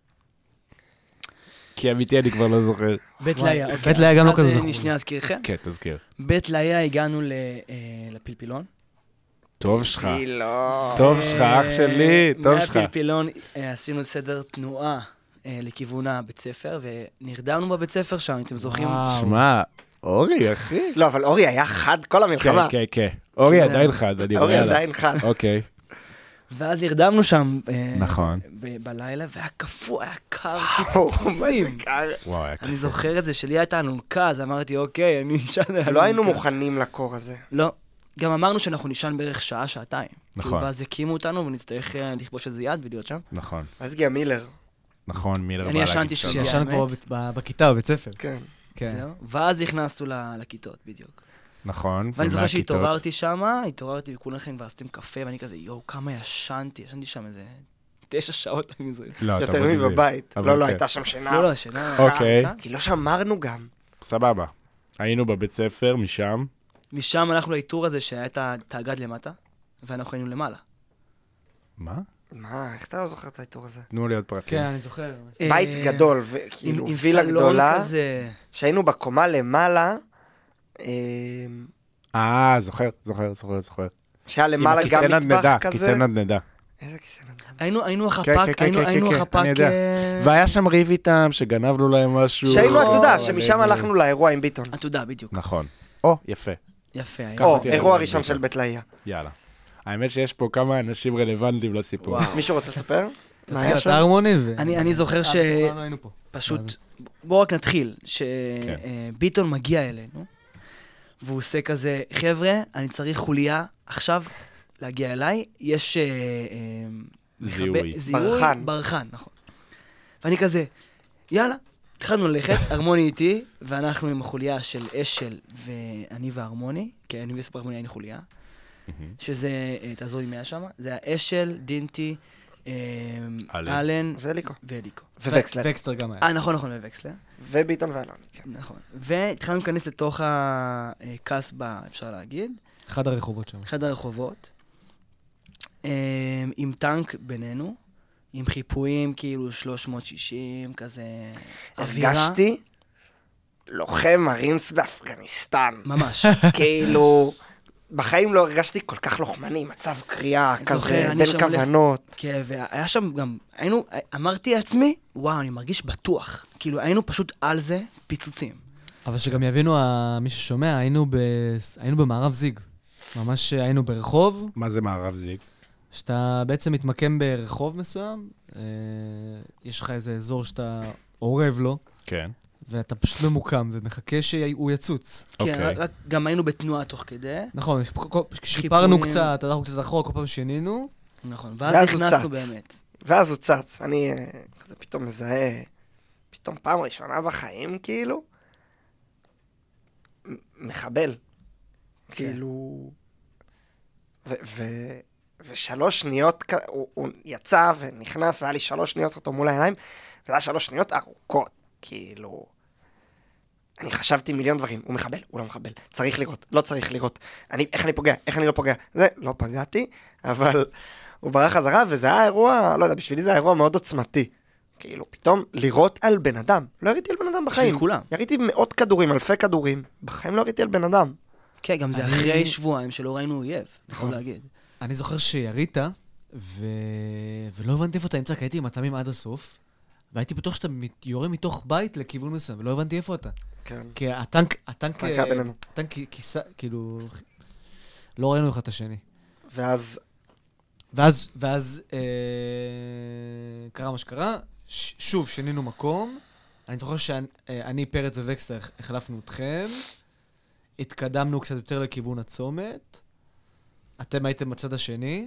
[SPEAKER 1] כי אמיתי אני כבר לא זוכר.
[SPEAKER 2] בית לאיה, אוקיי.
[SPEAKER 3] בית לאיה גם לא כזה
[SPEAKER 2] אז
[SPEAKER 3] זכור.
[SPEAKER 2] אני שנייה אזכירכם.
[SPEAKER 1] כן, תזכיר.
[SPEAKER 2] בית לאיה הגענו לפלפילון.
[SPEAKER 1] טוב שלך.
[SPEAKER 4] לא.
[SPEAKER 1] טוב שלך, אח שלי, טוב שלך.
[SPEAKER 2] מהפלפילון עשינו סדר תנועה לכיוון הבית ספר, ונרדמנו בבית ספר שם, אם אתם זוכרים.
[SPEAKER 3] וואו.
[SPEAKER 1] שמע, אורי, אחי.
[SPEAKER 4] לא, אבל אורי היה חד כל המלחמה.
[SPEAKER 1] כן. אורי עדיין חד, אני
[SPEAKER 4] אורי
[SPEAKER 1] רואה עליו.
[SPEAKER 4] עדיין חד.
[SPEAKER 1] אוקיי,
[SPEAKER 2] ואז נרדמנו שם
[SPEAKER 1] נכון.
[SPEAKER 2] בלילה, והיה קפוא, היה קר
[SPEAKER 4] מה
[SPEAKER 2] קיצוצים.
[SPEAKER 4] זה קר.
[SPEAKER 1] וואו, היה
[SPEAKER 2] אני
[SPEAKER 1] כיף.
[SPEAKER 2] זוכר את זה, שלי הייתה אלונקה, אז אמרתי, אוקיי, אני אשן על אלונקה.
[SPEAKER 4] לא היינו מוכנים לקור הזה.
[SPEAKER 2] לא. גם אמרנו שאנחנו נישן בערך שעה, שעתיים.
[SPEAKER 1] נכון.
[SPEAKER 2] ואז הקימו אותנו, ונצטרך לכבוש איזה יד ולהיות שם.
[SPEAKER 1] נכון,
[SPEAKER 4] אז הגיע מילר.
[SPEAKER 1] נכון, מילר בא
[SPEAKER 2] אני
[SPEAKER 1] להגיד
[SPEAKER 2] ישנתי
[SPEAKER 1] שלום.
[SPEAKER 2] שם.
[SPEAKER 3] שישנו כבר בכיתה, בבית ספר.
[SPEAKER 4] כן.
[SPEAKER 3] כן.
[SPEAKER 2] זהו. ואז נכנסנו לכיתות, בדיוק.
[SPEAKER 1] נכון,
[SPEAKER 2] ואני זוכר
[SPEAKER 1] ומהכיתות?
[SPEAKER 2] שהתעוררתי שם, וכולכם כבר עשיתם קפה, ואני כזה, יואו, כמה ישנתי שם איזה 9 שעות, אני זוכר.
[SPEAKER 1] לא, אתה
[SPEAKER 4] יותר
[SPEAKER 1] מגזים.
[SPEAKER 4] מבבית.
[SPEAKER 1] אבל
[SPEAKER 4] לא,
[SPEAKER 1] כן.
[SPEAKER 4] הייתה שם שינה.
[SPEAKER 2] לא, שינה.
[SPEAKER 1] אוקיי.
[SPEAKER 2] ארוכה.
[SPEAKER 4] כי לא שמרנו גם.
[SPEAKER 1] סבבה. היינו בבית ספר, משם.
[SPEAKER 2] משם הלכנו לאיתור הזה שהיה את האגד למטה, ואנחנו היינו למעלה.
[SPEAKER 1] מה?
[SPEAKER 4] מה, איך אתה לא זוכר את האיתור הזה?
[SPEAKER 1] תנו לי עוד פרטים.
[SPEAKER 3] כן, אני זוכר.
[SPEAKER 4] בית גדול, וכאילו וילה
[SPEAKER 2] עם
[SPEAKER 4] גדולה,
[SPEAKER 2] סלון כזה.
[SPEAKER 4] שהיינו בקומה למעלה,
[SPEAKER 1] זוכר.
[SPEAKER 4] שהיה למעלה
[SPEAKER 1] עם
[SPEAKER 4] גם
[SPEAKER 1] כיסא
[SPEAKER 4] מטבח
[SPEAKER 1] נדנדה,
[SPEAKER 4] כזה.
[SPEAKER 1] כיסא נדנדה.
[SPEAKER 4] איזה כיסא נדנדה?
[SPEAKER 2] היינו החפ"ק,
[SPEAKER 1] כן,
[SPEAKER 2] היינו החפ"ק...
[SPEAKER 1] אני יודע. והיה שם ריב איתם, שגנבנו להם משהו.
[SPEAKER 4] שהיינו עתודה,
[SPEAKER 1] אבל
[SPEAKER 4] שמשם
[SPEAKER 1] הם-
[SPEAKER 4] הלכנו לאירוע עם ביטון.
[SPEAKER 2] עתודה, בדיוק.
[SPEAKER 1] נכון. או, יפה.
[SPEAKER 2] יפה, היה.
[SPEAKER 4] או,
[SPEAKER 1] אותי
[SPEAKER 4] אירוע
[SPEAKER 1] על
[SPEAKER 4] ראשון
[SPEAKER 1] ביטון.
[SPEAKER 4] של בית לאיה.
[SPEAKER 1] יאללה. האמת שיש פה כמה אנשים רלוונטיים לסיפור.
[SPEAKER 2] וואו.
[SPEAKER 4] מישהו רוצה לספר? מה היה
[SPEAKER 3] תתחיל
[SPEAKER 4] שם?
[SPEAKER 3] את ההרמוני
[SPEAKER 2] אני זוכר
[SPEAKER 3] כולנו היינו פה.
[SPEAKER 2] שפשוט, בואו רק נתחיל, שביטון מגיע אלינו, והוא עושה כזה, חבר'ה, אני צריך חוליה עכשיו להגיע אליי, יש
[SPEAKER 1] זיהוי.
[SPEAKER 4] ברחן.
[SPEAKER 2] ברחן, נכון. ואני כזה, יאללה, התחלנו ללכת, הרמוני איתי, ואנחנו עם החוליה של אשל ואני והרמוני, כי אני ואספר הרמוני היינו חוליה, שזה, תעזור לי מי היה שם, זה היה אשל, דינטי, אלן
[SPEAKER 4] וליקו.
[SPEAKER 2] ואליקו.
[SPEAKER 4] ווקסלר.
[SPEAKER 3] וקסטר גם היה.
[SPEAKER 2] נכון, ווקסלר.
[SPEAKER 4] וביטון ואלון, כן.
[SPEAKER 2] נכון. והתחלנו להיכנס לתוך הקסבה, אפשר להגיד,
[SPEAKER 3] אחד הרחובות שם.
[SPEAKER 2] אחד הרחובות, עם טנק בינינו, עם חיפויים כאילו 360, כזה אווירה.
[SPEAKER 4] הרגשתי לוחם מרינס באפגניסטן.
[SPEAKER 2] ממש.
[SPEAKER 4] כאילו, בחיים לא הרגשתי כל כך לוחמני, מצב קריאה
[SPEAKER 2] אני
[SPEAKER 4] כזה,
[SPEAKER 2] זוכר, אני
[SPEAKER 4] בין
[SPEAKER 2] שם
[SPEAKER 4] כוונות.
[SPEAKER 2] כן, והיה שם גם, אמרתי לעצמי, וואו, אני מרגיש בטוח. כאילו, היינו פשוט על זה פיצוצים.
[SPEAKER 3] אבל שגם יבינו מי ששומע, היינו במערב זיג. ממש היינו ברחוב,
[SPEAKER 1] מה זה מערב זיג?
[SPEAKER 3] שאתה בעצם מתמקם ברחוב מסוים, יש לך איזה אזור שאתה עורב לו,
[SPEAKER 1] כן.
[SPEAKER 3] ואתה פשוט ממוקם ומחכה שהוא יצוץ.
[SPEAKER 2] כן,
[SPEAKER 1] אוקיי.
[SPEAKER 2] רק גם היינו בתנועה תוך כדי.
[SPEAKER 3] נכון, שיפרנו
[SPEAKER 2] חיפויים.
[SPEAKER 3] קצת, הלכנו קצת אחורה, כל פעם שינינו.
[SPEAKER 2] נכון,
[SPEAKER 4] ואז
[SPEAKER 2] ואז
[SPEAKER 4] הוא
[SPEAKER 2] נכנסנו
[SPEAKER 4] צץ.
[SPEAKER 2] באמת.
[SPEAKER 4] ואז הוא צץ, אני כזה פתאום מזהה, פתאום פעם ראשונה בחיים, כאילו, מחבל. כאילו, ושלוש שניות, הוא יצא ונכנס, והיה לי 3 שניות אותו מול העיניים, וזה היה 3 שניות ארוכות, כאילו, אני חשבתי מיליון דברים, הוא מחבל, הוא לא מחבל, צריך לראות, לא צריך לראות, איך אני פוגע, איך אני לא פוגע, זה, לא פגעתי, אבל הוא ברח חזרה, וזה היה אירוע, לא יודע, בשבילי זה היה אירוע מאוד עוצמתי, כאילו, פתאום לירות על בן אדם, לא יריתי על בן אדם בחיים,
[SPEAKER 2] בשביל כולם.
[SPEAKER 4] יריתי מאות כדורים, אלפי כדורים, בחיים לא יריתי על בן אדם.
[SPEAKER 2] כן, גם זה אחרי שבועיים שלא ראינו אויב, יכול להגיד.
[SPEAKER 3] אני זוכר שירית, ולא הבנתי איפה אתה נמצא, כי הייתי עם התמים עד הסוף, והייתי בטוח שאתה יורה מתוך בית לכיוון מסוים, ולא הבנתי איפה אתה.
[SPEAKER 4] כן.
[SPEAKER 3] כי הטנק
[SPEAKER 4] היה בינינו.
[SPEAKER 3] הטנק כיסה, כאילו, לא ראינו אחד את השני. ואז קרה מה שקרה, שוב שינינו מקום, אני זוכר שאני, פרץ ווקסלר החלפנו אתכם, התקדמנו קצת יותר לכיוון הצומת, אתם הייתם בצד השני,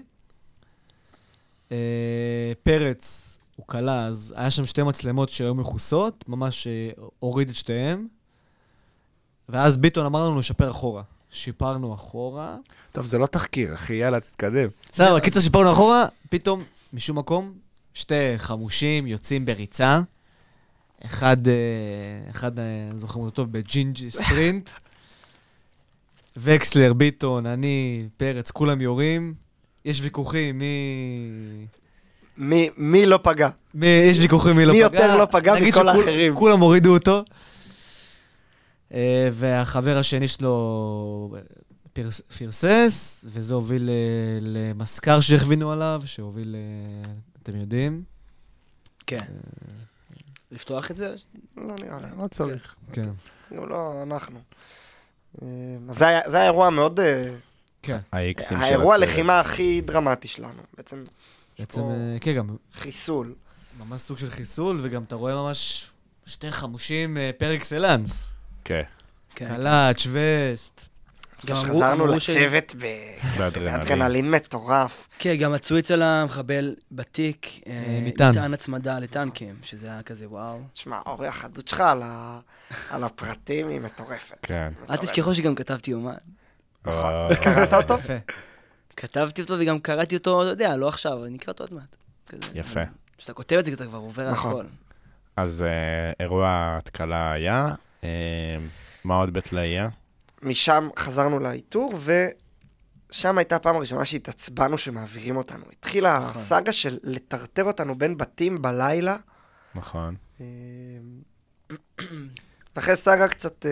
[SPEAKER 3] פרץ הוא קלה, אז היה שם 2 מצלמות שהיו מכוסות, ממש הוריד את שתיהם, ואז ביטון אמר לנו לשפר אחורה. שיפרנו אחורה.
[SPEAKER 1] טוב, זה לא תחקיר, אחי, יאללה, תתקדם.
[SPEAKER 3] בסדר, בקיצור שיפרנו אחורה, פתאום, משום מקום, 2 חמושים יוצאים בריצה, אחד זוכרים אותו טוב, בג'ינג'י ספרינט, וקסלר, ביטון, אני, פרץ, כולם יורים, יש ויכוחים,
[SPEAKER 4] מי לא פגע?
[SPEAKER 3] יש ויכוחים מי לא פגע.
[SPEAKER 4] מי יותר לא פגע מכל האחרים.
[SPEAKER 3] כולם הורידו אותו. והחבר השני שלו פרסס, וזה הוביל למזכר שהכווינו עליו, שהוביל, אתם יודעים.
[SPEAKER 2] כן. לפתוח את זה?
[SPEAKER 4] לא נראה לי.
[SPEAKER 1] לא צריך.
[SPEAKER 3] כן.
[SPEAKER 4] לא, אנחנו. זה היה אירוע מאוד...
[SPEAKER 3] כן.
[SPEAKER 1] האיקסים של
[SPEAKER 4] האירוע
[SPEAKER 1] הצוות.
[SPEAKER 4] הלחימה הכי דרמטי שלנו. בעצם
[SPEAKER 3] בעצם, כן, גם
[SPEAKER 4] חיסול.
[SPEAKER 3] ממש סוג של חיסול, וגם אתה רואה ממש 2 חמושים פר אקסלנס.
[SPEAKER 1] כן.
[SPEAKER 3] קלאץ' וסט.
[SPEAKER 4] חזרנו לצוות
[SPEAKER 1] באדרנלין.
[SPEAKER 4] באדרנלין מטורף.
[SPEAKER 2] כן, גם מצאו אצל המחבל בתיק, מטען הצמדה לטנקים, שזה היה כזה וואו.
[SPEAKER 4] תשמע, אורי, החדות שלך על הפרטים היא מטורפת.
[SPEAKER 1] כן.
[SPEAKER 2] אל תשכחו שגם כתבתי יומן.
[SPEAKER 4] קראת אותו?
[SPEAKER 3] יפה.
[SPEAKER 2] כתבתי אותו וגם קראתי אותו, אתה יודע, לא עכשיו, אני אקרא אותו עוד מעט.
[SPEAKER 1] יפה.
[SPEAKER 2] כשאתה כותב את זה, אתה כבר עובר על הכל.
[SPEAKER 1] אז אירוע התקלה היה, מה עוד בית לאיה?
[SPEAKER 4] משם חזרנו לאיתור, שם הייתה הפעם הראשונה שהתעצבנו שמעבירים אותנו. התחילה הסאגה של לטרטר אותנו בין בתים בלילה.
[SPEAKER 1] נכון.
[SPEAKER 4] אחרי סאגה קצת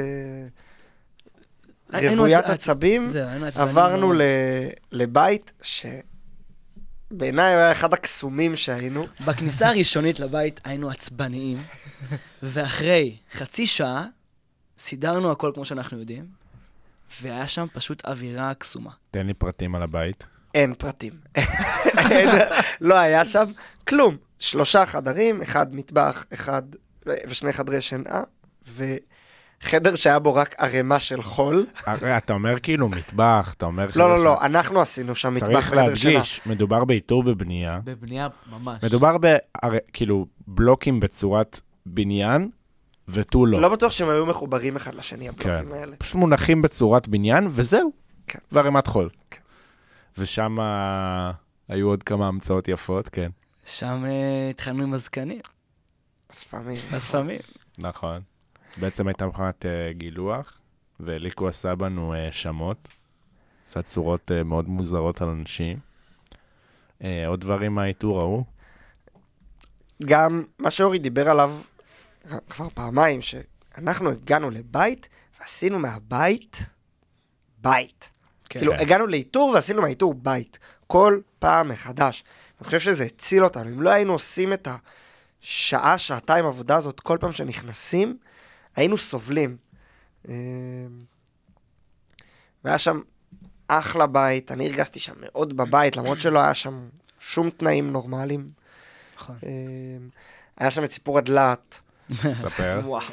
[SPEAKER 4] רוויית עצבים, עברנו לבית שבעיניי היה אחד הקסומים שהיינו.
[SPEAKER 2] בכניסה הראשונית לבית היינו עצבניים, ואחרי חצי שעה סידרנו הכל כמו שאנחנו יודעים, והיה שם פשוט אווירה קסומה.
[SPEAKER 1] תן לי פרטים על הבית.
[SPEAKER 4] אין פרטים. לא היה שם כלום. 3 חדרים, 1 מטבח, 1 ו2 חדרי שינה, וחדר שהיה בו רק ערימה של חול.
[SPEAKER 1] אתה אומר כאילו מטבח, אתה אומר...
[SPEAKER 4] לא, אנחנו עשינו שם מטבח וחדר שינה.
[SPEAKER 1] צריך להדגיש, מדובר באיתור בבנייה.
[SPEAKER 3] בבנייה ממש.
[SPEAKER 1] מדובר כאילו בלוקים בצורת בניין, ותו לא.
[SPEAKER 4] לא בטוח שהם היו מחוברים אחד לשני, הבלוקים האלה.
[SPEAKER 1] פשוט מונחים בצורת בניין, וזהו.
[SPEAKER 4] כן.
[SPEAKER 1] וערימת חול.
[SPEAKER 4] כן.
[SPEAKER 1] ושם היו עוד כמה המצאות יפות, כן.
[SPEAKER 2] שם התחלנו עם הזקנים.
[SPEAKER 4] הספמים.
[SPEAKER 1] נכון. בעצם הייתה מבחינת גילוח, וליקו עשה בנו שמות. עשה צורות מאוד מוזרות על אנשים. עוד דברים מהאיתור ההוא.
[SPEAKER 4] גם מה שאורי דיבר עליו כבר פעמיים, שאנחנו הגענו לבית, ועשינו מהבית בית. כאילו, הגענו לאיתור ועשינו מהאיתור בית. כל פעם מחדש. אני חושב שזה הציל אותנו. אם לא היינו עושים את השעה, שעתיים עבודה הזאת, כל פעם שנכנסים, היינו סובלים. והיה שם אחלה בית. אני הרגשתי שם מאוד בבית, למרות שלא היה שם שום תנאים נורמליים.
[SPEAKER 2] נכון.
[SPEAKER 4] היה שם את סיפור הדלת.
[SPEAKER 1] ספר.
[SPEAKER 4] וואו.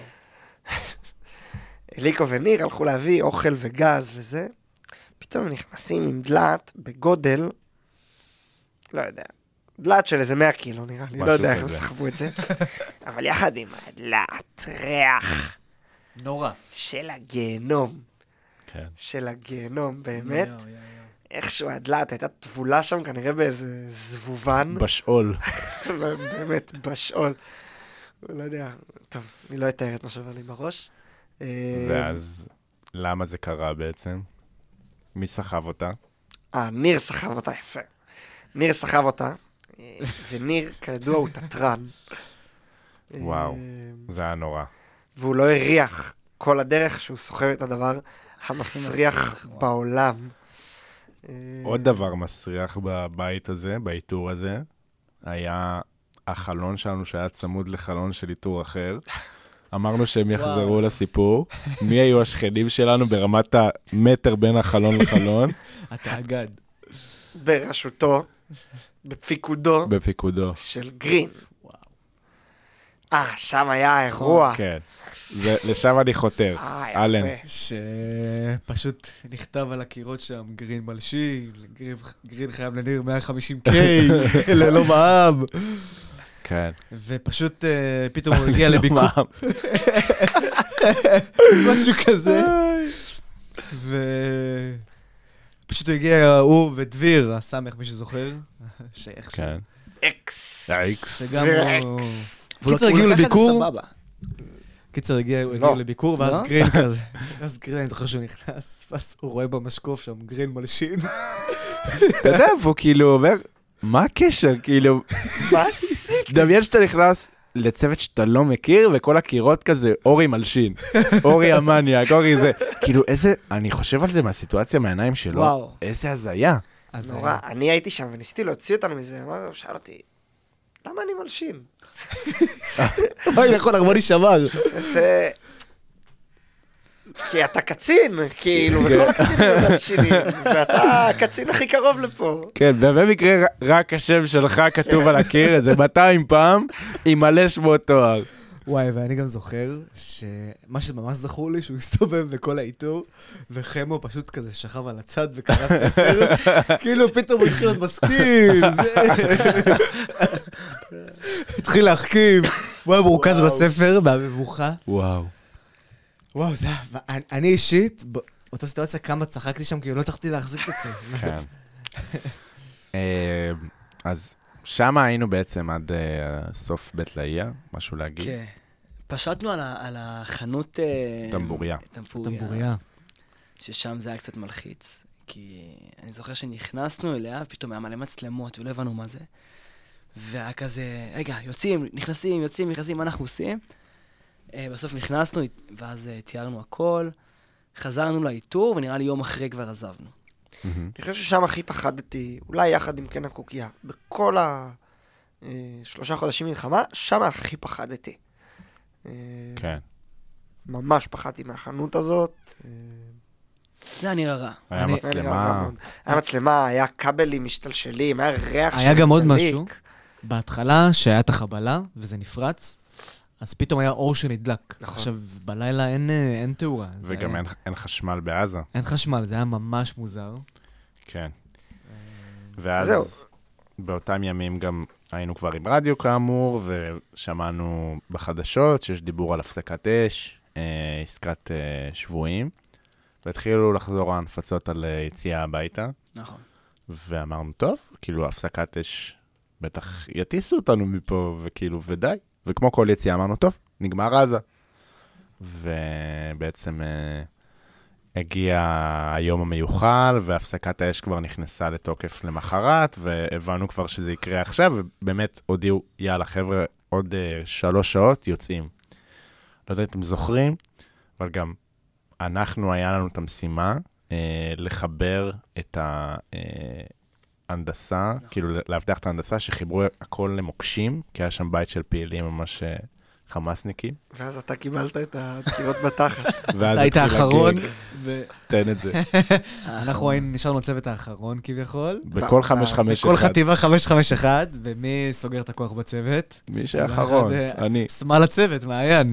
[SPEAKER 4] אליקו וניר הלכו להביא אוכל וגז וזה. פתאום הם נכנסים עם דלת בגודל, לא יודע, דלת של איזה 100 קילו נראה לי, לא יודע איך הם סחבו את זה. אבל יחד עם הדלת, ריח.
[SPEAKER 3] נורא.
[SPEAKER 4] של הגיהנום.
[SPEAKER 1] כן.
[SPEAKER 4] של הגיהנום, באמת. איכשהו הדלת הייתה טבולה שם, כנראה באיזה זבובן.
[SPEAKER 1] בשאול.
[SPEAKER 4] באמת, בשאול. לא יודע, טוב, אני לא אתאר את מה שעובר לי בראש.
[SPEAKER 1] ואז, למה זה קרה בעצם? מי סחב אותה?
[SPEAKER 4] ניר סחב אותה, יפה. ניר סחב אותה, וניר, כידוע, הוא תטרן.
[SPEAKER 1] וואו, זה היה נורא.
[SPEAKER 4] והוא לא הריח כל הדרך שהוא סוחב את הדבר המסריח בעולם.
[SPEAKER 1] עוד דבר מסריח בבית הזה, באיתור הזה, היה החלון שלנו שהיה צמוד לחלון של איתור אחר. אמרנו שהם יחזרו לסיפור. מי היו השכנים שלנו ברמת המטר בין החלון לחלון?
[SPEAKER 3] אתה אגד.
[SPEAKER 4] בראשותו, בפיקודו. של גרין. שם היה אירוע.
[SPEAKER 1] כן. לשם אני חותר. אלן.
[SPEAKER 3] שפשוט נכתב על הקירות שם, גרין מלשין, גרין חייב לניר 150K, ללא מע"מ.
[SPEAKER 1] כן.
[SPEAKER 3] ופשוט פתאום הוא הגיע לביקור. משהו כזה. ופשוט הוא הגיע, הוא ודביר, הסמך, מי שזוכר.
[SPEAKER 1] כן.
[SPEAKER 4] אקס.
[SPEAKER 3] שגם הוא... קיצר הגיעו לביקור. קיצר הגיעו לביקור, ואז גרין כזה. אז גרין, אני זוכר שהוא נכנס, ואז הוא רואה במשקוף שם גרין מלשין.
[SPEAKER 1] אתה יודע, הוא כאילו אומר, מה הקשר? כאילו,
[SPEAKER 4] מה עשית?
[SPEAKER 1] דמיין שאתה נכנס לצוות שאתה לא מכיר, וכל הקירות כזה, אורי מלשין, אורי המניאק, אורי זה. כאילו, איזה, אני חושב על זה מהסיטואציה, מהעיניים שלו, איזה הזיה.
[SPEAKER 4] נורא, אני הייתי שם וניסיתי להוציא אותנו מזה, הוא שאל אותי, למה אני מלשין?
[SPEAKER 3] אוי, נכון, הרמוני שמר.
[SPEAKER 4] זה... כי אתה קצין, כאילו, וכל הקצינים מלשינים, ואתה הקצין הכי קרוב לפה.
[SPEAKER 1] כן, ובמקרה רק השם שלך כתוב על הקיר, איזה 200 פעם, עם מלא שמות תואר.
[SPEAKER 3] וואי, ואני גם זוכר שמה שממש זכור לי, שהוא הסתובב בכל האיתור, וחמו פשוט כזה שכב על הצד וקרא ספר, כאילו פתאום הוא התחיל להיות משכיל, זה... התחיל להחכים, הוא היה מרוכז בספר, מהמבוכה.
[SPEAKER 1] וואו.
[SPEAKER 3] וואו, זה... אני אישית, באותה סיטואציה כמה צחקתי שם, כי לא הצלחתי להחזיק את עצמי.
[SPEAKER 1] כן. אז... שם היינו בעצם עד סוף בית לאיה, משהו להגיד.
[SPEAKER 2] כן. פשטנו על החנות...
[SPEAKER 1] טמבוריה.
[SPEAKER 2] טמבוריה. ששם זה היה קצת מלחיץ. כי אני זוכר שנכנסנו אליה, פתאום היה מלא מצלמות ולא הבנו מה זה. והיה כזה, רגע, יוצאים, נכנסים, מה אנחנו עושים? בסוף נכנסנו, ואז תיארנו הכל, חזרנו לאיתור, ונראה לי יום אחרי כבר עזבנו.
[SPEAKER 4] אני חושב ששם הכי פחדתי, אולי יחד עם קן הקוקיה, בכל 3 חודשים מלחמה, שם הכי פחדתי.
[SPEAKER 1] כן.
[SPEAKER 4] ממש פחדתי מהחנות הזאת.
[SPEAKER 2] זה היה נראה רע.
[SPEAKER 1] היה מצלמה.
[SPEAKER 4] היה מצלמה, היה כבלים משתלשלים, היה ריח
[SPEAKER 3] היה גם עוד משהו. בהתחלה, שהיה את החבלה, וזה נפרץ, אז פתאום היה אור שנדלק.
[SPEAKER 4] נכון.
[SPEAKER 3] עכשיו, בלילה אין תאורה.
[SPEAKER 1] וגם אין חשמל בעזה.
[SPEAKER 3] אין חשמל, זה היה ממש מוזר.
[SPEAKER 1] כן. ואז באותם ימים גם היינו כבר עם רדיו כאמור, ושמענו בחדשות שיש דיבור על הפסקת אש, עסקת שבויים, והתחילו לחזור ההנפצות על יציאה הביתה.
[SPEAKER 2] נכון.
[SPEAKER 1] ואמרנו, טוב, כאילו הפסקת אש בטח יטיסו אותנו מפה, וכאילו, ודי. וכמו כל יציאה אמרנו, טוב, נגמר עזה. ובעצם הגיע היום המיוחל, והפסקת האש כבר נכנסה לתוקף למחרת, והבנו כבר שזה יקרה עכשיו, ובאמת הודיעו, יאללה, חבר'ה, עוד 3 שעות יוצאים. לא יודע אם אתם זוכרים, אבל גם אנחנו, היה לנו את המשימה, לחבר את ההנדסה, כאילו להבטח את ההנדסה, שחיברו הכל למוקשים, כי היה שם בית של פעילים ממש חמאסניקים.
[SPEAKER 4] ואז אתה קיבלת את הדקירות בתחת.
[SPEAKER 3] אתה היית האחרון.
[SPEAKER 1] תן את זה.
[SPEAKER 3] אנחנו נשארנו צוות האחרון כביכול.
[SPEAKER 1] בכל 551.
[SPEAKER 3] בכל חטיבה 551, ומי סוגר את הכוח בצוות?
[SPEAKER 1] מי שאחרון, אני.
[SPEAKER 3] שמאל הצוות, מעיין.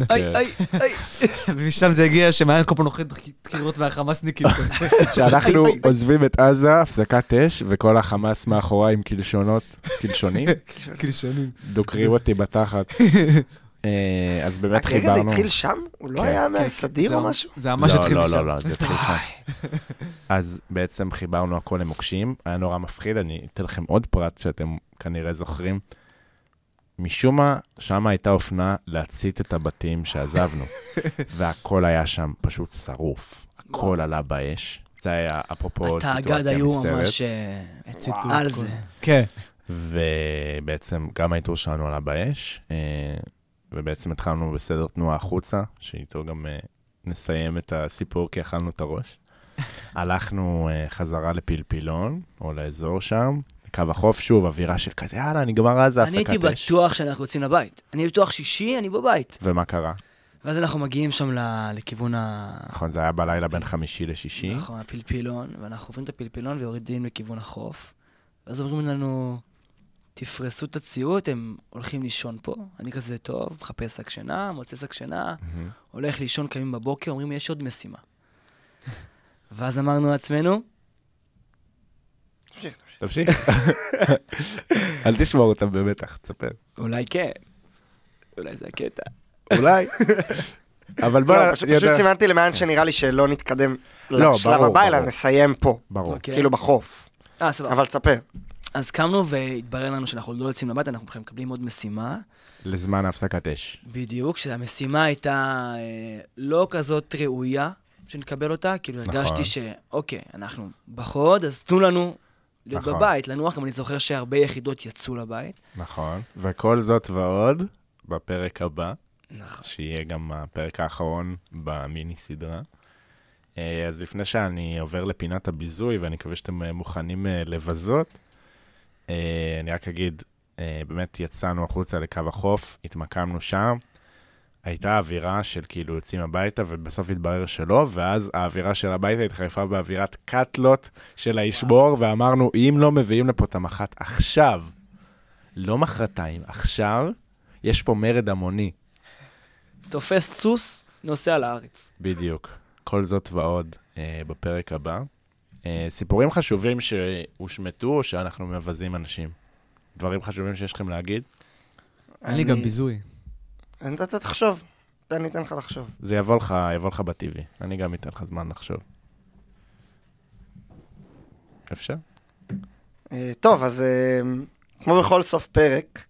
[SPEAKER 3] ומשם זה הגיע שמעיין כל פעם נוחת דקירות והחמאסניקים.
[SPEAKER 1] שאנחנו עוזבים את עזה, הפסקת אש, וכל החמאס מאחורי עם קלשונים. דוקרים אותי בתחת. אז באמת חיברנו...
[SPEAKER 4] רגע, זה התחיל שם? הוא לא היה מהסדיר או משהו?
[SPEAKER 3] זה ממש התחיל משם.
[SPEAKER 1] לא, זה התחיל שם. אז בעצם חיברנו הכל למוקשים, היה נורא מפחיד, אני אתן לכם עוד פרט שאתם כנראה זוכרים. משום מה, שם הייתה אופנה להצית את הבתים שעזבנו, והכל היה שם פשוט שרוף. הכל עלה באש. זה היה אפרופו סיטואציה מסרט.
[SPEAKER 2] התאגד היו ממש על זה.
[SPEAKER 3] כן.
[SPEAKER 1] ובעצם גם האיתור שלנו עלה באש, ובעצם התחלנו בסדר תנועה החוצה, שאיתו גם נסיים את הסיפור כי אכלנו את הראש. הלכנו חזרה לפלפילון, או לאזור שם, קו החוף שוב, אווירה של כזה, יאללה, נגמר עזה, הפסקת אש.
[SPEAKER 2] אני הייתי בטוח שאנחנו יוצאים לבית. אני בטוח שישי, אני בבית.
[SPEAKER 1] ומה קרה?
[SPEAKER 2] ואז אנחנו מגיעים שם לכיוון
[SPEAKER 1] נכון, זה היה בלילה בין 5 ל-6.
[SPEAKER 2] נכון, הפלפילון, ואנחנו עוברים את הפלפילון ויורדים לכיוון החוף. ואז אומרים לנו, תפרסו את הציוד, הם הולכים לישון פה. אני כזה טוב, מחפש שק שינה, מוצא שק שינה, הולך לישון, קמים בבוקר, אומרים, יש עוד משימה. ואז אמרנו לעצמנו,
[SPEAKER 1] תמשיך. אל תשמור אותם במתח, תספר.
[SPEAKER 2] אולי כן. אולי זה הקטע.
[SPEAKER 1] אולי. אבל בוא...
[SPEAKER 4] פשוט סימנתי למען שנראה לי שלא נתקדם לשלב הבא, אלא נסיים פה.
[SPEAKER 1] ברור.
[SPEAKER 4] כאילו בחוף.
[SPEAKER 2] סבבה.
[SPEAKER 4] אבל תספר.
[SPEAKER 2] אז קמנו והתברר לנו שאנחנו לא יוצאים לבית, אנחנו מקבלים עוד משימה.
[SPEAKER 1] לזמן הפסקת אש.
[SPEAKER 2] בדיוק, שהמשימה הייתה לא כזאת ראויה שנקבל אותה, כאילו הרגשתי שאוקיי, אנחנו בחוד, אז תנו לנו להיות בבית, לנוח, גם אני זוכר שהרבה יחידות יצאו לבית.
[SPEAKER 1] נכון, וכל זאת ועוד בפרק הבא,
[SPEAKER 2] נכון.
[SPEAKER 1] שיהיה גם הפרק האחרון במיני סדרה. אז לפני שאני עובר לפינת הביזוי, ואני מקווה שאתם מוכנים לבזות, אני רק אגיד, באמת יצאנו החוצה לקו החוף, התמקמנו שם, הייתה אווירה של כאילו יוצאים הביתה, ובסוף התברר שלא, ואז האווירה של הביתה התחלפה באווירת קטלות של הישבור, ואמרנו, אם לא מביאים לפה את המחת עכשיו, לא מחרתיים, עכשיו, יש פה מרד המוני.
[SPEAKER 2] תופס סוס, נוסע לארץ.
[SPEAKER 1] בדיוק. כל זאת ועוד בפרק הבא. סיפורים חשובים שהושמטו או שאנחנו מבזים אנשים? דברים חשובים שיש לכם להגיד?
[SPEAKER 3] אין לי גם ביזוי.
[SPEAKER 4] אתה תחשוב. אני אתן לך לחשוב.
[SPEAKER 1] זה יבוא לך בטבעי. אני גם אתן לך זמן לחשוב. אפשר?
[SPEAKER 4] טוב, אז כמו בכל סוף פרק,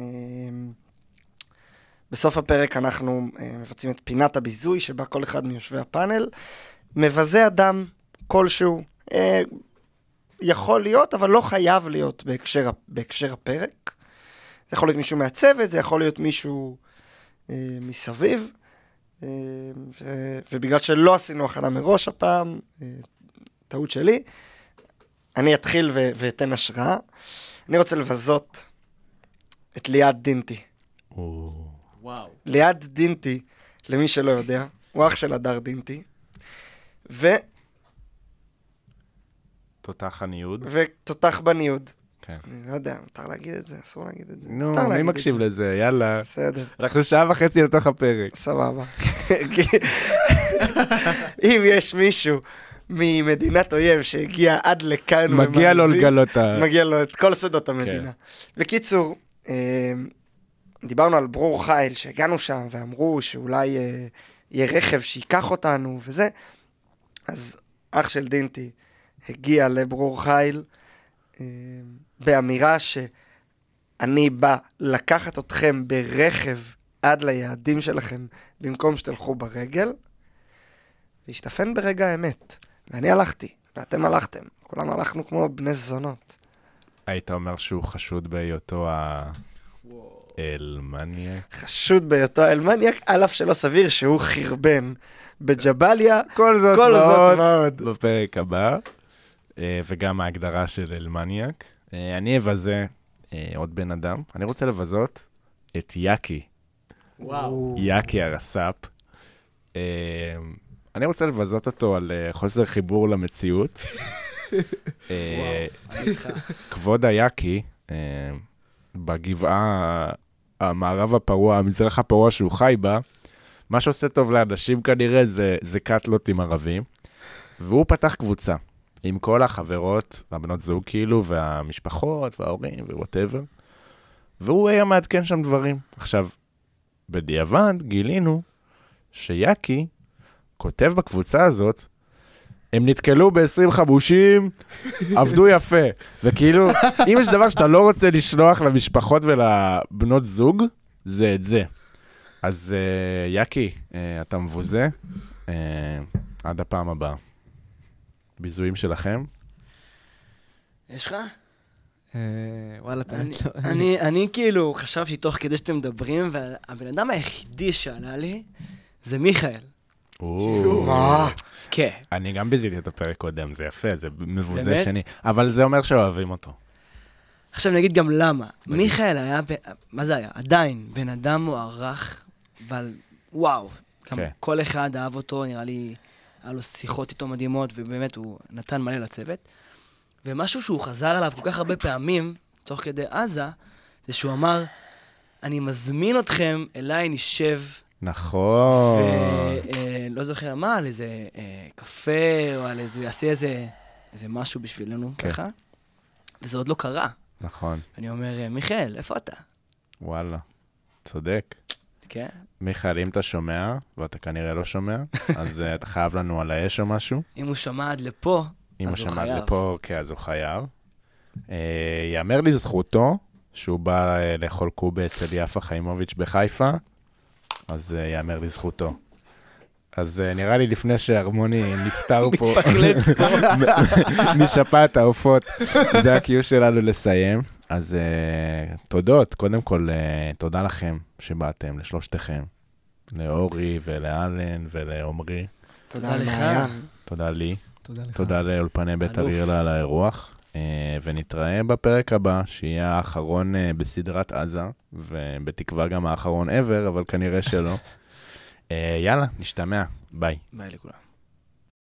[SPEAKER 4] בסוף הפרק אנחנו מבצעים את פינת הביזוי, שבה כל אחד מיושבי הפאנל מבזה אדם כלשהו יכול להיות, אבל לא חייב להיות בהקשר הפרק. זה יכול להיות מישהו מהצוות, זה יכול להיות מישהו מסביב, ובגלל שלא עשינו הכנה מראש הפעם, טעות שלי, אני אתחיל ואתן השראה. אני רוצה לבזות את ליעד דינטי.
[SPEAKER 3] וואו.
[SPEAKER 4] ליעד דינטי, למי שלא יודע, הוא אח של הדר דינטי,
[SPEAKER 1] תותח הניוד.
[SPEAKER 4] ותותח בניוד.
[SPEAKER 1] כן.
[SPEAKER 4] אני לא יודע, מותר להגיד את זה, אסור להגיד את זה.
[SPEAKER 1] נו,
[SPEAKER 4] מותר
[SPEAKER 1] מי
[SPEAKER 4] להגיד את
[SPEAKER 1] מקשיב
[SPEAKER 4] זה.
[SPEAKER 1] לזה? יאללה.
[SPEAKER 4] בסדר.
[SPEAKER 1] אנחנו שעה וחצי לתוך הפרק.
[SPEAKER 4] סבבה. אם יש מישהו ממדינת אויב שהגיע עד לכאן
[SPEAKER 1] מגיע לו לגלות
[SPEAKER 4] מגיע לו את כל סודות המדינה. בקיצור, דיברנו על ברור חיל, שהגענו שם ואמרו שאולי יהיה רכב שיקח אותנו וזה, אז אח של דינטי הגיע לברור חיל באמירה שאני בא לקחת אתכם ברכב עד ליעדים שלכם במקום שתלכו ברגל, והשתפן ברגע האמת. ואני הלכתי, ואתם הלכתם. כולנו הלכנו כמו בני זונות.
[SPEAKER 1] היית אומר שהוא חשוד בהיותו האלמניאק?
[SPEAKER 4] חשוד בהיותו האלמניאק, על אף שלא סביר שהוא חרבן בג'בליה,
[SPEAKER 1] כל זאת
[SPEAKER 4] ועוד.
[SPEAKER 1] בפרק הבא, וגם ההגדרה של אלמניאק. אני אבזה עוד בן אדם. אני רוצה לבזות את יאקי.
[SPEAKER 3] וואו.
[SPEAKER 1] יאקי הרס"פ. אני רוצה לבזות אותו על חוסר חיבור למציאות. כבוד היאקי, בגבעה המערב הפרוע, המזרח הפרוע שהוא חי בה, מה שעושה טוב לאנשים כנראה זה קאטלות עם ערבים, והוא פתח קבוצה עם כל החברות, הבנות זוג כאילו, והמשפחות וההורים ווואטאבר, והוא היה מעדכן שם דברים. עכשיו, בדיעבד גילינו שיאקי כותב בקבוצה הזאת, הם נתקלו ב-20 חמושים, עבדו יפה. וכאילו, אם יש דבר שאתה לא רוצה לשלוח למשפחות ולבנות זוג, זה את זה. אז יאקי, אתה מבוזה, עד הפעם הבאה. ביזויים שלכם.
[SPEAKER 2] יש לך?
[SPEAKER 3] וואלה,
[SPEAKER 2] אני כאילו חשבתי תוך כדי שאתם מדברים, והבן אדם היחידי שעלה לי זה מיכאל.
[SPEAKER 4] מה?
[SPEAKER 2] כן.
[SPEAKER 1] אני גם ביזיתי את הפרק קודם, זה יפה, זה מבוזה
[SPEAKER 2] באמת?
[SPEAKER 1] שני. אבל זה אומר שאוהבים אותו.
[SPEAKER 2] עכשיו נגיד גם למה. מיכאל היה, מה זה היה? עדיין, בן אדם מוערך, אבל וואו.
[SPEAKER 1] כן.
[SPEAKER 2] כל אחד אהב אותו, נראה לי, היה לו שיחות איתו מדהימות, ובאמת הוא נתן מלא לצוות. ומשהו שהוא חזר עליו כל כך הרבה פעמים, תוך כדי עזה, זה שהוא אמר, אני מזמין אתכם אליי נשב,
[SPEAKER 1] נכון.
[SPEAKER 2] ולא זוכר מה, על איזה קפה, או על איזה, הוא יעשה איזה משהו בשבילנו, ככה. וזה עוד לא קרה.
[SPEAKER 1] נכון.
[SPEAKER 2] אני אומר, מיכאל, איפה אתה?
[SPEAKER 1] וואלה, צודק.
[SPEAKER 2] כן.
[SPEAKER 1] מיכאל, אם אתה שומע, ואתה כנראה לא שומע, אז אתה חייב לנו על האש או משהו.
[SPEAKER 2] אם הוא שמע עד לפה,
[SPEAKER 1] אם הוא
[SPEAKER 2] אז הוא
[SPEAKER 1] שמע עד
[SPEAKER 2] חייב.
[SPEAKER 1] לפה, כן, אז הוא חייב. יאמר לזכותו, שהוא בא לאכול קובה אצל יפה חיימוביץ' בחיפה, אז יאמר לזכותו. אז נראה לי לפני שהרמוני נפטר פה, משפעת העופות, זה הקיום שלנו לסיים. אז תודות, קודם כל תודה לכם שבאתם, לשלושתכם, לאורי ולאלן ולעומרי.
[SPEAKER 4] תודה
[SPEAKER 2] לך.
[SPEAKER 4] למעיין.
[SPEAKER 1] תודה לי.
[SPEAKER 3] תודה לך.
[SPEAKER 1] תודה לאולפני בית
[SPEAKER 2] אלוף.
[SPEAKER 1] אריאלה על האירוח, ונתראה בפרק הבא, שיהיה האחרון בסדרת עזה, ובתקווה גם האחרון ever, אבל כנראה שלא. יאללה, נשתמע, ביי.
[SPEAKER 2] ביי לכולם.